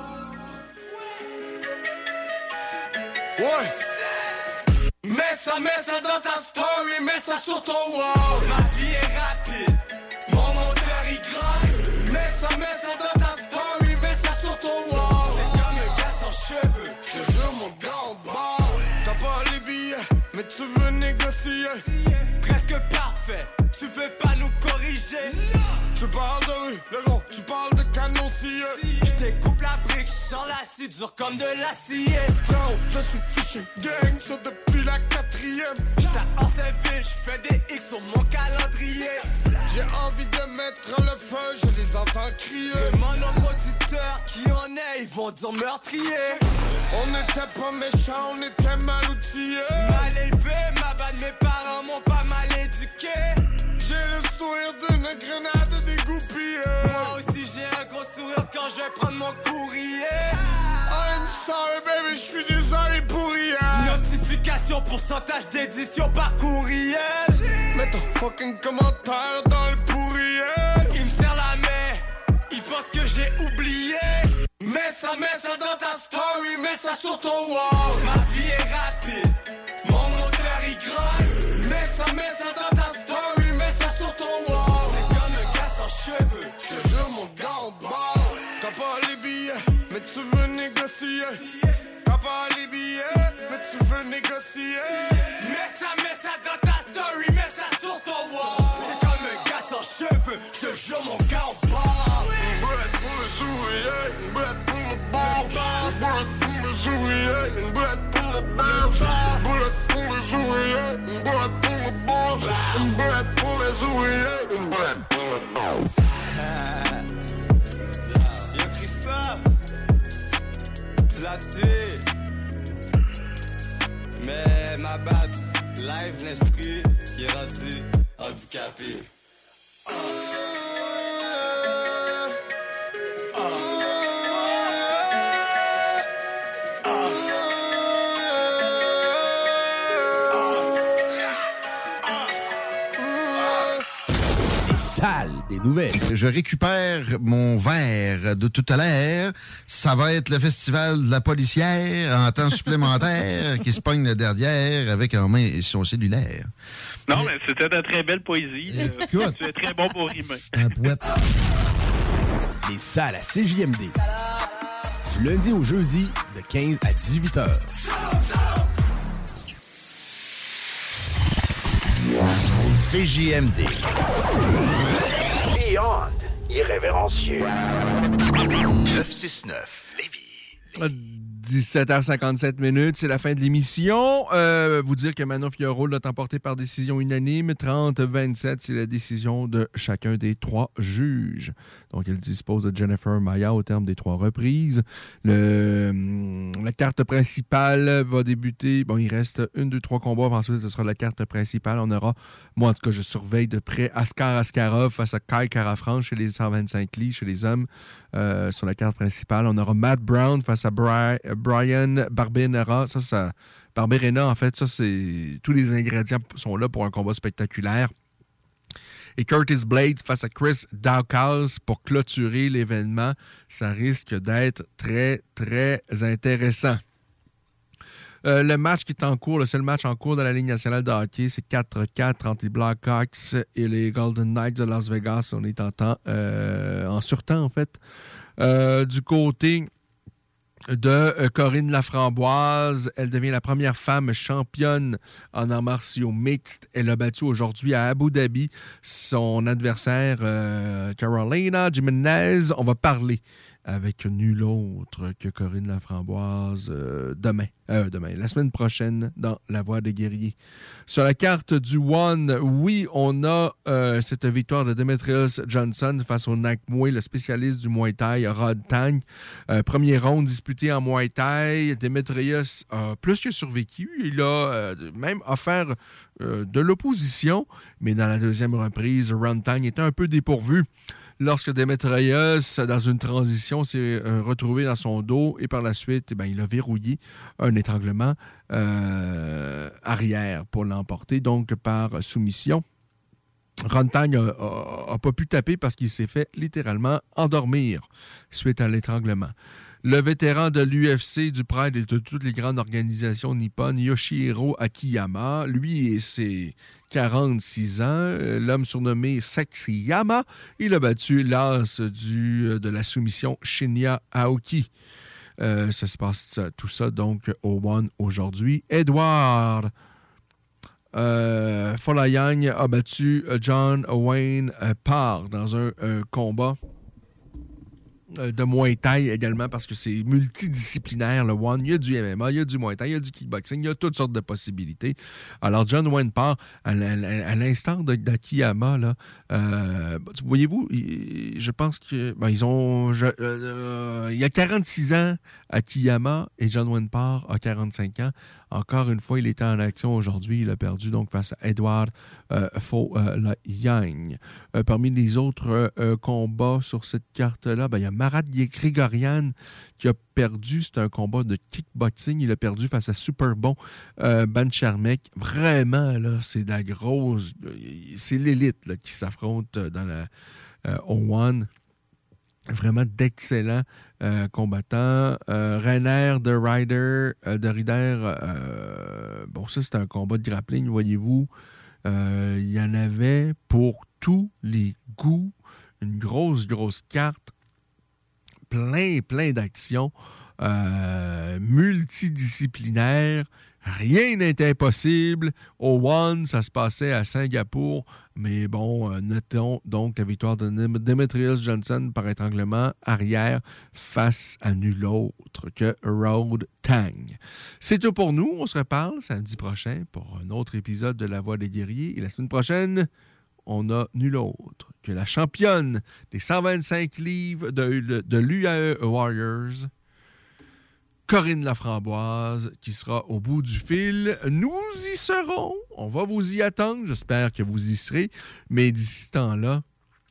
Ouais. Mets ça dans ta story, mets ça sur ton wall. Ma vie est rapide, mon moteur il grind. Mets ça dans ta story, mets ça sur ton wall. C'est comme un gars sans cheveux, je te jure mon gars en bas. T'as pas les billets, mais tu veux négocier. Presque parfait, tu peux pas nous corriger. Tu parles de rue, le gros, tu parles de canon scié. Je découpe la brique, j'en l'acier dur comme de l'acier. Frérot, je suis fiché gang, ça depuis la 4e. J't'ai en Séville, j'fais des X sur mon calendrier. J'ai envie de mettre le feu, je les entends crier. Demande aux auditeurs qui en est, ils vont dire meurtrier. On n'était pas méchants, on était mal outillés. Mal élevé, ma bad, mes parents m'ont pas mal éduqué. J'ai le sourire d'une grenade dégoupillée. Moi aussi j'ai un gros sourire quand je vais prendre mon courrier. I'm sorry baby, je suis désolé pour hier. Notification, pourcentage d'édition par courriel. Mets ton fucking commentaire dans le pourriel. Il me serre la main, il pense que j'ai oublié. Mets ça dans ta story, mets ça sur ton wall. Ma vie est rapide, mon moteur il grind. Mets ça dans ta story, mets ça sur ton wall. C'est comme un gars sans cheveux, je te jure mon gars en bas. T'as pas les billets, mais tu veux négocier. T'as pas les billets, mais tu veux négocier. Mets ça dans ta story, mets ça sur ton wall. C'est comme un gars sans cheveux, je te jure mon gars en bas. Bread pour les ouvriers, bread pour le boss. Bread pour les ouvriers, bread pour le boss. Bread pour les ouvriers, bread pour le boss. Bread pour les ouvriers, bread pour le boss. Yo Christophe, tu l'as tué. Mais ma bad, live l'instru, il est rendu handicapé. des nouvelles. Je récupère mon verre de tout à l'heure. Ça va être le festival de la policière en temps supplémentaire qui se pogne le derrière avec en main son cellulaire. Non, mais c'était de très belle poésie. Écoute. Tu es très bon pour rimer. C'est un poète. Les salles à CJMD. Du lundi au jeudi, de 15 à 18 heures. CJMD. Beyond irrévérencieux. 969 Lévis. 17h57 minutes, c'est la fin de l'émission. Vous dire que Manon Fiorot l'a emporté par décision unanime. 30-27, c'est la décision de chacun des 3 juges. Donc, elle dispose de Jennifer Maya au terme des 3 reprises. La carte principale va débuter. Bon, il reste 1, 2, 3 combats. Ensuite, ce sera la carte principale. On aura, moi en tout cas, je surveille de près Askar Askarov face à Kai Kara-France chez les 125 livres, chez les hommes. Sur la carte principale, on aura Matt Brown face à Brian Barberena. Barberena, en fait, ça, c'est tous les ingrédients sont là pour un combat spectaculaire. Et Curtis Blades face à Chris Daukaus pour clôturer l'événement. Ça risque d'être très, très intéressant. Le match qui est en cours, le seul match en cours de la Ligue nationale de hockey, c'est 4-4 entre les Blackhawks et les Golden Knights de Las Vegas. On est en surtemps, en fait. Du côté de Corinne Laframboise, elle devient la première femme championne en arts martiaux mixtes. Elle a battu aujourd'hui à Abu Dhabi son adversaire Carolina Jimenez. On va parler avec nul autre que Corinne Laframboise demain, la semaine prochaine, dans La Voix des guerriers. Sur la carte du One, oui, on a cette victoire de Demetrius Johnson face au Nak Muay, le spécialiste du Muay Thai, Rod Tang. Premier round disputé en Muay Thai. Demetrius a plus que survécu. Il a même offert de l'opposition, mais dans la deuxième reprise, Rod Tang était un peu dépourvu. Lorsque Demetrius, dans une transition, s'est retrouvé dans son dos et par la suite, il a verrouillé un étranglement arrière pour l'emporter, donc par soumission. Rontang n'a pas pu taper parce qu'il s'est fait littéralement endormir suite à l'étranglement. Le vétéran de l'UFC, du Pride et de toutes les grandes organisations nippones, Yoshihiro Akiyama, lui et ses 46 ans, l'homme surnommé Sexyama, il a battu l'as de la soumission Shinya Aoki. Ça se passe tout ça donc au One aujourd'hui. Edward Folayang a battu John Wayne Parr dans un combat de Muay Thai également, parce que c'est multidisciplinaire, le One. Il y a du MMA, il y a du Muay Thai, il y a du kickboxing, il y a toutes sortes de possibilités. Alors, John Wayne Parr, à l'instar d'Akiyama, là, voyez-vous, je pense que il y a 46 ans, Akiyama, et John Wayne Parr a 45 ans. Encore une fois, il était en action aujourd'hui. Il a perdu donc face à Edward Folayang. Parmi les autres combats sur cette carte-là, il y a Marat Grigorian qui a perdu. C'est un combat de kickboxing. Il a perdu face à Super Bon Bancharmek. Vraiment, là, c'est de la grosse... C'est l'élite là, qui s'affronte dans la O1. Vraiment d'excellents combattants. Rainer de Rider, bon, ça, c'est un combat de grappling, voyez-vous. Il y en avait pour tous les goûts. Une grosse carte. Plein d'actions. Multidisciplinaires. Rien n'est impossible. Au One, ça se passait à Singapour. Mais bon, notons donc la victoire de Demetrius Johnson par étranglement arrière face à nul autre que Rod Tang. C'est tout pour nous. On se reparle samedi prochain pour un autre épisode de La Voix des guerriers. Et la semaine prochaine, on a nul autre que la championne des 125 livres de l'UAE Warriors, Corinne Laframboise, qui sera au bout du fil. Nous y serons. On va vous y attendre. J'espère que vous y serez. Mais d'ici ce temps-là,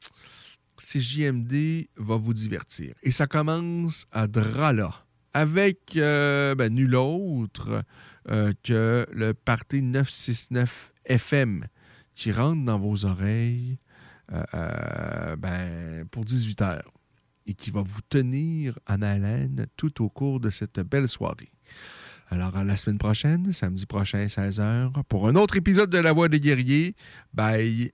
CJMD va vous divertir. Et ça commence à Drala avec nul autre que le Party 969 FM qui rentre dans vos oreilles pour 18 heures et qui va vous tenir en haleine tout au cours de cette belle soirée. Alors, à la semaine prochaine, samedi prochain, 16h, pour un autre épisode de La Voix des Guerriers. Bye!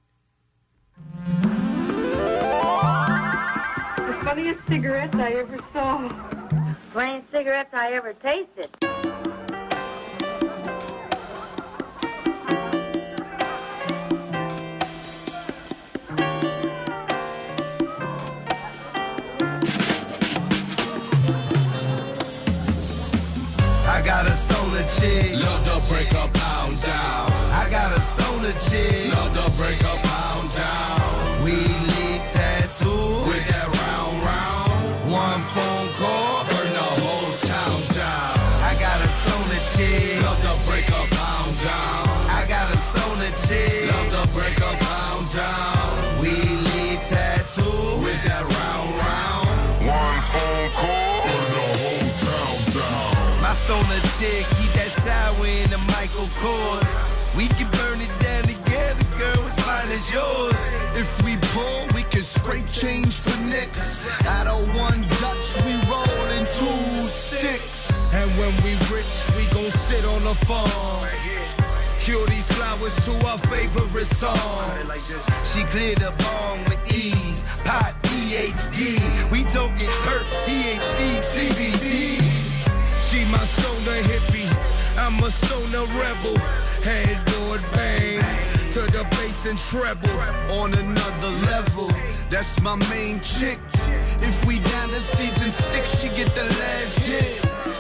The funniest cigarette I ever saw. Funniest cigarette I ever tasted. I got a stoner chick, love to break a pound down. I got a stoner chick, love to break a pound down. We leave tattoo with that round round. One phone call, burn the whole town down. I got a stoner chick, love to break a pound down. I got a stoner chick, love to break a pound down. We leave tattoo with that round round. One phone call, burn the whole town down. My stoner chick, keep that sour in the Michael Kors. We can burn it down together, girl, what's mine is yours. If we pull, we can straight change for nicks. Out of one Dutch, we roll in 2 sticks. And when we rich, we gon' sit on the farm. Cure these flowers to our favorite song. She cleared the bong with ease. Pot, PhD. We talking Turk, THC, CBD. She my stoner hippie. I'm a stoner rebel. Headboard bang to the bass and treble. On another level, that's my main chick. If we down the seeds and sticks, she get the last hit.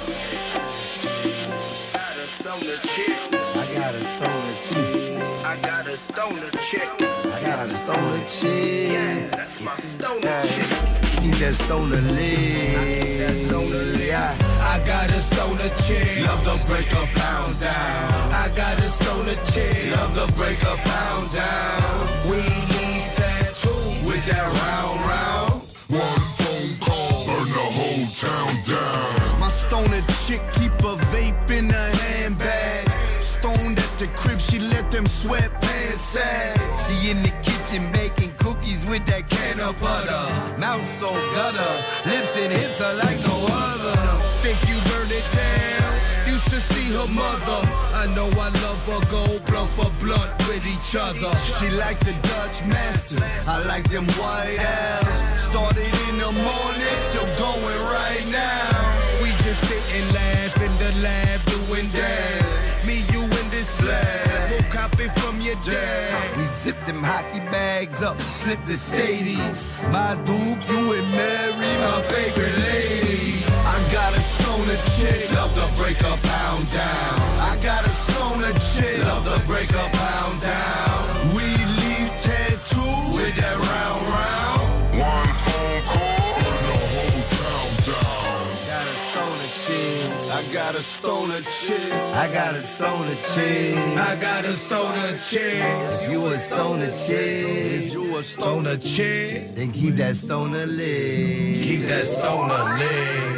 I got a stoner chick. I got a stoner chick. I got a stoner chick. Yeah, that's my stoner chick. Keep that stoner lit. I got a stoner chick. Love to break a pound down. I got a stoner chick. Love to break a pound down. We leave tattoo with that round round. One phone call, burn the whole town down. My stoner chick keep a vape in her handbag. Stoned at the crib, she let them sweatpants sag. She in the kitchen baking cookies with that can of butter. Mouth so gutter, lips and hips are like no other. Think you burn it down? You should see her mother. I know I love her, go blunt for blunt with each other. She like the Dutch masters, I like them white owls. Started in the morning, still going right now. We just sit and laugh in the lab doing dance. Me, you, and this slab, we'll copy from your dad. We zip them hockey bags up, slip the stadies. My Duke, you and Mary, my favorite lady. I got a stoner chick, love to break a pound down. I got a stoner chick, love to break a pound down. We leave tattoo with that round round. One phone call, burn the whole town down. Got a stoner chick, I got a stoner chick. I got a stoner chick. I got a stoner chick. If you a stoner chick, if you a stoner chick, then keep that stoner lit. Keep that stoner lit.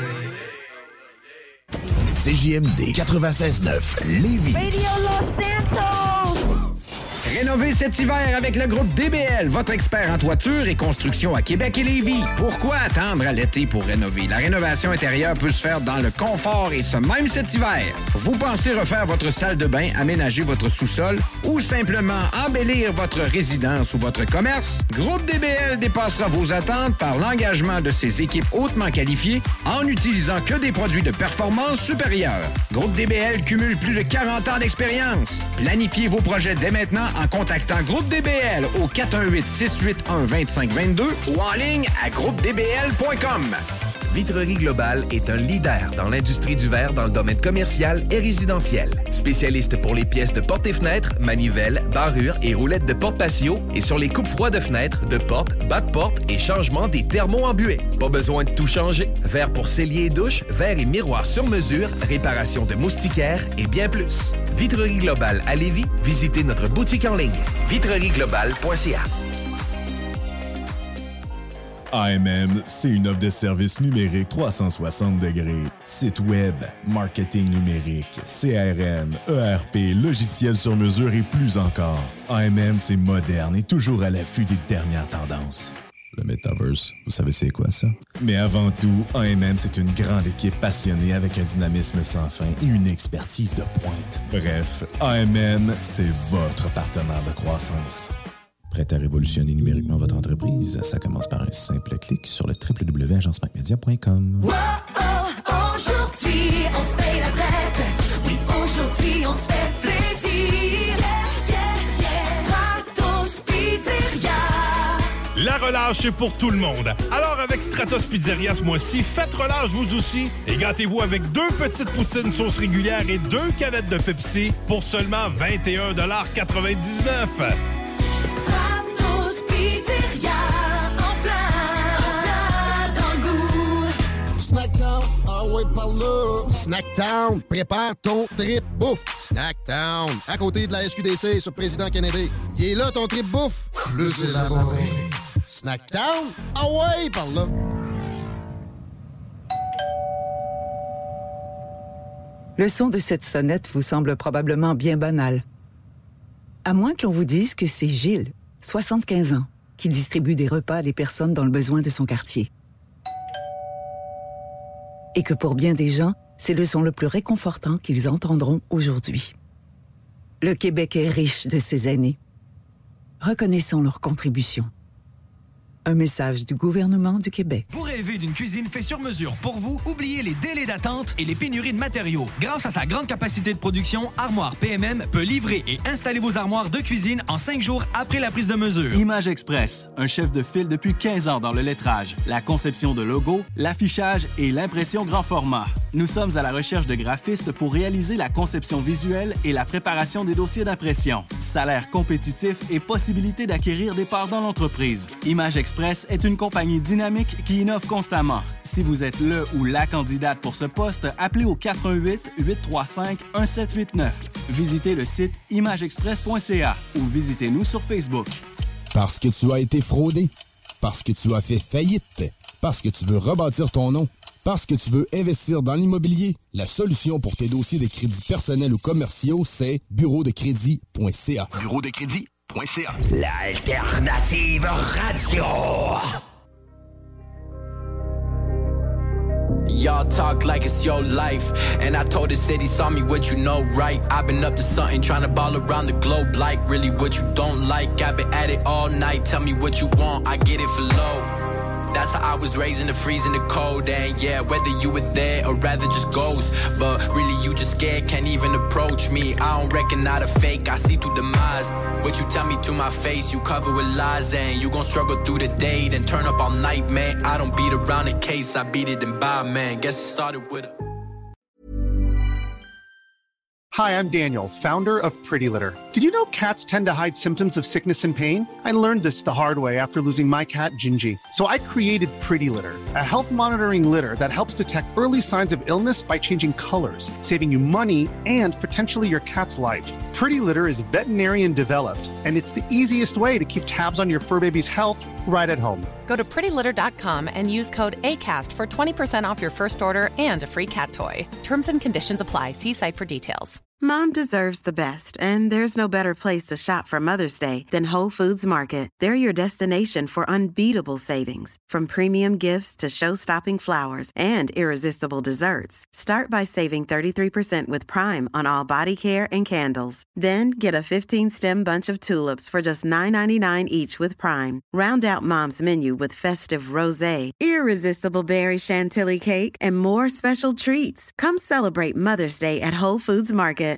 CJMD 96.9 Lévis. Radio Los Santos! Rénovez cet hiver avec le groupe DBL, votre expert en toiture et construction à Québec et Lévis. Pourquoi attendre à l'été pour rénover? La rénovation intérieure peut se faire dans le confort et ce même cet hiver. Vous pensez refaire votre salle de bain, aménager votre sous-sol ou simplement embellir votre résidence ou votre commerce? Groupe DBL dépassera vos attentes par l'engagement de ses équipes hautement qualifiées en utilisant que des produits de performance supérieure. Groupe DBL cumule plus de 40 ans d'expérience. Planifiez vos projets dès maintenant en contactant Groupe DBL au 418-681-2522 ou en ligne à groupedbl.com. Vitrerie Globale est un leader dans l'industrie du verre dans le domaine commercial et résidentiel. Spécialiste pour les pièces de portes et fenêtres, manivelles, barrures et roulettes de porte patio et sur les coupes-froids de fenêtres, de portes, bas de porte et changement des thermos embués. Pas besoin de tout changer. Verre pour cellier et douche, verre et miroirs sur mesure, réparation de moustiquaires et bien plus. Vitrerie Globale à Lévis, visitez notre boutique en ligne. vitrerieglobale.ca. AMM, c'est une offre de services numériques 360 degrés. Site web, marketing numérique, CRM, ERP, logiciel sur mesure et plus encore. AMM, c'est moderne et toujours à l'affût des dernières tendances. Le Metaverse, vous savez c'est quoi ça? Mais avant tout, AMM, c'est une grande équipe passionnée avec un dynamisme sans fin et une expertise de pointe. Bref, AMM, c'est votre partenaire de croissance. Prêt à révolutionner numériquement votre entreprise? Ça commence par un simple clic sur le www.agencemacmedia.com. Wow, oh, aujourd'hui, on se paye la traite. Oui, aujourd'hui, on se fait plaisir. Stratos Pizzeria. La relâche, c'est pour tout le monde. Alors, avec Stratos Pizzeria ce mois-ci, faites relâche vous aussi. Et gâtez-vous avec 2 petites poutines sauce régulière et 2 canettes de Pepsi pour seulement 21,99 $. Snackdown, ah ouais, par là. Snackdown, prépare ton trip bouffe. Snackdown, à côté de la SQDC sur Président Kennedy. Il est là ton trip bouffe, plus élaboré. Snackdown, ah ouais, par là. Le son de cette sonnette vous semble probablement bien banal. À moins que l'on vous dise que c'est Gilles, 75 ans, qui distribue des repas à des personnes dans le besoin de son quartier. Et que pour bien des gens, c'est le son le plus réconfortant qu'ils entendront aujourd'hui. Le Québec est riche de ces aînés. Reconnaissons leur contribution. Un message du gouvernement du Québec. Vous rêvez d'une cuisine faite sur mesure pour vous? Oubliez les délais d'attente et les pénuries de matériaux. Grâce à sa grande capacité de production, Armoire PMM peut livrer et installer vos armoires de cuisine en 5 jours après la prise de mesure. Image Express, un chef de file depuis 15 ans dans le lettrage, la conception de logos, l'affichage et l'impression grand format. Nous sommes à la recherche de graphistes pour réaliser la conception visuelle et la préparation des dossiers d'impression. Salaire compétitif et possibilité d'acquérir des parts dans l'entreprise. Image Express est une compagnie dynamique qui innove constamment. Si vous êtes le ou la candidate pour ce poste, appelez au 418-835-1789. Visitez le site imageexpress.ca ou visitez-nous sur Facebook. Parce que tu as été fraudé, parce que tu as fait faillite, parce que tu veux rebâtir ton nom, parce que tu veux investir dans l'immobilier, la solution pour tes dossiers de crédits personnels ou commerciaux, c'est bureaudecrédit.ca. Bureaudecrédit.ca. L'alternative radio. Y'all talk like it's your life. And I told the city, saw me what you know, right? I've been up to something, trying to ball around the globe. Like, really what you don't like? I've been at it all night. Tell me what you want, I get it for low. That's how I was raised in the freezing the cold. And yeah, whether you were there or rather just ghost. But really you just scared, can't even approach me. I don't reckon not a fake, I see through demise. What you tell me to my face, you cover with lies. And you gon' struggle through the day, then turn up all night, man. I don't beat around the case, I beat it and buy, man. Guess it started with a... Hi, I'm Daniel, founder of Pretty Litter. Did you know cats tend to hide symptoms of sickness and pain? I learned this the hard way after losing my cat, Gingy. So I created Pretty Litter, a health monitoring litter that helps detect early signs of illness by changing colors, saving you money and potentially your cat's life. Pretty Litter is veterinarian developed, and it's the easiest way to keep tabs on your fur baby's health right at home. Go to prettylitter.com and use code ACAST for 20% off your first order and a free cat toy. Terms and conditions apply. See site for details. Mom deserves the best, and there's no better place to shop for Mother's Day than Whole Foods Market. They're your destination for unbeatable savings, from premium gifts to show-stopping flowers and irresistible desserts. Start by saving 33% with Prime on all body care and candles. Then get a 15-stem bunch of tulips for just $9.99 each with Prime. Round out Mom's menu with festive rosé, irresistible berry chantilly cake, and more special treats. Come celebrate Mother's Day at Whole Foods Market.